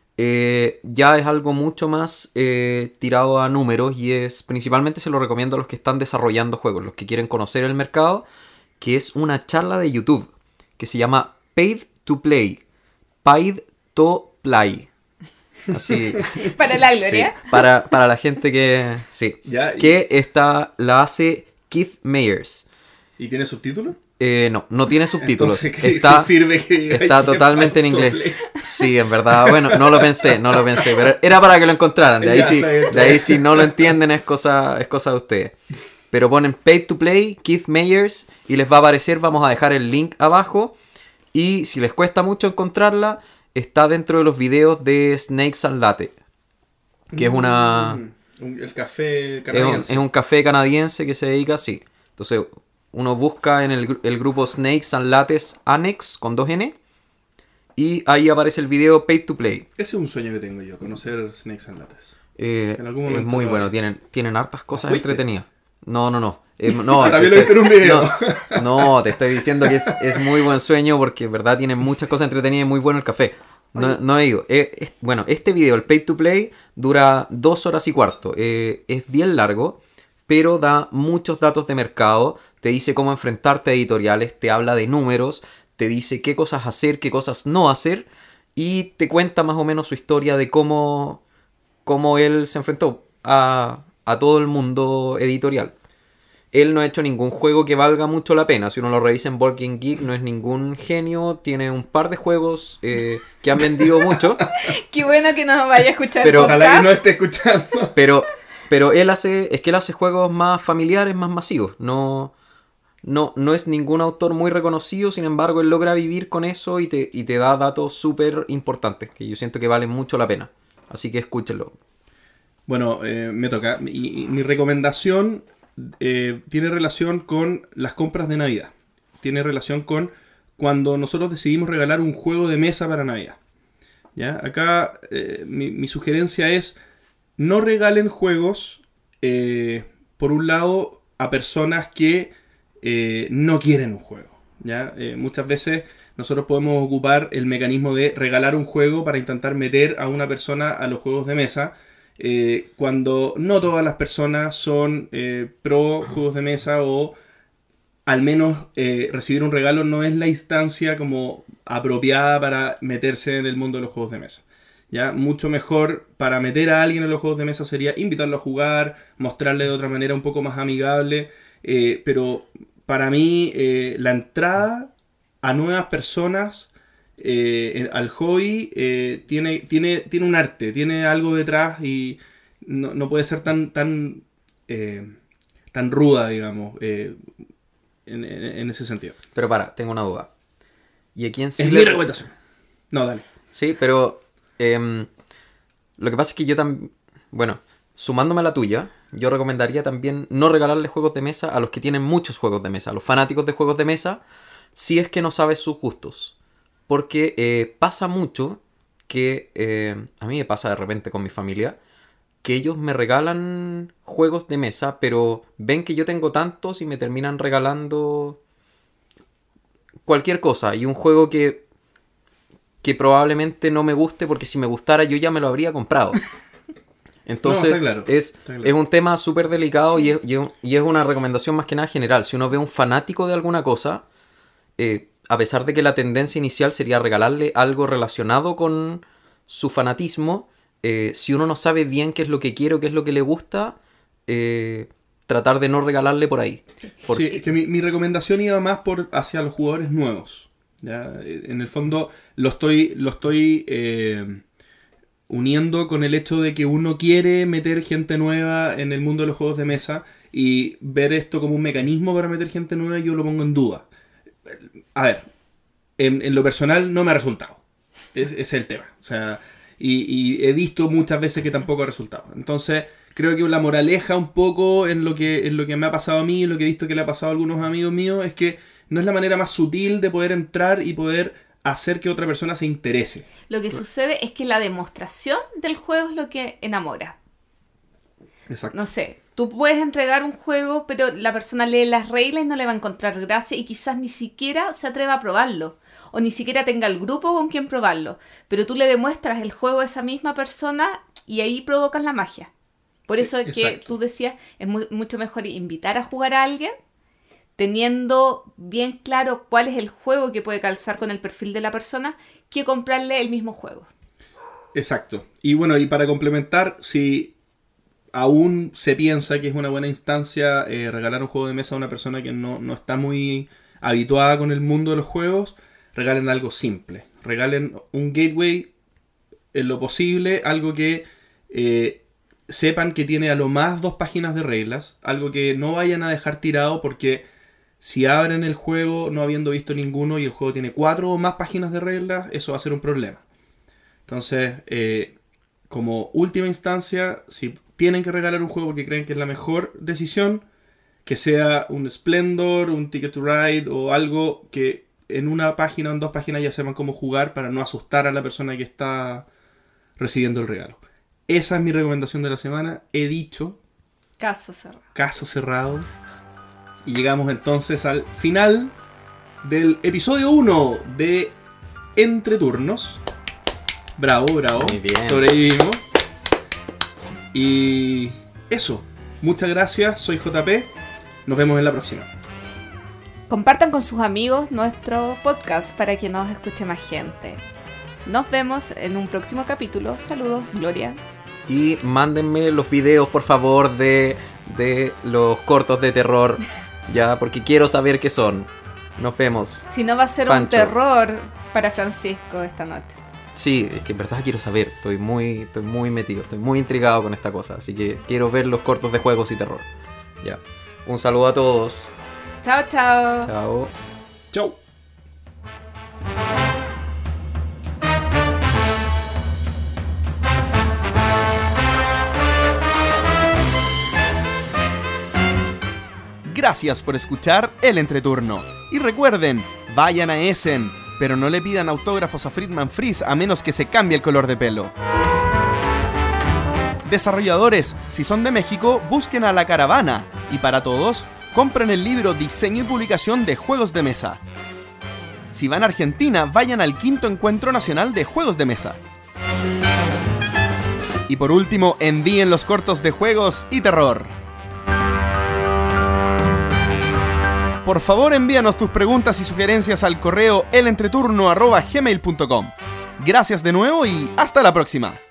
ya es algo mucho más tirado a números y es principalmente se lo recomiendo a los que están desarrollando juegos, los que quieren conocer el mercado, que es una charla de YouTube que se llama Paid to Play. Paid to Play. Así. Para la gloria. Sí, para la gente que... Sí. Que la hace Keith Mayers. ¿Y tiene subtítulos? No tiene subtítulos. Entonces, sirve que está totalmente en inglés. Sí, en verdad. Bueno, no lo pensé, pero era para que lo encontraran. De ahí si no lo entienden es cosa de ustedes. Pero ponen Paid to Play, Keith Mayers, y les va a aparecer. Vamos a dejar el link abajo. Y si les cuesta mucho encontrarla, está dentro de los videos de Snakes and Latte, que es el café canadiense. Es un café canadiense que se dedica así. Entonces... Uno busca en el grupo Snakes and Lattes Annex con 2N y ahí aparece el video Paid to Play. Ese es un sueño que tengo yo, conocer Snakes and Lattes. Es muy bueno, tienen hartas cosas entretenidas. No. También lo viste en un video. No, te estoy diciendo que es muy buen sueño porque en verdad tiene muchas cosas entretenidas y muy bueno el café. No he ido. Bueno, este video, el Pay to Play, dura 2 horas y cuarto. Es bien largo, pero da muchos datos de mercado. Te dice cómo enfrentarte a editoriales, te habla de números, te dice qué cosas hacer, qué cosas no hacer, y te cuenta más o menos su historia de cómo él se enfrentó a todo el mundo editorial. Él no ha hecho ningún juego que valga mucho la pena. Si uno lo revisa en Board Game Geek, no es ningún genio. Tiene un par de juegos que han vendido mucho. Qué bueno que nos vaya a escuchar. Pero ojalá que no esté escuchando. Pero él hace juegos más familiares, más masivos. No es ningún autor muy reconocido. Sin embargo, él logra vivir con eso y te da datos súper importantes que yo siento que valen mucho la pena. Así que escúchenlo. Bueno, me toca. Y mi recomendación tiene relación con las compras de Navidad. Tiene relación con cuando nosotros decidimos regalar un juego de mesa para Navidad. ¿Ya? Acá mi sugerencia es no regalen juegos, por un lado, a personas que no quieren un juego. ¿Ya? Muchas veces nosotros podemos ocupar el mecanismo de regalar un juego para intentar meter a una persona a los juegos de mesa, cuando no todas las personas son pro juegos de mesa, o al menos recibir un regalo no es la instancia como apropiada para meterse en el mundo de los juegos de mesa. ¿Ya? Mucho mejor para meter a alguien en los juegos de mesa sería invitarlo a jugar, mostrarle de otra manera un poco más amigable, pero para mí la entrada a nuevas personas al hobby tiene un arte, tiene algo detrás, y no puede ser tan ruda, digamos, en ese sentido. Pero tengo una duda. ¿Y aquí en Es mi recomendación. No, dale. Sí, pero lo que pasa es que yo también, bueno, sumándome a la tuya, yo recomendaría también no regalarle juegos de mesa a los que tienen muchos juegos de mesa, a los fanáticos de juegos de mesa, si es que no sabes sus gustos. Porque pasa mucho que, a mí me pasa de repente con mi familia, que ellos me regalan juegos de mesa, pero ven que yo tengo tantos y me terminan regalando cualquier cosa. Y un juego que probablemente no me guste, porque si me gustara yo ya me lo habría comprado. Entonces, no, está claro, es un tema súper delicado, sí. y es una recomendación más que nada general. Si uno ve un fanático de alguna cosa, a pesar de que la tendencia inicial sería regalarle algo relacionado con su fanatismo, si uno no sabe bien qué es lo que quiere o qué es lo que le gusta, tratar de no regalarle por ahí. Sí, es que mi recomendación iba más hacia los jugadores nuevos. ¿Ya? En el fondo lo estoy uniendo con el hecho de que uno quiere meter gente nueva en el mundo de los juegos de mesa, y ver esto como un mecanismo para meter gente nueva yo lo pongo en duda. A ver, en lo personal no me ha resultado. Es el tema. O sea, y he visto muchas veces que tampoco ha resultado. Entonces, creo que la moraleja un poco en lo que me ha pasado a mí, lo que he visto que le ha pasado a algunos amigos míos, es que no es la manera más sutil de poder entrar y poder hacer que otra persona se interese. Lo que sucede es que la demostración del juego es lo que enamora. Exacto. No sé, tú puedes entregar un juego, pero la persona lee las reglas y no le va a encontrar gracia, y quizás ni siquiera se atreva a probarlo, o ni siquiera tenga el grupo con quien probarlo, pero tú le demuestras el juego a esa misma persona y ahí provocas la magia. Por eso es que tú decías, es mucho mejor invitar a jugar a alguien teniendo bien claro cuál es el juego que puede calzar con el perfil de la persona, que comprarle el mismo juego. Exacto. Y bueno, y para complementar, si aún se piensa que es una buena instancia regalar un juego de mesa a una persona que no está muy habituada con el mundo de los juegos, regalen algo simple. Regalen un gateway en lo posible, algo que sepan que tiene a lo más 2 páginas de reglas, algo que no vayan a dejar tirado, porque si abren el juego no habiendo visto ninguno y el juego tiene 4 o más páginas de reglas, eso va a ser un problema. Entonces, como última instancia, si tienen que regalar un juego porque creen que es la mejor decisión, que sea un Splendor, un Ticket to Ride o algo que en una página o en 2 páginas ya sepan cómo jugar, para no asustar a la persona que está recibiendo el regalo. Esa es mi recomendación de la semana. He dicho Caso cerrado. Caso cerrado. Y llegamos entonces al final del episodio 1 de Entre Turnos. Bravo, bravo. Muy bien. Sobrevivimos. Y eso. Muchas gracias. Soy JP. Nos vemos en la próxima. Compartan con sus amigos nuestro podcast para que nos escuche más gente. Nos vemos en un próximo capítulo. Saludos, Gloria. Y mándenme los videos, por favor, de los cortos de terror. Ya, porque quiero saber qué son. Nos vemos. Si no, va a ser un Pancho. terror para Francisco esta noche. Sí, es que en verdad quiero saber. Estoy muy metido, estoy muy intrigado con esta cosa. Así que quiero ver los cortos de juegos y terror. Ya. Un saludo a todos. Chao, chao. Chao. Chau. Gracias por escuchar El Entreturno. Y recuerden, vayan a Essen, pero no le pidan autógrafos a Friedman Freeze a menos que se cambie el color de pelo. Desarrolladores, si son de México, busquen a La Caravana. Y para todos, compren el libro Diseño y Publicación de Juegos de Mesa. Si van a Argentina, vayan al 5º Encuentro Nacional de Juegos de Mesa. Y por último, envíen los cortos de juegos y terror. Por favor, envíanos tus preguntas y sugerencias al correo elentreturno@gmail.com. Gracias de nuevo y hasta la próxima.